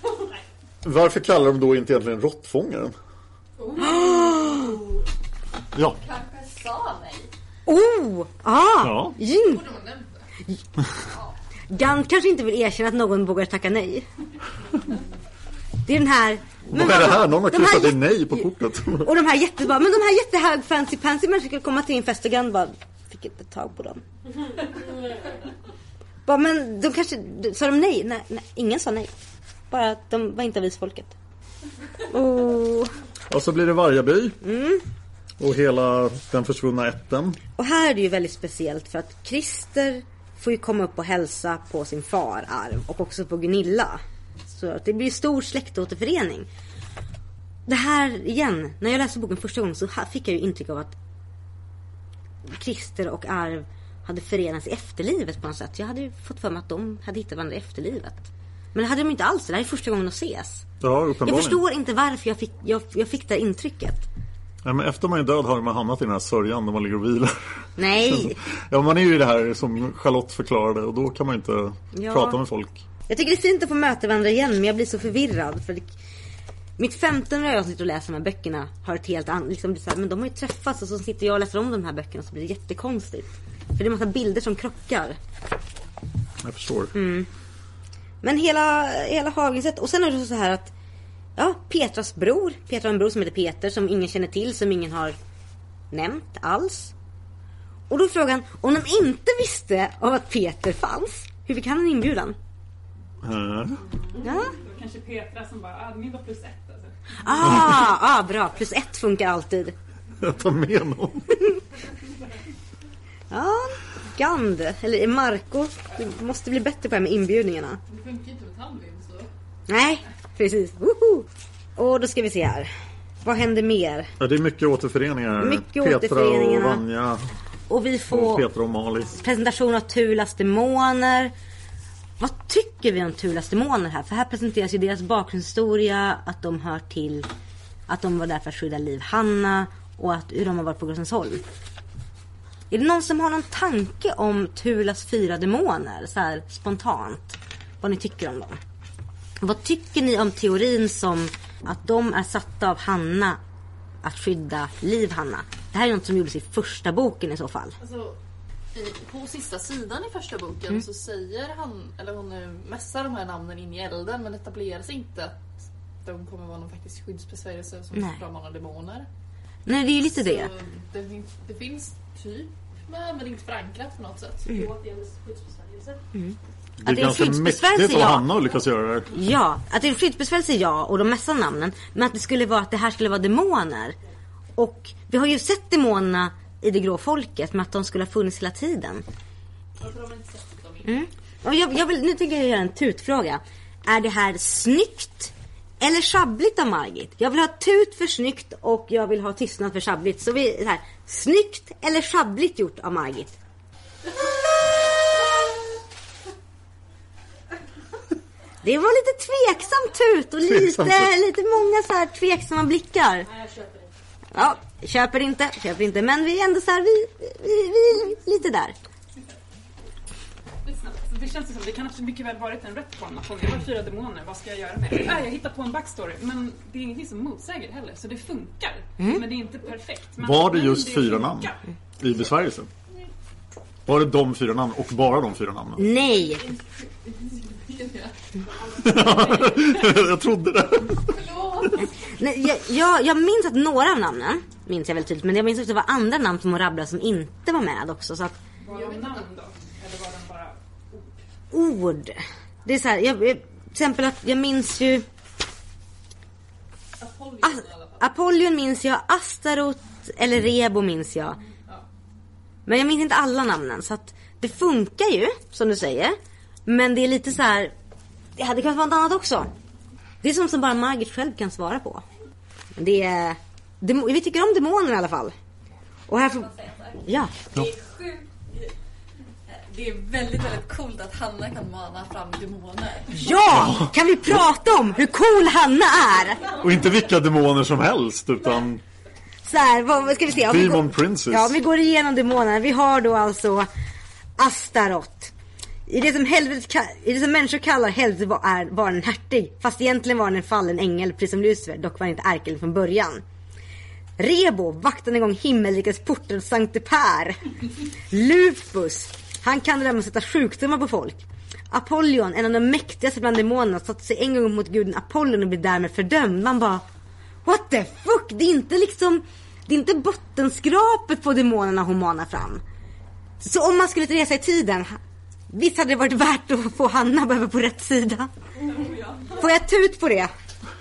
Varför kallar de då inte egentligen råttfångaren?
Oh.
Ja.
Kanske sa nej.
Oh! Ah!
Ja.
Jing. Gant kanske inte vill erkänna att någon vågar tacka nej. Det är den här...
Men vad är det här? Någon har
de här
kryssat i
jätte-
nej på kortet.
Och de här jättebra, men de här jättehög fancy fancy människor skulle komma till en fest och Gant bara fick inte tag på dem. Bara, men de kanske... Sa de nej? nej? Nej, ingen sa nej. Bara att de var inte av isfolket. Oh.
Och så blir det Vargaby.
Mm.
Och hela den försvunna ätten.
Och här är det ju väldigt speciellt för att Christer får ju komma upp och hälsa på sin far Arv och också på Gunilla. Så att det blir stor släktåterförening. Det här igen, när jag läste boken första gången så fick jag ju intryck av att Christer och Arv hade förenats i efterlivet på något sätt. Jag hade ju fått för mig att de hade hittat varandra i efterlivet. Men det hade de inte alls, det här är första gången att ses.
Ja, uppenbarligen.
Jag förstår inte varför jag fick, jag, jag fick det intrycket.
Ja, men efter man är död har man hamnat i den här sörjan när man ligger och vilar.
Nej.
Ja, man är ju det här som Charlotte förklarade och då kan man inte
Ja.
prata med folk.
Jag tycker det är fint att få möta varandra igen, men jag blir så förvirrad för det, mitt femtonde år jag sitter och läser de här böckerna har ett helt annat, liksom det är så här, men de har ju träffats och så sitter jag och läser om de här böckerna så blir det jättekonstigt. För det är en massa bilder som krockar.
Jag förstår.
Mm. Men hela, hela Hagensätt, och sen är det så här att ja, Petras bror, Petra har en bror som heter Peter som ingen känner till, som ingen har nämnt alls. Och då frågan, om de inte visste om att Peter fanns, hur fick han en inbjudan?
Mm.
Ja.
Det var kanske Petra som bara, ah, min var plus ett alltså.
Ah, ah, bra. Plus ett funkar alltid.
Jag tar med någon.
Ja, Gand. Eller Marco. Du måste bli bättre på det här med inbjudningarna.
Det funkar inte med Tandvin så.
Nej, precis. Woho! Och då ska vi se här. Vad händer mer?
Ja, det är mycket återföreningar.
Mycket
Petra
återföreningarna.
och Vanja.
Och vi får
och Petra och Malis.
presentation av Tulas demoner. Vad tycker vi om Tulas demoner här? För här presenteras ju deras bakgrundshistoria, att de hör till, att de var där för att skydda Liv Hanna och att hur de har varit på Grossensholm. Är det någon som har någon tanke om Tulas fyra demoner så här spontant? Vad ni tycker om dem? Vad tycker ni om teorin som att de är satta av Hanna att skydda Liv Hanna? Det här är något som gjordes i första boken i så fall.
Alltså, i, på sista sidan i första boken
Mm.
så säger han, eller hon eh, mässar de här namnen in i elden, men etableras inte att de kommer vara någon faktisk skyddsbesvärjelse som
Nej.
frammanar demoner.
Nej, det är ju lite
Så
det.
det. fin- Det finns typ med, men inte förankrat på något sätt.
Mm.
Jo, att det är en skyddsbesvärjelse.
Mm.
Det
Att
är
det är en
ganska
skyddsbesvärjelse,
mäktigt av
ja.
Hanna att lyckas göra det.
Ja, att det är en skyddsbesvärjelse, ja, och de mässar namnen. Men att det skulle vara att det här skulle vara demoner. Och vi har ju sett demonerna i det grå folket, men att de skulle ha funnits hela tiden.
Varför har man inte sett dem innan?
Mm. Och jag, jag vill, nu tänker jag göra en tutfråga. Är det här snyggt eller schabbligt av Margit? Jag vill ha tut för snyggt och jag vill ha tystnad för schabbligt. Så vi, så här, snyggt eller schabbligt gjort av Margit? Det var lite tveksam tut och lite,
Tveksam tut.
lite många så här tveksamma blickar.
Nej, jag köper det.
Ja, köper inte, köper inte. Men vi är ändå så här, vi, vi, vi är lite där.
Lyssna, så det känns ju som det kan absolut mycket väl varit en rätt form. Jag har fyra demoner, vad ska jag göra med det? Äh, jag hittar på en backstory, men det är ingenting som motsäger heller. Så det funkar,
Mm.
men det är inte perfekt. Men,
Var det
men
just fyra
funkar.
namn i besvärjelsen? Var det de fyra namn och bara de fyra namnen?
Nej.
Jag trodde det.
Nej, jag, jag, jag minns att några av namnen minns jag väl tydligt, men jag minns också att det var andra namn som var rabblade som inte var med också. Så att,
Var de namn då? Eller var de bara ord?
ord. Det är så här, jag, jag, till exempel att jag minns ju
Apollyon
As,
i alla fall.
Apollyon minns jag, Astaroth eller Rebo minns jag. Men jag minns inte alla namnen, så att det funkar ju som du säger. Men det är lite så här, det hade kunnat vara något annat också. Det är som som bara Margit själv kan svara på. Det är demo, vi tycker om demoner i alla fall. Och här får, ja.
Det är sjukt. Det är väldigt, väldigt coolt att Hanna kan mana fram demoner.
Ja, kan vi prata om hur cool Hanna är?
Och inte vilka demoner som helst, utan
Så här, vad, vad ska vi se? Om vi
Demon
går,
Princess.
ja, om vi går igenom demonerna. Vi har då alltså Astaroth, I det som, helvete, I det som människor kallar helvete var, är, var en hertig. Fast egentligen var han en fallen ängel, precis som Lucifer. Dock var han inte ärkel från början. Rebo vaktade en gång himmelrikets portar och Sankte Per. Lupus, han kan det där med att sätta sjukdomar på folk. Apollyon, en av de mäktigaste bland demonerna, satte sig en gång mot guden Apollon och blev därmed fördömd. Man bara, what the fuck? Det är inte liksom, det är inte bottenskrapet på demonerna hon manar fram. Så om man skulle resa i tiden, visst hade det varit värt att få Hanna över på rätt sida. Får jag tut på det?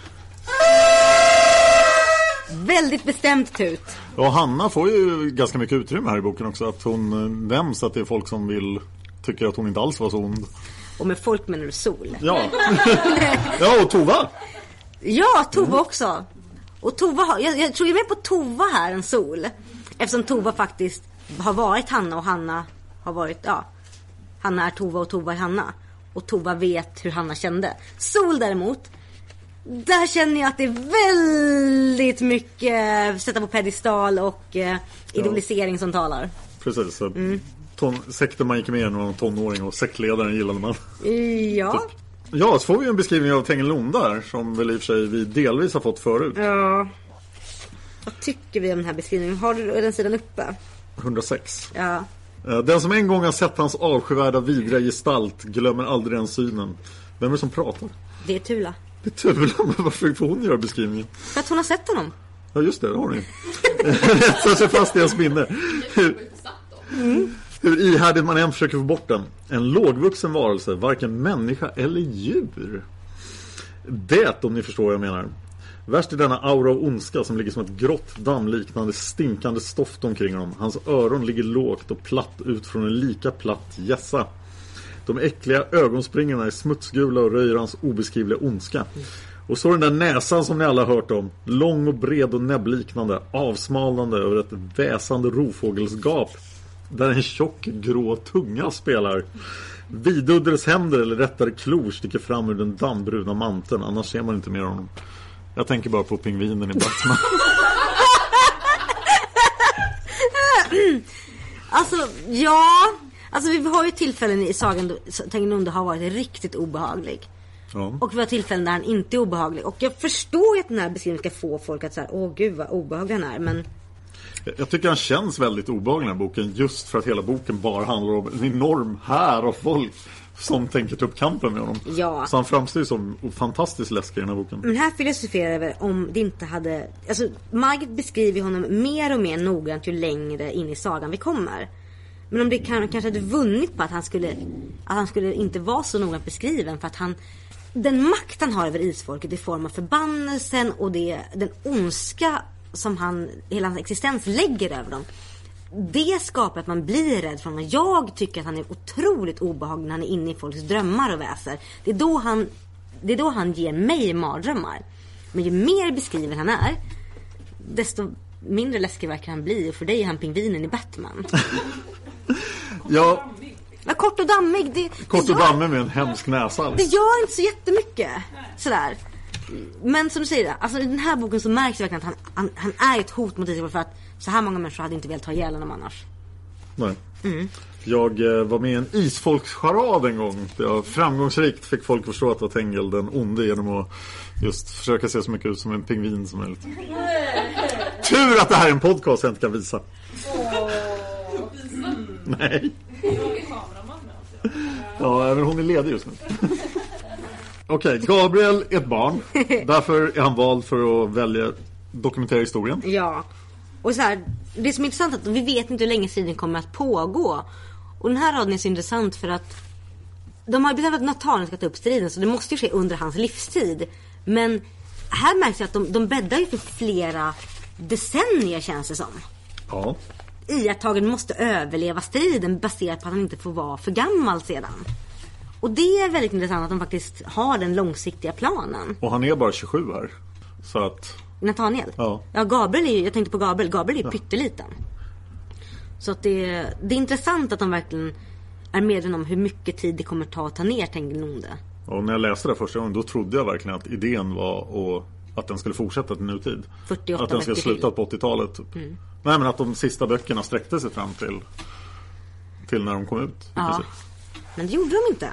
Väldigt bestämt tut.
Ja, Hanna får ju ganska mycket utrymme här i boken också. Att hon nämns att det är folk som vill, tycker att hon inte alls var så ond.
Och med folk menar du Sol.
Ja, ja och Tova.
Ja, Tova också. Och Tova har, jag, jag tror ju mer på Tova här än Sol. Eftersom Tova faktiskt har varit Hanna och Hanna har varit, ja, Hanna är Tova och Tova är Hanna. Och Tova vet hur Hanna kände. Sol däremot, där känner jag att det är väldigt mycket sätta på pedestal och eh, idolisering ja. som talar.
Precis, så mm. ton, sekten man gick med när man var tonåring och sektledaren gillade man.
Ja.
Så, ja, så får vi en beskrivning av Tängelonda där, som väl i och för sig vi delvis har fått förut.
Ja. Vad tycker vi om den här beskrivningen? Har du den sidan uppe?
hundrasex.
Ja.
Den som en gång har sett hans avskyvärda vidriga gestalt glömmer aldrig den synen. Vem är det som pratar?
Det är Tula.
Det är Tula, men varför får hon göra beskrivningen?
För att hon har sett honom.
Ja just det, det har hon ju. Så sig fast i ens minne. Hur, mm. hur ihärdigt man än försöker få bort den. En lågvuxen varelse, varken människa eller djur. Det, om ni förstår vad jag menar. Värst är denna aura av ondska som ligger som ett grått dammliknande stinkande stoft omkring honom. Hans öron ligger lågt och platt ut från en lika platt gässa. De äckliga ögonspringarna är smutsgula och röjer hans obeskrivliga ondska. Och så den där näsan som ni alla har hört om. Lång och bred och näbbliknande, avsmalnande över ett väsande rovfågelsgap. Där en tjock grå tunga spelar. Viduddes händer eller rättare klor sticker fram ur den dammbruna manteln. Annars ser man inte mer av honom. Jag tänker bara på pingvinen i Batman.
Alltså, ja. Alltså vi har ju tillfällen i sagan då Tängelonda har varit riktigt obehaglig. Ja. Och vi har tillfällen där han inte är obehaglig. Och jag förstår ju att den här beskrivningen ska få folk att säga, åh gud vad obehaglig han är, men...
Jag tycker han känns väldigt obehaglig den här boken. Just för att hela boken bara handlar om en enorm här av folk som tänker ta upp kampen med honom.
Ja.
Så han framstår ju som fantastiskt läskig i den här boken.
Men här filosoferar jag väl om det inte hade... Alltså, Margit beskriver honom mer och mer noggrant ju längre in i sagan vi kommer. Men om det kan, kanske hade vunnit på att han skulle att han skulle inte vara så noggrant beskriven, för att han, den makt han har över isfolket i form av förbannelsen och det, den ondska som han, hela hans existens lägger över dem, det skapar att man blir rädd för honom. Jag tycker att han är otroligt obehaglig när han är inne i folks drömmar och väser. Det är då han, det är då han ger mig mardrömmar. Men ju mer beskriven han är, desto mindre läskig verkar han bli. Och för dig är han pingvinen i Batman.
Ja.
Ja, kort och dammig. Det,
kort
det
och
gör,
dammig med en hemsk näsa.
Det gör inte så jättemycket. Sådär. Men som du säger, alltså, i den här boken så märks verkligen att han, han, han är ett hot mot Israel, för att så här många människor hade inte velat ta ihjäl honom annars.
Nej.
Mm.
Jag eh, var med i en isfolkscharad en gång. Jag framgångsrikt fick folk förstå att det var Tengel den onde genom att just försöka se så mycket ut som en pingvin som möjligt. Tur att det här är en podcast jag inte kan visa.
Åh, visa?
Nej. Ja, även hon är ledig just nu. Okej, okay, Gabriel är ett barn. Därför är han vald för att välja dokumentera historien.
Ja. Och så här, det som är intressant är att vi vet inte hur länge striden kommer att pågå. Och den här raden är så intressant för att de har bestämt att Nathaniel ska ta upp striden, så det måste ju ske under hans livstid. Men här märks det att de, de bäddar ju för flera decennier, känns det som.
Ja.
Iakttagen måste överleva striden baserat på att han inte får vara för gammal sedan. Och det är väldigt intressant att de faktiskt har den långsiktiga planen.
Och han är bara tjugosju här. Så att...
Nathaniel?
Ja.
Ja, Gabriel är ju, jag tänkte på Gabriel. Gabriel är ju ja. pytteliten. Så att det, det är intressant att de verkligen är medvetna om hur mycket tid det kommer ta att ta ner Tängelonda.
Och när jag läste det första gången, då trodde jag verkligen att idén var att, att den skulle fortsätta till nutid.
fyrtioåtta
att den skulle sluta på åttiotalet typ. Mm. Nej, men att de sista böckerna sträckte sig fram till till när de kom ut.
Ja. Men det gjorde de inte.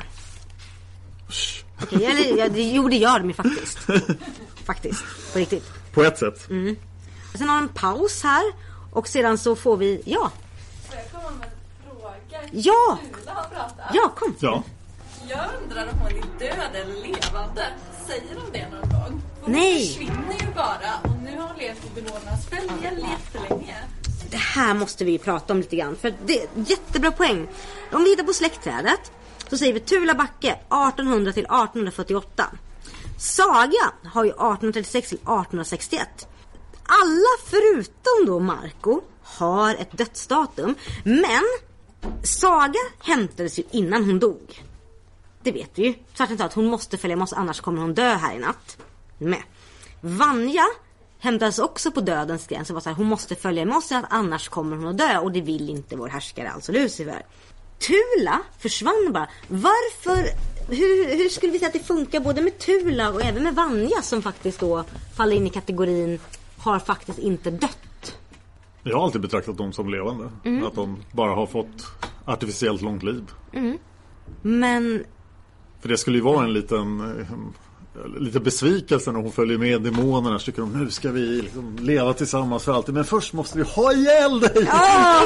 Okej, okay, eller ja, det gjorde jag de faktiskt. Faktiskt, på riktigt.
På ett sätt.
Mm. Och sen har de en paus här. Och sedan så får vi, ja.
Får jag komma med en fråga?
Ja!
Tula har pratat.
Ja, kom.
Ja.
Jag undrar om hon är död eller levande. Säger de det någon gång? Hon
Nej.
försvinner ju bara. Och nu har hon levt i demonernas fälla jättelänge.
Det här måste vi prata om lite grann. För det är jättebra poäng. Om vi hittar på släktträdet så säger vi Tula Backe artonhundra till artonhundrafyrtioåtta. Saga har ju artonhundratrettiosex till artonhundrasextioett. Alla förutom då Marco har ett dödsdatum. Men Saga hämtades ju innan hon dog. Det vet vi ju. Så att att hon måste följa med oss, annars kommer hon dö här i natt. Men Vanja hämtades också på dödens gräns. Så var så här, hon måste följa med oss, annars kommer hon att dö. Och det vill inte vår härskare, alltså Lucifer. Tula försvann bara. Varför? Hur, hur skulle vi säga att det funkar både med Tula och även med Vanja, som faktiskt då faller in i kategorin har faktiskt inte dött?
Jag har alltid betraktat dem som levande. Mm. Att de bara har fått artificiellt långt liv.
Mm. Men...
För det skulle ju vara en liten... lite besvikelse när hon följer med demonerna. Så tycker de, nu ska vi liksom leva tillsammans för alltid. Men först måste vi ha ihjäl dig!
Ja!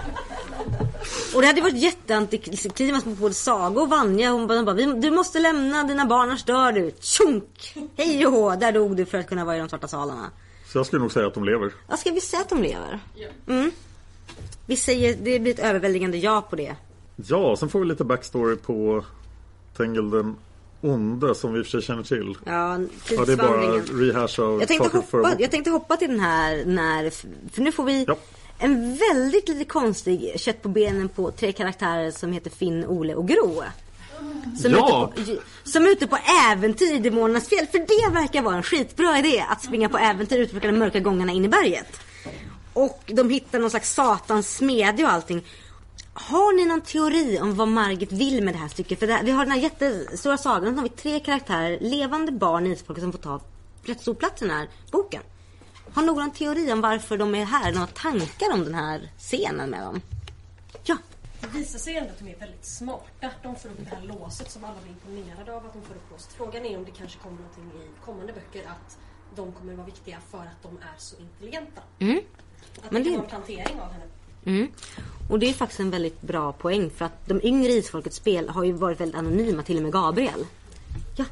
Och det hade varit jätteantiklimax på både Saga och Vanja. Hon bara, du måste lämna dina barn, annars dör du. Tjunk! Hej och hå, där dog du för att kunna vara i de svarta salarna.
Så jag skulle nog säga att de lever.
Ja, ska vi säga att de lever? Mm. Vi säger, det blir ett överväldigande ja på det.
Ja, sen får vi lite backstory på Tengil den onde, som vi i och för sig känner till.
Ja,
ja, det är bara rehash av
jag tänkte, hoppa, jag tänkte hoppa till den här när, för nu får vi ja. en väldigt lite konstig kött på benen på tre karaktärer som heter Finn, Ole och Gro. Som,
ja.
är ute på, som är ute på äventyr i demonernas fjäll. För det verkar vara en skitbra idé att springa på äventyr ute på de mörka gångarna in i berget. Och de hittar någon slags satans smedja och allting. Har ni någon teori om vad Margit vill med det här stycket? För det här, vi har den här jättestora sagan. Då har vi tre karaktärer, levande barn i isfolket som får ta rätt stor plats i den här boken. Har någon teori om varför de är här? Några tankar om den här scenen med dem? Ja.
Det visar sig ändå att de är väldigt smarta. De får upp det här låset som alla blir imponerade av att de får upp låset. Frågan är om det kanske kommer någonting i kommande böcker att de kommer vara viktiga för att de är så intelligenta.
Mm.
Att
Men
det
det...
kan vara en plantering av henne.
Mm. Och det är faktiskt en väldigt bra poäng, för att de yngre isfolkets spel har ju varit väldigt anonyma, till och med Gabriel. Ja.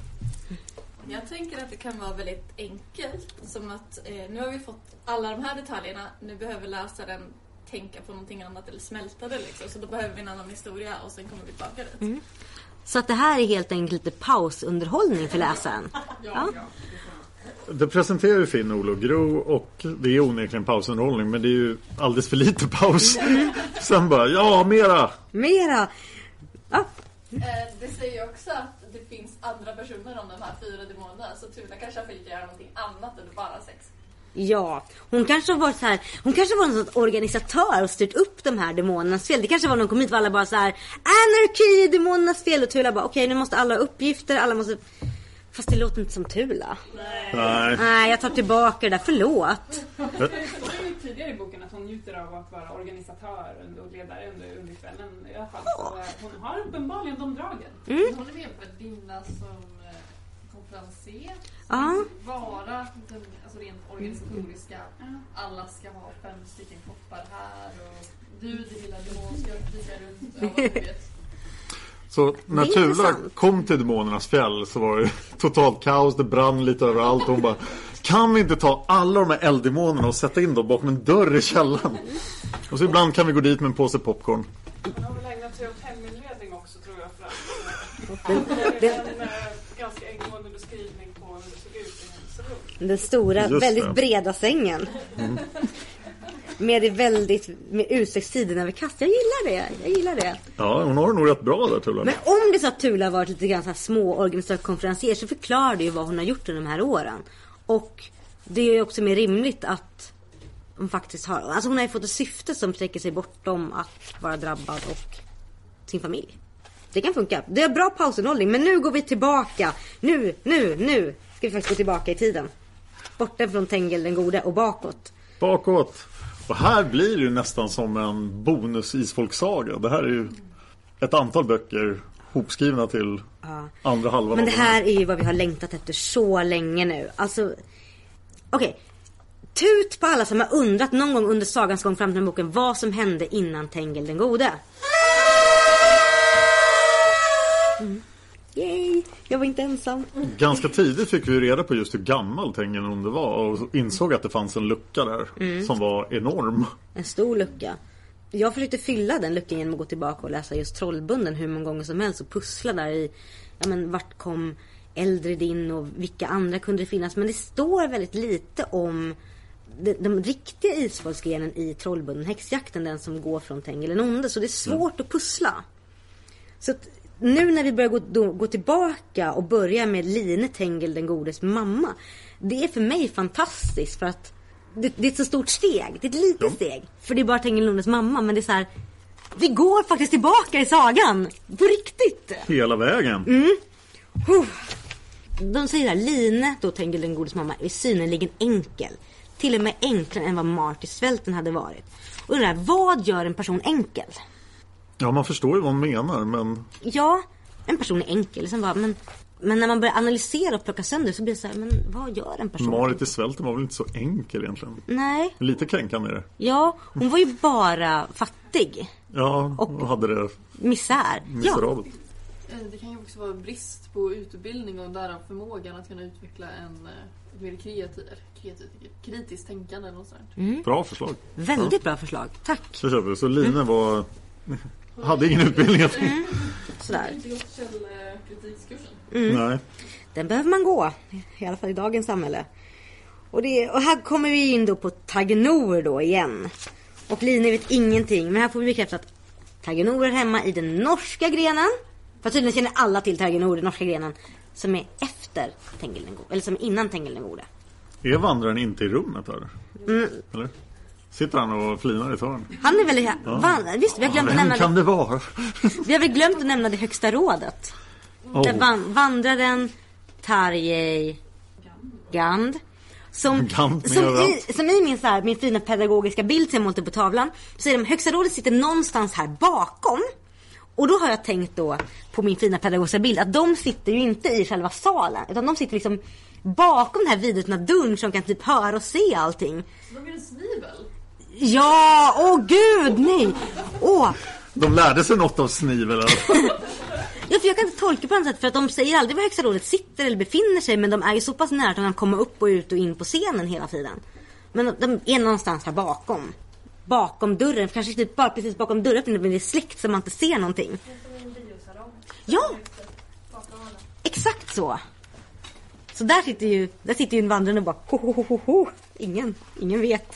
Jag tänker att det kan vara väldigt enkelt, som att eh, nu har vi fått alla de här detaljerna, nu behöver läsaren tänka på någonting annat eller smälta det liksom. Så då behöver vi en annan historia och sen kommer vi tillbaka dit.
Mm. Så att det här är helt enkelt lite pausunderhållning för läsaren.
ja,
ja.
ja.
Det presenterar ju Finn, Ole och Gro, och det är onekligen pausunderhållning, men det är ju alldeles för lite paus. Sen bara, ja, mera!
Mera! Ja.
Det säger ju också att det finns andra personer om de här fyra demonerna, så Tula kanske har fått göra någonting annat än bara sex.
Ja, hon kanske har varit så här, hon kanske var en sån organisatör och styrt upp de här demonernas fel. Det kanske var någon kom hit och alla bara så här, anarki, demonernas fel, och Tula bara, okej, okay, nu måste alla ha uppgifter, alla måste... Fast det låter inte som Tula.
Nej.
Nej, jag tar tillbaka det där, förlåt.
Det är ju tidigare i boken att hon njuter av att vara organisatör och ledare under, under kvällen. I alla fall. Så hon har uppenbarligen de dragen.
Mm.
Hon är med på ett dinna som konferenser.
Ja.
Vara den, alltså rent organisatoriska. Mm. Alla ska ha fem stycken koppar här. Och du, det lilla demon, ska dyka runt. Ja, vad du vet.
Så när Tula kom till demonernas fjäll så var det totalt kaos, det brann lite överallt, och hon bara, kan vi inte ta alla de här elddemonerna och sätta in dem bakom en dörr i källaren? Och så ibland kan vi gå dit med en påse popcorn.
De har väl ägnat sig åt heminredning också, tror jag, för att det är en äh, ganska egenmående beskrivning på hur det såg ut i hennes rum.
Den stora,
Just
väldigt
det.
breda sängen.
Mm.
Med det väldigt, med utsträckstiden över kast. Jag gillar det, jag gillar det.
Ja, hon har nog rätt bra där, Tula.
Men om det så att Tula har varit lite grann så här små organisatörskonferenser, så förklarar det ju vad hon har gjort under de här åren. Och det är ju också mer rimligt att hon faktiskt har, alltså hon har ju fått ett syfte som sträcker sig bortom att vara drabbad och sin familj. Det kan funka. Det är bra pausunderhållning, men nu går vi tillbaka. Nu, nu, nu ska vi faktiskt gå tillbaka i tiden. Borta från Tengil den gode och bakåt.
Bakåt. Och här blir det ju nästan som en bonus isfolksaga. Det här är ju ett antal böcker hopskrivna till
Ja.
andra halvan.
Men det
av den
här är ju vad vi har längtat efter så länge nu. Alltså, okej. Tut på alla som har undrat någon gång under sagans gång fram till den boken vad som hände innan Tengil den gode. Mm. Yay, jag var inte ensam.
Ganska tidigt fick vi reda på just hur gammal Tengil den onde var och insåg att det fanns en lucka där
Mm.
som var enorm.
En stor lucka. Jag försökte fylla den luckan genom att gå tillbaka och läsa just Trollbunden hur många gånger som helst och pussla där i, ja men vart kom Eldred in och vilka andra kunde det finnas. Men det står väldigt lite om de, de riktiga isfolksgrenen i Trollbunden häxjakten, den som går från Tengil den onde, så det är svårt mm. att pussla. Så att nu när vi börjar gå, då, gå tillbaka och börja med Line Tengil den godes mamma, det är för mig fantastiskt för att det, det är ett så stort steg, det är ett litet ja. steg, för det är bara Tengil den ondes mamma, men det är så här, vi går faktiskt tillbaka i sagan på riktigt.
Hela vägen.
Mm. Uh. De säger här, Line då Tengil den godes mamma är synnerligen enkel, till och med enklare än vad Martysvälten hade varit. Och det där, vad gör en person enkel?
Ja, man förstår ju vad hon menar, men...
Ja, en person är enkel. Sen bara, men, men när man börjar analysera och plocka sönder så blir det så här, men vad gör en person?
Marit i svälten var väl inte så enkel egentligen?
Nej.
Lite kränkande är det.
Ja, hon var ju bara fattig.
Ja, och, och hade det...
Misär.
Miserabelt.
Ja.
Det kan ju också vara brist på utbildning och därav förmågan att kunna utveckla en mer kreativ, kreativ, kritiskt tänkande eller något sånt.
Mm. Bra förslag.
Väldigt ja. bra förslag, tack.
Så köper vi. Så Line mm. var... hade ingen utbildning.
Mm. Sådär.
Mm.
Nej.
Den behöver man gå, i alla fall i dagens samhälle. Och, det, och här kommer vi in då på Tagenor då igen. Och Line vet ingenting, men här får vi bekräfta att Tagenor är hemma i den norska grenen. För tydligen känner alla till Tagenor, den norska grenen, som är efter Tengil den gode, eller som är innan Tengil den gode.
Är vandraren inte i rummet här?
Mm.
Eller? Sitter han och flinar i törn?
Han är väl ja. van- Visst, vi har glömt
ja,
att nämna
kan det vara?
Vi har väl glömt att nämna det högsta rådet.
Oh.
Där van- vandraren Tarjei Gand som,
Gand
som, i, som i min, så här, min fina pedagogiska bild som jag målade på tavlan, så är de högsta rådet sitter någonstans här bakom. Och då har jag tänkt då på min fina pedagogiska bild att de sitter ju inte i själva salen, utan de sitter liksom bakom den här vidöppna dörren som kan typ höra och se allting.
Så de är en snivel?
Ja, åh oh, gud, nej. Åh.
De lärde sig något av snivel.
Ja, för jag kan inte tolka på något sätt, för att de säger aldrig var högsta rådet sitter eller befinner sig, men de är ju så pass nära att de kan komma upp och ut och in på scenen hela tiden. Men de, de är någonstans här bakom. Bakom dörren, kanske typ bara precis bakom dörren, för det är släkt så man inte ser någonting. Ja, exakt så. Så där sitter ju, där sitter ju en vandrare och bara ho, ho, ho, ho, ho. Ingen, ingen vet.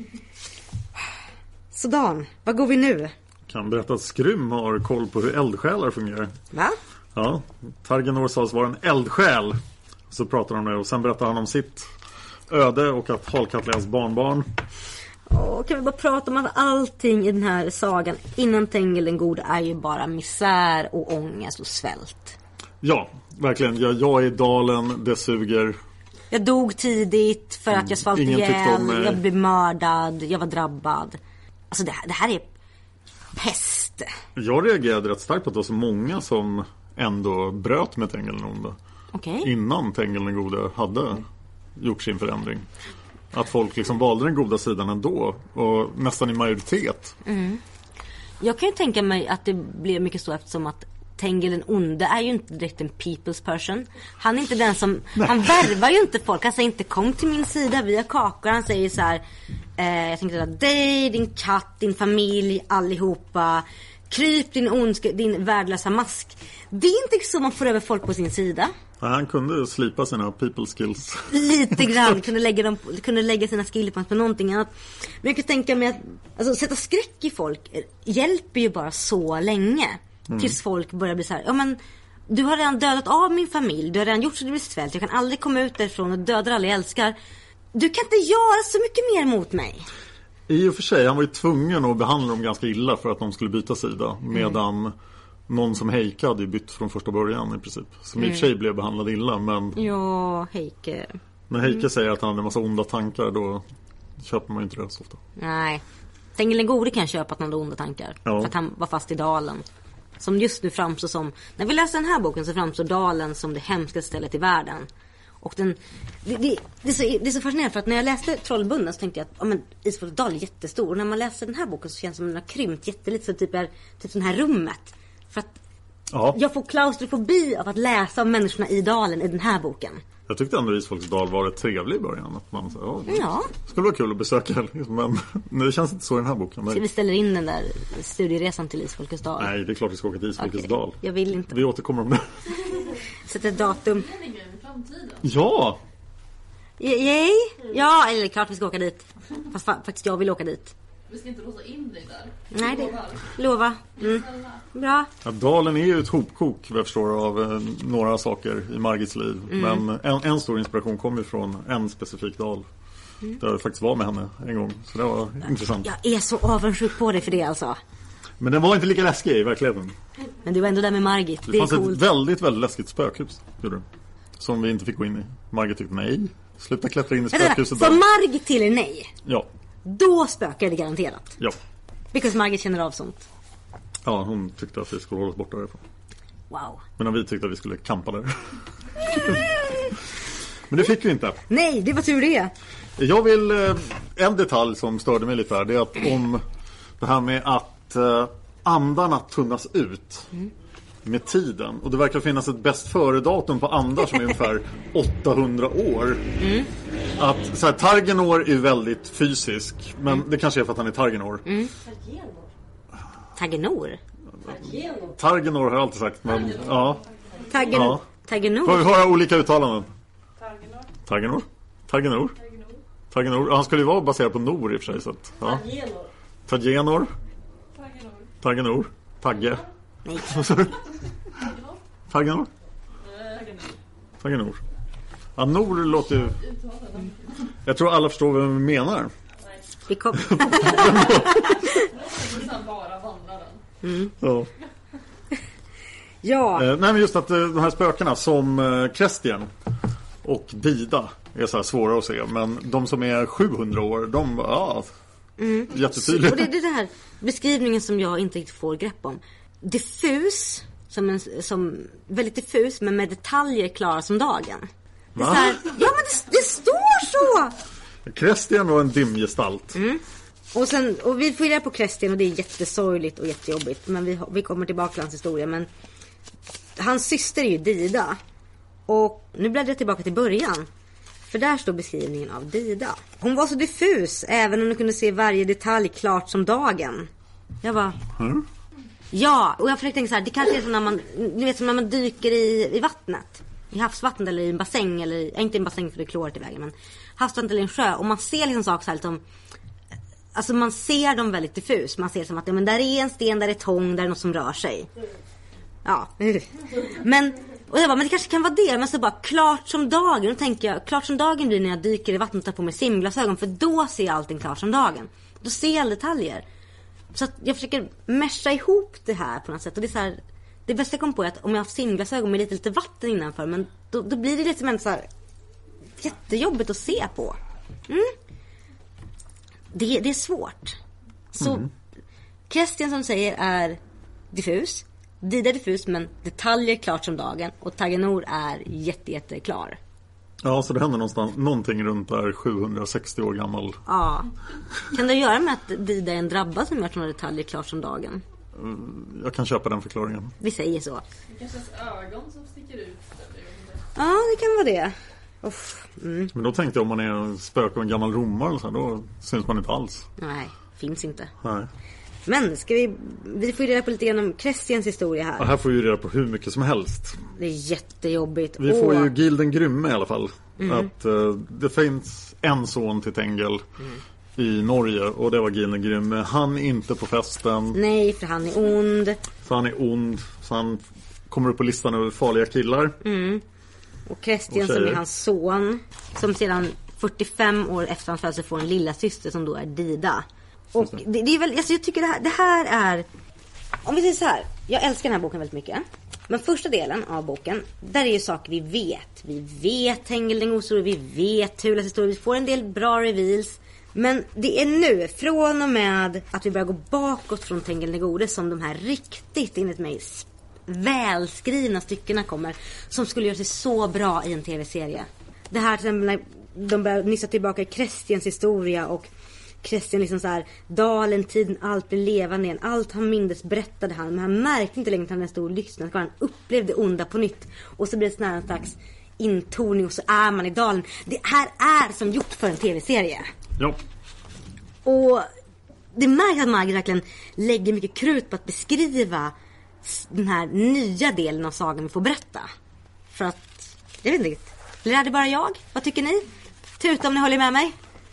Så Dan, vad går vi nu?
Kan berätta att Skrym har koll på hur eldsjälar fungerar.
Va?
Ja, Targenor sades vara en eldsjäl. Så pratar han om det och sen berättar han om sitt öde och att Halkatläs barnbarn.
Åh, kan vi bara prata om att allting i den här sagan innan Tengil den gode är ju bara misär och ångest och svält.
Ja, verkligen. Jag, jag är i dalen, det suger.
Jag dog tidigt för att jag svalt
Ingen
ihjäl. Jag blev mördad, jag var drabbad. Alltså det, det här är pest.
Jag reagerade rätt starkt på att det var så många som ändå bröt med Tengil den onde.
Okay.
Innan Tengil den gode hade gjort sin förändring. Att folk liksom valde den goda sidan ändå. Och nästan i majoritet.
Mm. Jag kan ju tänka mig att det blir mycket så eftersom att Tengil den onde är ju inte direkt en people's person. Han är inte den som... Nej. Han värvar ju inte folk. Han säger inte kom till min sida, vi har kakor. Han säger så här... Eh, jag tänkte att dig, din katt, din familj, allihopa. Kryp din ondska, din värdelösa mask. Det är inte så man får över folk på sin sida.
Ja, han kunde slipa sina people skills.
Lite grann. kunde, lägga dem, kunde lägga sina skills på någonting annat. Men jag kan tänka mig att alltså, sätta skräck i folk hjälper ju bara så länge. Mm. Tills folk börjar bli så här, ja men du har redan dödat av min familj, du har redan gjort så det blir svält, jag kan aldrig komma ut därifrån och döda alla jag älskar. Du kan inte göra så mycket mer mot mig.
I och för sig, han var ju tvungen att behandla dem ganska illa för att de skulle byta sida. Medan mm. någon som Heike hade bytt från första början i princip. Som mm. i och för sig blev behandlad illa, men...
Ja, Heike.
När Heike
mm.
säger att han hade en massa onda tankar, då köper man ju inte det så ofta.
Nej. Tengil den gode kan köpa att han hade onda tankar.
Ja.
För att han var fast i dalen. Som just nu framstår som, när vi läser den här boken så framstår dalen som det hemskaste stället i världen. Och den, det, det, det, är så, det är så fascinerande för att när jag läste Trollbunden så tänkte jag att ja, men Isfolkets dal är jättestor. Och när man läser den här boken så känns det som att den har krympt jättelite. Så typ är typ sån här rummet. För att ja. jag får klaustrofobi av att läsa om människorna i dalen i den här boken.
Jag tyckte ändå Isfolkets dal var rätt trevlig i början. Att man, ja, det
ja.
skulle vara kul att besöka. Men det känns inte så i den här boken. Men...
Så vi ställer in den där studieresan till Isfolkets dal?
Nej, det är klart vi ska åka till Isfolkets
okay.
dal.
Jag vill inte.
Vi återkommer om det.
Sätter ett datum.
Ja!
Yay? Ja, eller klart vi ska åka dit. Fast faktiskt jag vill åka dit.
Vi ska inte låsa in dig där.
Nej, det lova. Mm. Bra.
Ja, dalen är ju ett hopkok, vad jag förstår, av eh, några saker i Margits liv. Mm. Men en, en stor inspiration kommer från en specifik dal. Mm. Där jag faktiskt var med henne en gång. Så det var ja, intressant.
Jag är så avundsjuk på dig för det alltså.
Men den var inte lika läskig i verkligen.
Men du var ändå där med Margit. Det,
det fanns
är coolt.
Ett väldigt, väldigt läskigt spökhus. Gjorde det. Som vi inte fick gå in i. Margit tyckte nej. Sluta klättra in i spökhuset.
Så Margit till er nej?
Ja.
Då spökar det garanterat.
Ja.
Because Margit känner av sånt.
Ja, hon tyckte att vi skulle hålla oss borta därifrån.
Wow.
Men vi tyckte att vi skulle campa där. Men det fick vi inte.
Nej, det var tur det.
Jag vill, en detalj som störde mig lite här, det är att om det här med att andarna tunnas ut mm. med tiden. Och det verkar finnas ett bäst före-datum på andar som är ungefär åttahundra år. Mm. Att så här, Targenor är väldigt fysisk, men mm. det kanske är för att han är Targenor. Mm.
Targenor?
Targenor har jag alltid sagt, men ja.
Targen, ja. Targenor?
Får vi höra olika uttalanden? Targenor. Targenor? Targenor? Targenor. Han skulle ju vara baserad på Nor i och för sig. Så att, ja. Targenor. Targenor. Tagge.
Nej.
Targenor. Targenor. Ja, Nor låter ju... Jag tror alla förstår vad vi menar.
Vi kommer...
Mm. Ja.
Ja.
Eh, nej, men just att eh, de här spökena som eh, Krestien och Dida är så här svåra att se. Men de som är sjuhundra år, de ja, mm. jättetydliga.
Och det är det här beskrivningen som jag inte riktigt får grepp om. Diffus, som, en, som väldigt diffus, men med detaljer klara som dagen. Det är så här, ja, men det, det står så!
Krestien var en dimgestalt.
Mm. Och, sen, och vi får reda på Krestien och det är jättesorgligt och jättejobbigt. Men vi, vi kommer tillbaka till hans historia. Men hans syster är ju Dida. Och nu bläddrar jag tillbaka till början. För där står beskrivningen av Dida. Hon var så diffus, även om du kunde se varje detalj klart som dagen. Jag bara... Mm. Ja, och jag försökte tänka så här, det kanske är som när man, ni vet, som när man dyker i, i vattnet. I havsvattnet eller i en bassäng. Eller, inte i en bassäng för det är kloret i vägen, men havsvattnet eller en sjö. Och man ser liksom saker så här liksom... Alltså man ser dem väldigt diffus. Man ser som att ja, men där är en sten, där är tång, där är något som rör sig. Ja. Men, och jag bara, men det kanske kan vara det. Men så bara, klart som dagen. Då tänker jag, klart som dagen blir när jag dyker i vattnet och tar på mig simglasögon. För då ser allting klart som dagen. Då ser jag alla detaljer. Så att jag försöker mesha ihop det här på något sätt. Och det är så här, det bästa jag kom på är att om jag har simglasögon med lite, lite vatten innanför. Men då, då blir det lite som en så här jättejobbigt att se på. Mm. Det, det är svårt. Så mm. Krestien som säger är diffus. Dida är diffus, men detaljer klart som dagen. Och Targenor är jätte, jätte klar.
Ja, så det händer någonstans, någonting runt där sjuhundrasextio år gammal.
Ja. Kan det göra med att Dida är en drabbad som gör sådana detaljer klart som dagen?
Jag kan köpa den förklaringen.
Vi säger så.
Det kanske är ögon som sticker ut.
Ja, det kan vara det. Uff, mm.
Men då tänkte jag om man är spök av en gammal romare eller så, då syns man inte alls.
Nej, finns inte.
Nej.
Men ska vi vi får ju reda på lite grann om Krestiens historia här.
Och här får vi ju reda på hur mycket som helst.
Det är jättejobbigt.
Vi får ju Gilden Grymme i alla fall. Mm. Att uh, det finns en son till Tengel mm. i Norge, och det var Gilden Grymme. Han är inte på festen.
Nej, för han är ond.
För han är ond, så han kommer upp på listan över farliga killar.
Mm. Och Krestien som är hans son, som sedan fyrtiofem år efter hans födelse får en lilla syster som då är Dida. Och det, det är väl, alltså jag tycker det här, det här är, om vi säger så här, jag älskar den här boken väldigt mycket. Men första delen av boken, där är ju saker vi vet. Vi vet Tengel den Osor, vi vet Tulas historia, vi får en del bra reveals. Men det är nu, från och med att vi börjar gå bakåt från Tengil den gode, som de här riktigt, enligt mig, välskrivna styckena kommer, som skulle göra sig så bra i en tv-serie. Det här till exempel när de börjar nyssa tillbaka i Kristians historia, och Kristian liksom så här, dalen, tiden, allt blir levande igen, allt han mindes berättade han, men han märkte inte längre att han en stor lyssnare, han upplevde onda på nytt, och så blir det sån här en slags intoning, och så är man i dalen. Det här är som gjort för en tv-serie.
Ja. Och
det märks att Margit verkligen lägger mycket krut på att beskriva den här nya delen av sagan vi får berätta. För att, jag vet inte riktigt. Eller är det bara jag? Vad tycker ni? Tuta om ni håller med mig.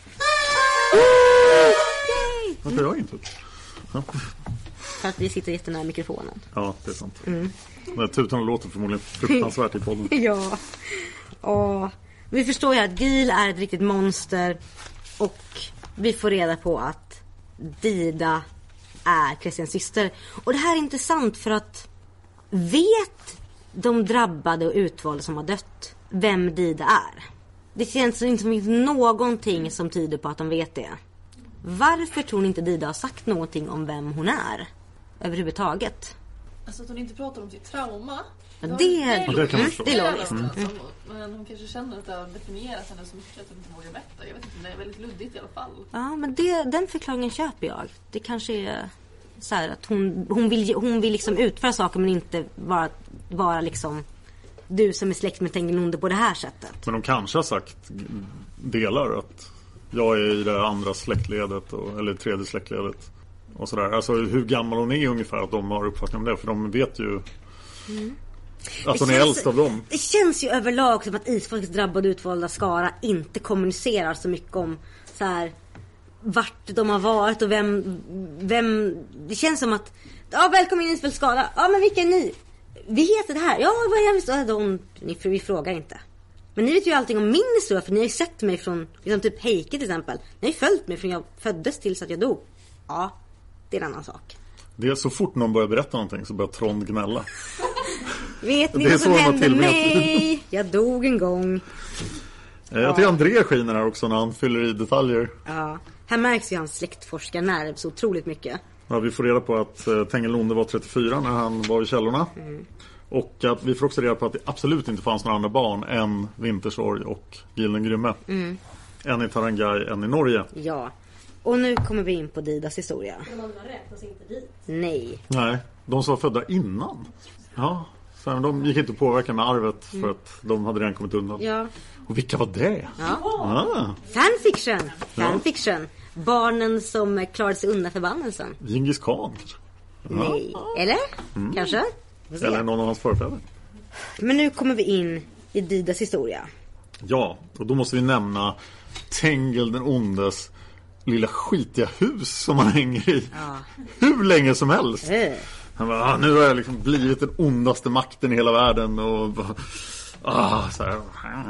Yay!
Varför är jag inte? Ja.
För att vi sitter jättenära mikrofonen.
Ja, det är sant.
Mm.
Men tutan låter förmodligen fruktansvärt i podden.
Ja. Och vi förstår ju att Gil är ett riktigt monster. Och vi får reda på att Dida är Kristians syster. Och det här är intressant för att vet de drabbade och utvalda som har dött vem Dida är? Det känns som inte finns någonting som tyder på att de vet det. Varför tror ni inte Dida har sagt någonting om vem hon är överhuvudtaget?
Alltså att hon inte pratar om sitt trauma.
Ja, det, det är logiskt. Mm, det är logiskt.
Mm. Alltså, men hon kanske känner att det har definierat henne så mycket att hon inte vågar berätta. Jag vet inte, det är väldigt luddigt i alla fall.
Ja, men det, den förklaringen köper jag. Det kanske är så här att hon, hon, vill, hon vill liksom utföra saker men inte vara, vara liksom du som är släkt med Tengil den onde på det här sättet.
Men de kanske har sagt delar att jag är i det andra släktledet och, eller tredje släktledet och sådär. Alltså hur gammal hon är ungefär, att de har uppfattning om det, för de vet ju mm. att hon är äldst av dem.
Det känns ju överlag som att isfolkets drabbade utvalda skara inte kommunicerar så mycket om så här, vart de har varit och vem, vem det känns som att ja, välkommen in isfolkets skara. Ja, men vilka är ni? Vi heter det här. Ja, vad är det? De, ni, vi frågar inte. Men ni vet ju allting om min historia, för ni har ju sett mig från liksom typ Heike till exempel. Ni har ju följt mig från jag föddes tills att jag dog. Ja, det är en annan sak.
Det är så fort någon börjar berätta någonting så börjar Trond gnälla.
Vet ni vad som hände mig? Jag dog en gång.
Jag tycker André skiner här också när han fyller i detaljer.
Ja, här märks ju hans släktforskarnerv så otroligt mycket.
Ja, vi får reda på att uh, Tengil den onde var trettiofyra när han var i källorna. Mm. Och att vi får också reda på att det absolut inte fanns några andra barn än Vintersorg och Gil den grymme. Mm. En i Tarangay, en i Norge.
Ja, och nu kommer vi in på Didas historia.
De andra räknas inte dit.
Nej.
Nej, de som var födda innan. Ja, så de gick inte att påverka med arvet mm. för att de hade redan kommit undan.
Ja.
Och vilka var det?
Ja. Ah. Fanfiction. Fanfiction. Ja. Barnen som klarade sig undan förbannelsen.
Genghis Khan kanske?
Nej, ja. Eller? Mm. Kanske?
Eller någon av hans förfäder.
Men nu kommer vi in i Didas historia.
Ja, och då måste vi nämna Tengil den ondes lilla skitiga hus som han hänger i. Ja. Hur länge som helst. Äh. Han bara, ah, nu har jag liksom blivit den ondaste makten i hela världen. Och bara, ah, så här.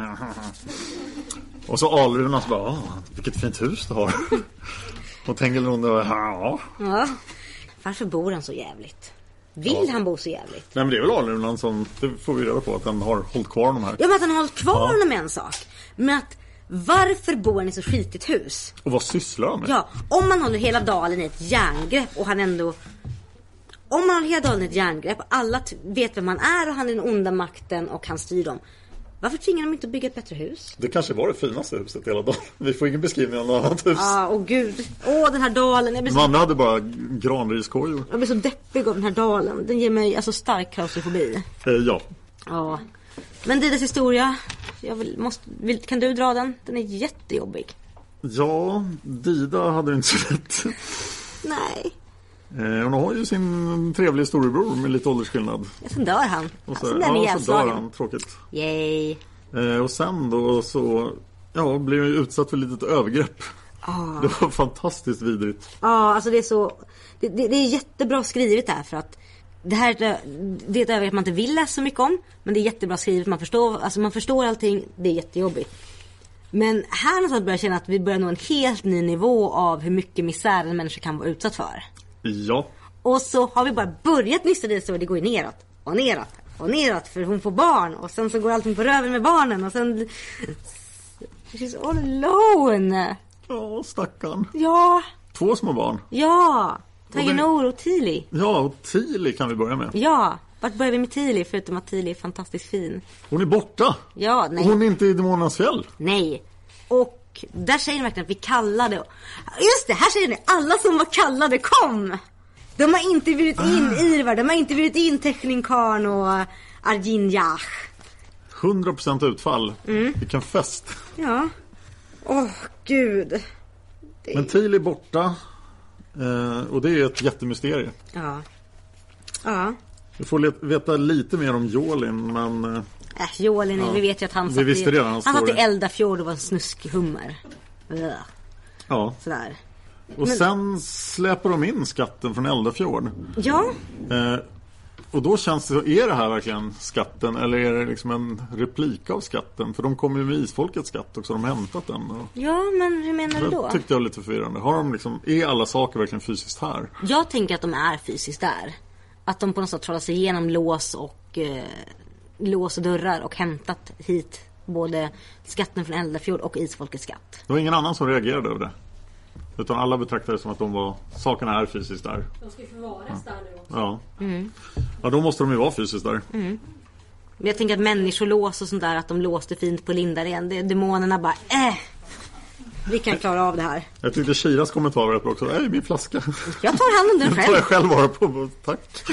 Och så Alruna så bara, ah, vilket fint hus du har. Och Tengil den onde bara, ja.
Ja. Varför bor han så jävligt? Vill ja. han bo så jävligt?
Nej, men det är väl Alrunan som, det får vi reda på, att han har hållit kvar de här.
Ja, men att han har hållit kvar ja. dem är en sak. Men att varför bor han i så skitigt hus?
Och vad sysslar han med?
Ja, om man håller hela dalen i ett järngrepp och han ändå... Om man håller hela dalen i ett järngrepp och alla t- vet vem man är och han är den onda makten och han styr dem. Varför tvingar de inte att bygga ett bättre hus?
Det kanske var det finaste huset i hela dalen. Vi får ingen beskrivning av något annat hus.
Ja, åh gud. Åh, den här dalen. Jag blir så...
Man hade bara granriskojor.
Jag blir så deppig av den här dalen. Den ger mig alltså stark klaustrofobi.
Eh, ja.
Ja. Men Didas historia, jag vill, måste, vill, kan du dra den? Den är jättejobbig.
Ja, Dida hade inte så lätt.
Nej.
Eh, hon har ju sin trevliga storebror med lite åldersskillnad.
Ja, sen dör han.
Och så,
alltså,
ja, så dör han, tråkigt.
Yay.
Eh, och sen då så ja, blev hon ju utsatt för litet övergrepp. Ah. Det var fantastiskt vidrigt.
Ja, ah, alltså det är så det, det, det är jättebra skrivet här, för att det här är ett, det är ett övergrepp man inte vill läsa så mycket om, men det är jättebra skrivet, man förstår, alltså man förstår allting, det är jättejobbigt. Men här någonstans börjar jag känna att vi börjar nå en helt ny nivå av hur mycket misär en människa kan vara utsatt för.
Ja.
Och så har vi bara börjat nysta det, så det går ju neråt och neråt och neråt, för hon får barn och sen så går allting på röven med barnen och sen she's all alone.
Ja, stackarn.
Ja.
Två små barn.
Ja. Tagenor och Tili.
Ja, och Tili kan vi börja med.
Ja. Vart börjar vi med Tili förutom att Tili är fantastiskt fin?
Hon är borta.
Ja, nej.
Hon är inte i Demonernas fjäll.
Nej. Och där säger de verkligen att vi kallade. Just det, här säger ni alla som var kallade kom. De har inte bjudit in ah. Irvar. De har inte bjudit in Teckningkarn och Arjin Jach.
hundra procent utfall. Mm. Vilken fest.
Ja. Åh, oh, gud.
Det... Men Tili är borta. Eh, och det är ett jättemysterie.
Ja. Ja.
Vi får veta lite mer om Jolin, men...
Äh, Jolin, ja. Vi vet ju att han
satt i,
han satt i Eldafjord och var en snuskig hummer. Ugh.
Ja.
Sådär.
Och men... sen släpper de in skatten från Eldafjord.
Ja.
Eh, och då känns det, är det här verkligen skatten? Eller är det liksom en replik av skatten? För de kommer ju med Isfolkets skatt också, de har hämtat den. Och...
Ja, men hur menar du då?
Det tyckte jag var lite förvirrande. Har de liksom, är alla saker verkligen fysiskt här?
Jag tänker att de är fysiskt där. Att de på något sätt trollar sig igenom lås och eh, lås och dörrar och hämtat hit både skatten från Eldafjord och Isfolkets skatt.
Det var ingen annan som reagerade över det. Utan alla betraktade det som att de var, sakerna är fysiskt där.
De ska ju förvaras ja. där nu också.
Ja. Mm. Ja, då måste de ju vara fysiskt där.
Mm. Jag tänker att människolås och sånt där, att de låste fint på Lindaren. Det, demonerna bara, äh, vi kan klara av det här.
Jag tyckte Kiras kommentar var också, nej, min flaska.
Jag tar hand om den själv.
Den tar jag själv vara på, tack.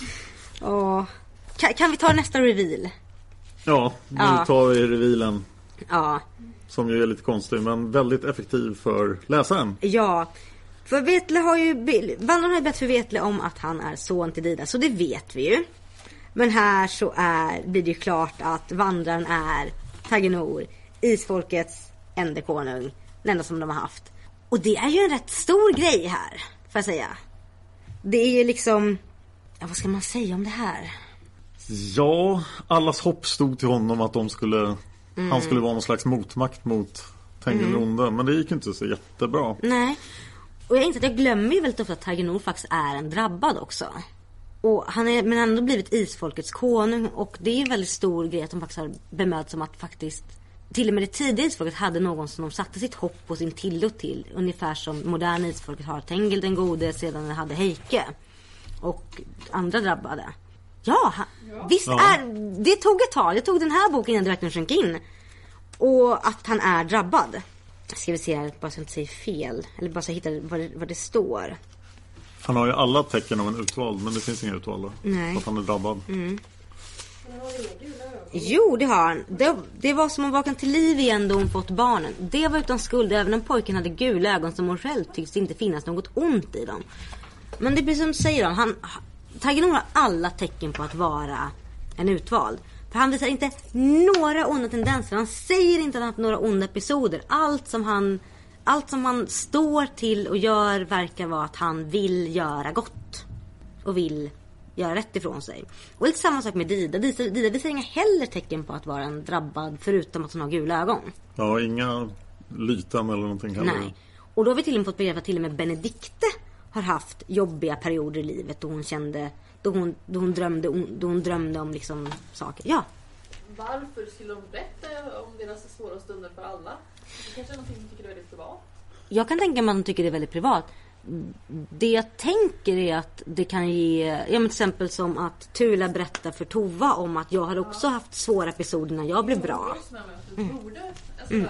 Åh. Kan, kan vi ta nästa reveal?
Ja, nu
ja.
tar vi revealen.
Ja.
Som ju är lite konstig, men väldigt effektiv för läsaren.
Ja, för Vetle har ju... Vandrarna har ju bett för Vetle om att han är son till Dida, så det vet vi ju. Men här så är, blir det ju klart att Vandraren är Tagenor, Isfolkets enda konung, den enda som de har haft. Och det är ju en rätt stor grej här, får jag säga. Det är ju liksom... Ja, vad ska man säga om det här?
Ja, allas hopp stod till honom att de skulle... Mm. Han skulle vara någon slags motmakt mot Tengilronde, mm. men det gick inte så jättebra.
Nej, och jag inser att jag glömmer ju väldigt ofta att Tagenor faktiskt är en drabbad också. Och han är men ändå blivit Isfolkets konung, och det är en väldigt stor grej att de faktiskt har bemöt som att faktiskt till och med det tidiga Isfolket hade någon som de satte sitt hopp och sin tillit till, ungefär som moderna Isfolket har Tengil den gode, sedan hade Heike och andra drabbade. Ja, han, ja. visst ja. är det tog ett tag. Det tog den här boken innan det verkligen sjönk in. Och att han är drabbad. Ska vi se här, bara så jag inte säger fel. Eller bara så jag hittar vad det, vad det står.
Han har ju alla tecken av en utvald, men det finns inga utvald.
Nej.
Att han är drabbad.
Mm. Jo, det har han. Det, det var som att vakna till liv igen då hon fått barnen. Det var utan skuld, även om pojken hade gula ögon som hon själv tycks det inte finnas något ont i dem. Men det blir som säger de, han... Tagenor har alla tecken på att vara en utvald. För han visar inte några onda tendenser. Han säger inte att han har några onda episoder. Allt som han allt som han står till och gör verkar vara att han vill göra gott. Och vill göra rätt ifrån sig. Och lite samma sak med Dida. Dida, Dida visar inga heller tecken på att vara en drabbad, förutom att hon har gula ögon.
Ja, inga lyten eller någonting heller.
Nej. Och då har vi till och med fått begrepp att till och med Benedikte har haft jobbiga perioder i livet då hon kände då hon, då hon drömde då hon drömde om liksom saker. Ja.
Varför skulle de berätta om deras svåra stunder för alla? Det kanske är någonting som tycker det är väldigt privat.
Jag kan tänka mig att de tycker det är väldigt privat. Det jag tänker är att det kan ge, ja men till exempel som att Tula berättar för Tova om att jag har också haft svåra episoder när jag blev bra. Mm. Mm.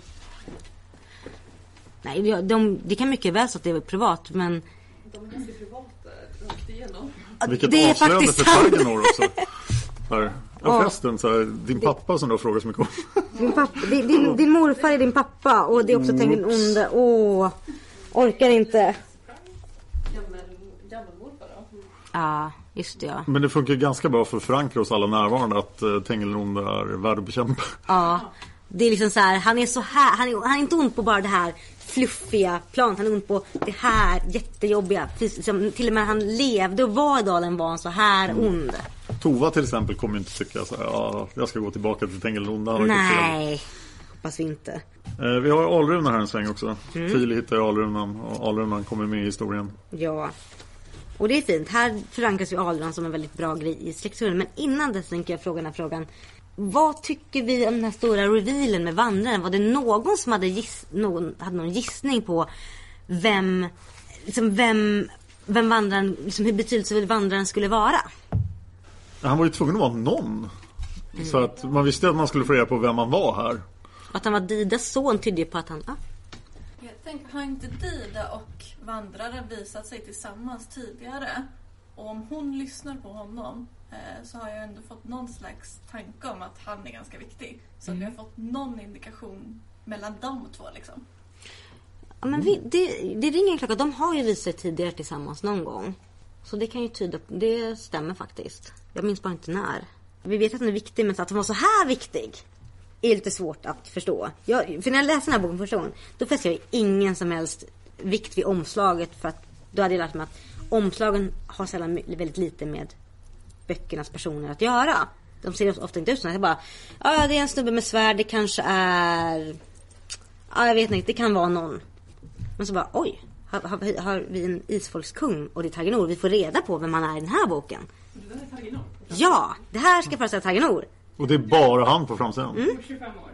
Nej, de, de, det kan mycket väl så att det är privat, men
de är ganska privata rakt igenom.
Vilket
det är
avslöjande
faktiskt
för Tagenor också. Här. Ja, förresten, så här, din pappa som du har frågat så mycket om.
Din, pappa, din, din, din morfar är din pappa och det är också Tengil onde. Åh, orkar inte.
Gammelmorfar då?
Ja, just det, ja.
Men det funkar ganska bra för förankra hos alla närvarande att uh, Tengil onde är värd att bekämpa.
Ja, det är liksom så här, han är så här, han är, han är inte ont på bara det här fluffiga planet, han är ont på det här jättejobbiga. Som, till och med han levde och var i dalen var han så här mm. ond.
Tova till exempel kommer inte tycka så här, ja, jag ska gå tillbaka till Tengil onde.
Nej, hoppas vi inte.
Eh, vi har Alrunan här en sväng också. Mm. Fili hittar ju Alrunan och Alrunan kommer med i historien.
Ja. Och det är fint. Här förankras ju Alrunan som en väldigt bra grej i släktshunden. Men innan dess tänker jag fråga den här frågan. vad tycker vi om den här stora revealen med vandraren? Var det någon som hade, giss, någon, hade någon gissning på vem, liksom vem, vem vandraren, liksom hur betydelsefull vandraren skulle vara?
Han var ju tvungen att vara någon. Mm. Så att man visste att man skulle få reda på vem man var här.
Att han var Didas son tydde ju på att han... Ah.
Jag tänker, har inte Dida och vandraren visat sig tillsammans tidigare? Och om hon lyssnar på honom eh, så har jag ändå fått någon slags tanke om att han är ganska viktig. Så mm. vi har fått någon indikation mellan de två liksom.
Ja, men vi, det, det ringer en klocka. De har ju visat sig tidigare tillsammans någon gång. Så det kan ju tyda på, det stämmer faktiskt. Jag minns bara inte när. Vi vet att den är viktig, men att den var så här viktig är lite svårt att förstå. Jag, för när jag läste den här boken första gången, då fäste jag ingen som helst vikt vid omslaget. För att då hade jag lärt mig att omslagen har sällan väldigt lite med böckernas personer att göra. De ser ofta inte ut så. Jag bara, ja det är en snubbe med svärd, det kanske är... Ja, jag vet inte, det kan vara någon. Men så bara, oj, har, har, har vi en isfolkskung och det är Tagenor. Vi får reda på vem man är i den här boken.
Det är Tagenor.
Ja, det här ska föreställa Tagenor.
Och det är bara han på framsidan.
Mm.
tjugofem år.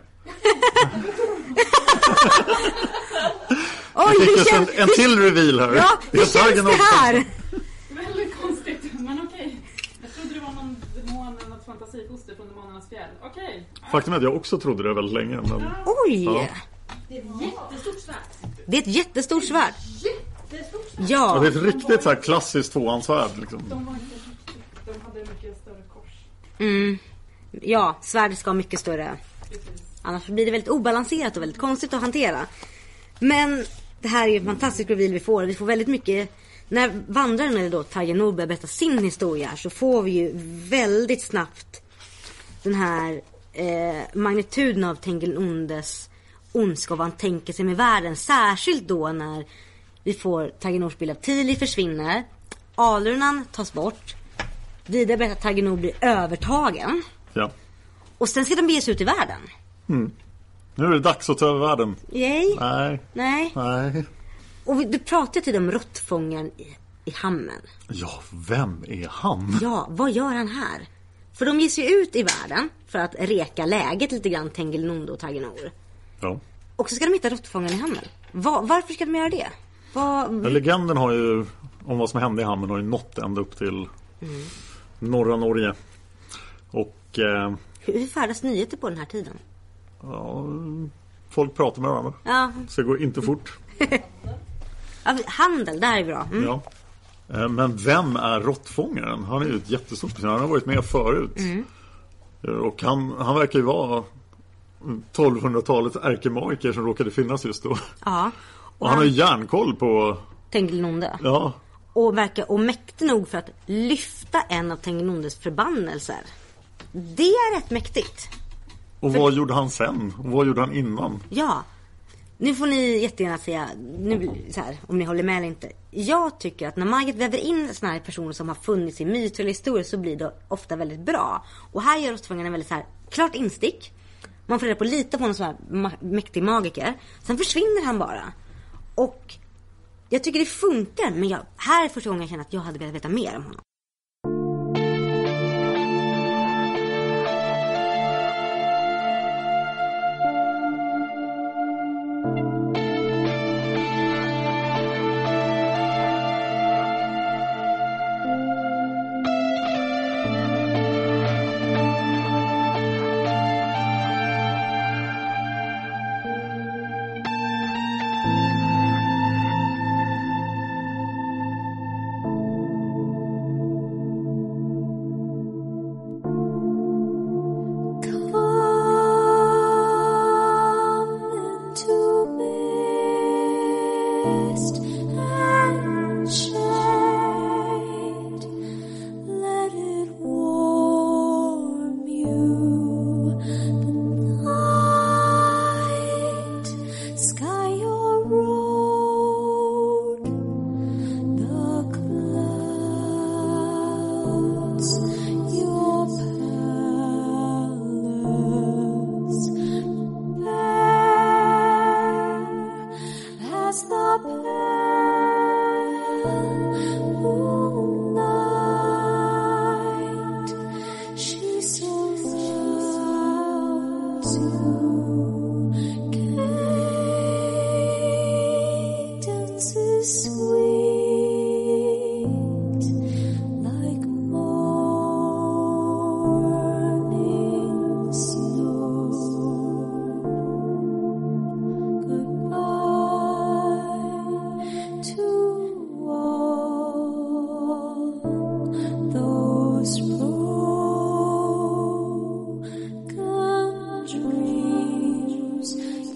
Oj,
det känns... en, en till reveal här.
Ja, det känns det här.
Väldigt konstigt, men okej. Jag trodde det var någon demon eller något fantasifoster från demonernas fjäll. Okej.
Faktum är att jag också trodde det väldigt länge. Men...
Oj!
Ja.
Det är ett jättestort svärd.
Det är ett jättestort svärd.
Jättestort svärd.
Ja.
ja. Det är ett riktigt så här klassiskt tvåhandsvärd. Liksom.
De var inte riktigt. De hade mycket större kors.
Mm. Ja, svärdet ska ha mycket större.
Precis.
Annars blir det väldigt obalanserat och väldigt konstigt att hantera. Men det här är ju en fantastisk reveal vi får. Vi får väldigt mycket... När vandraren eller då Tagenor börjar berätta sin historia så får vi ju väldigt snabbt den här eh, magnituden av Tengil Ondes ondska och vad han tänker sig med världen. Särskilt då när vi får Tagenors bild av Tili försvinner. Alurnan tas bort. Vidare berättar att Tagenor blir övertagen.
Ja.
Och sen ska de bege sig ut i världen.
Mm. Nu är det dags att ta över världen.
Yay.
Nej.
Nej.
Nej.
Och vi, du pratade till om råttfångaren i, i hamnen.
Ja, vem är han?
Ja, vad gör han här? För de ger sig ut i världen för att reka läget lite grann, Tengil Nonde och Tagenor.
Ja.
Och så ska de hitta råttfångaren i hamnen. Va, varför ska de göra det? Va...
Legenden har ju, om vad som hände i hamnen, har ju nått ända upp till mm. norra Norge. Och... Eh,
hur färdas nyheter på den här tiden?
Ja, folk pratar med varandra.
Ja.
Så det går inte fort.
Ja, handel, där är bra. Mm.
Ja. Men vem är råttfångaren? Han är ju ett jättestort person. Han har varit med förut. Mm. Och han, han verkar ju vara tolvhundratalets ärkemagiker som råkade finnas just då.
Ja.
Och, och han har ju järnkoll på
Tengil Nonde.
Ja.
Och verkar och mäktig nog för att lyfta en av Tengil Nondes förbannelser. Det är rätt mäktigt.
Och för... vad gjorde han sen? Och vad gjorde han innan?
Ja. Nu får ni jättegärna säga nu, så här, om ni håller med eller inte. Jag tycker att när Margit väver in såna här personer som har funnits i myter eller historier så blir det ofta väldigt bra. Och här gör råttfångaren en väldigt så här, klart instick. Man får reda på lite på någon sån här ma- mäktig magiker. Sen försvinner han bara. Och jag tycker det funkar. Men jag, här är första gången jag känner att jag hade velat veta mer om honom.
She's so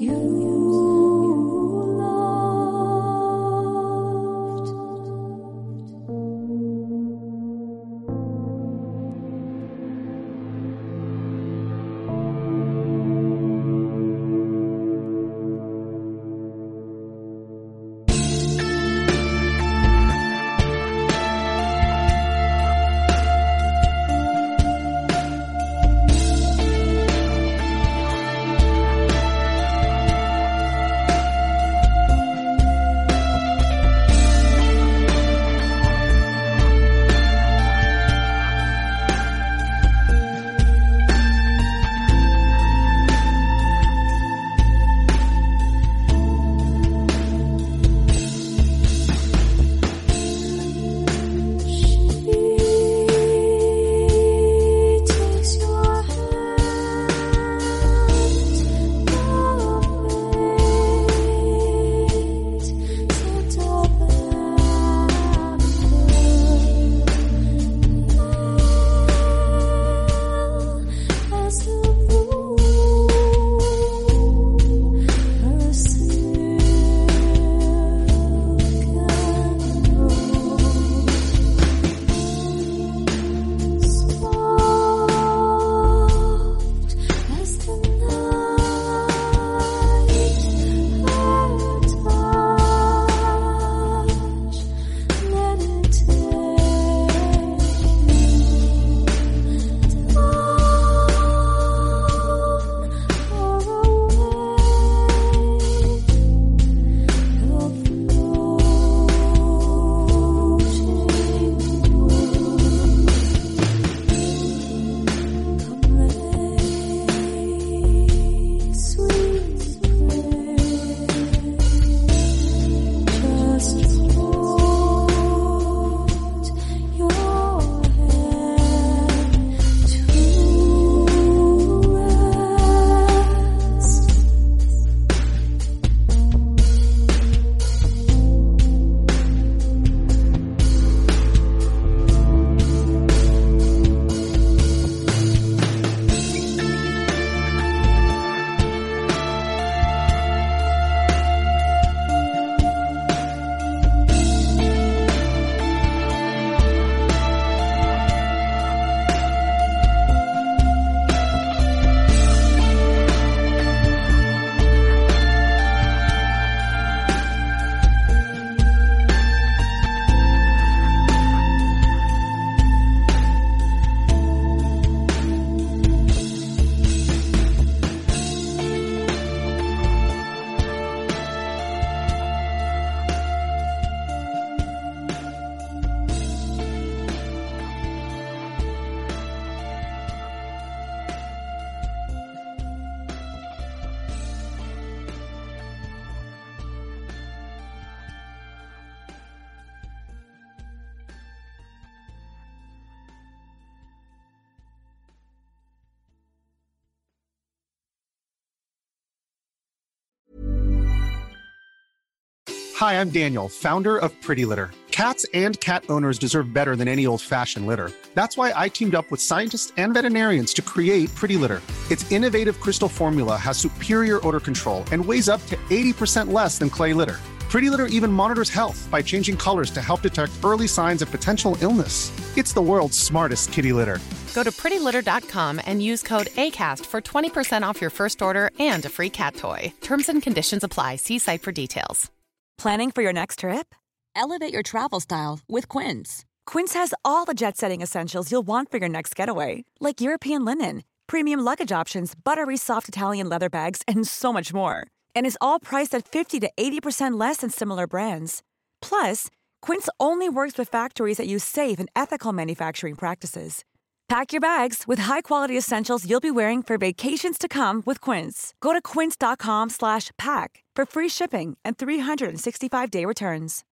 Hi, I'm Daniel, founder of Pretty Litter. Cats and cat owners deserve better than any old-fashioned litter. That's why I teamed up with scientists and veterinarians to create Pretty Litter. Its innovative crystal formula has superior odor control and weighs up to eighty percent less than clay litter. Pretty Litter even monitors health by changing colors to help detect early signs of potential illness. It's the world's smartest kitty litter.
Go to pretty litter dot com and use code ACAST for twenty percent off your first order and a free cat toy. Terms and conditions apply. See site for details.
Planning for your next trip? Elevate your travel style with Quince. Quince has all the jet-setting essentials you'll want for your next getaway, like European linen, premium luggage options, buttery soft Italian leather bags, and so much more. And is all priced at fifty to eighty percent less than similar brands. Plus, Quince only works with factories that use safe and ethical manufacturing practices. Pack your bags with high-quality essentials you'll be wearing for vacations to come with Quince. Go to quince dot com slash pack for free shipping and three sixty-five day returns.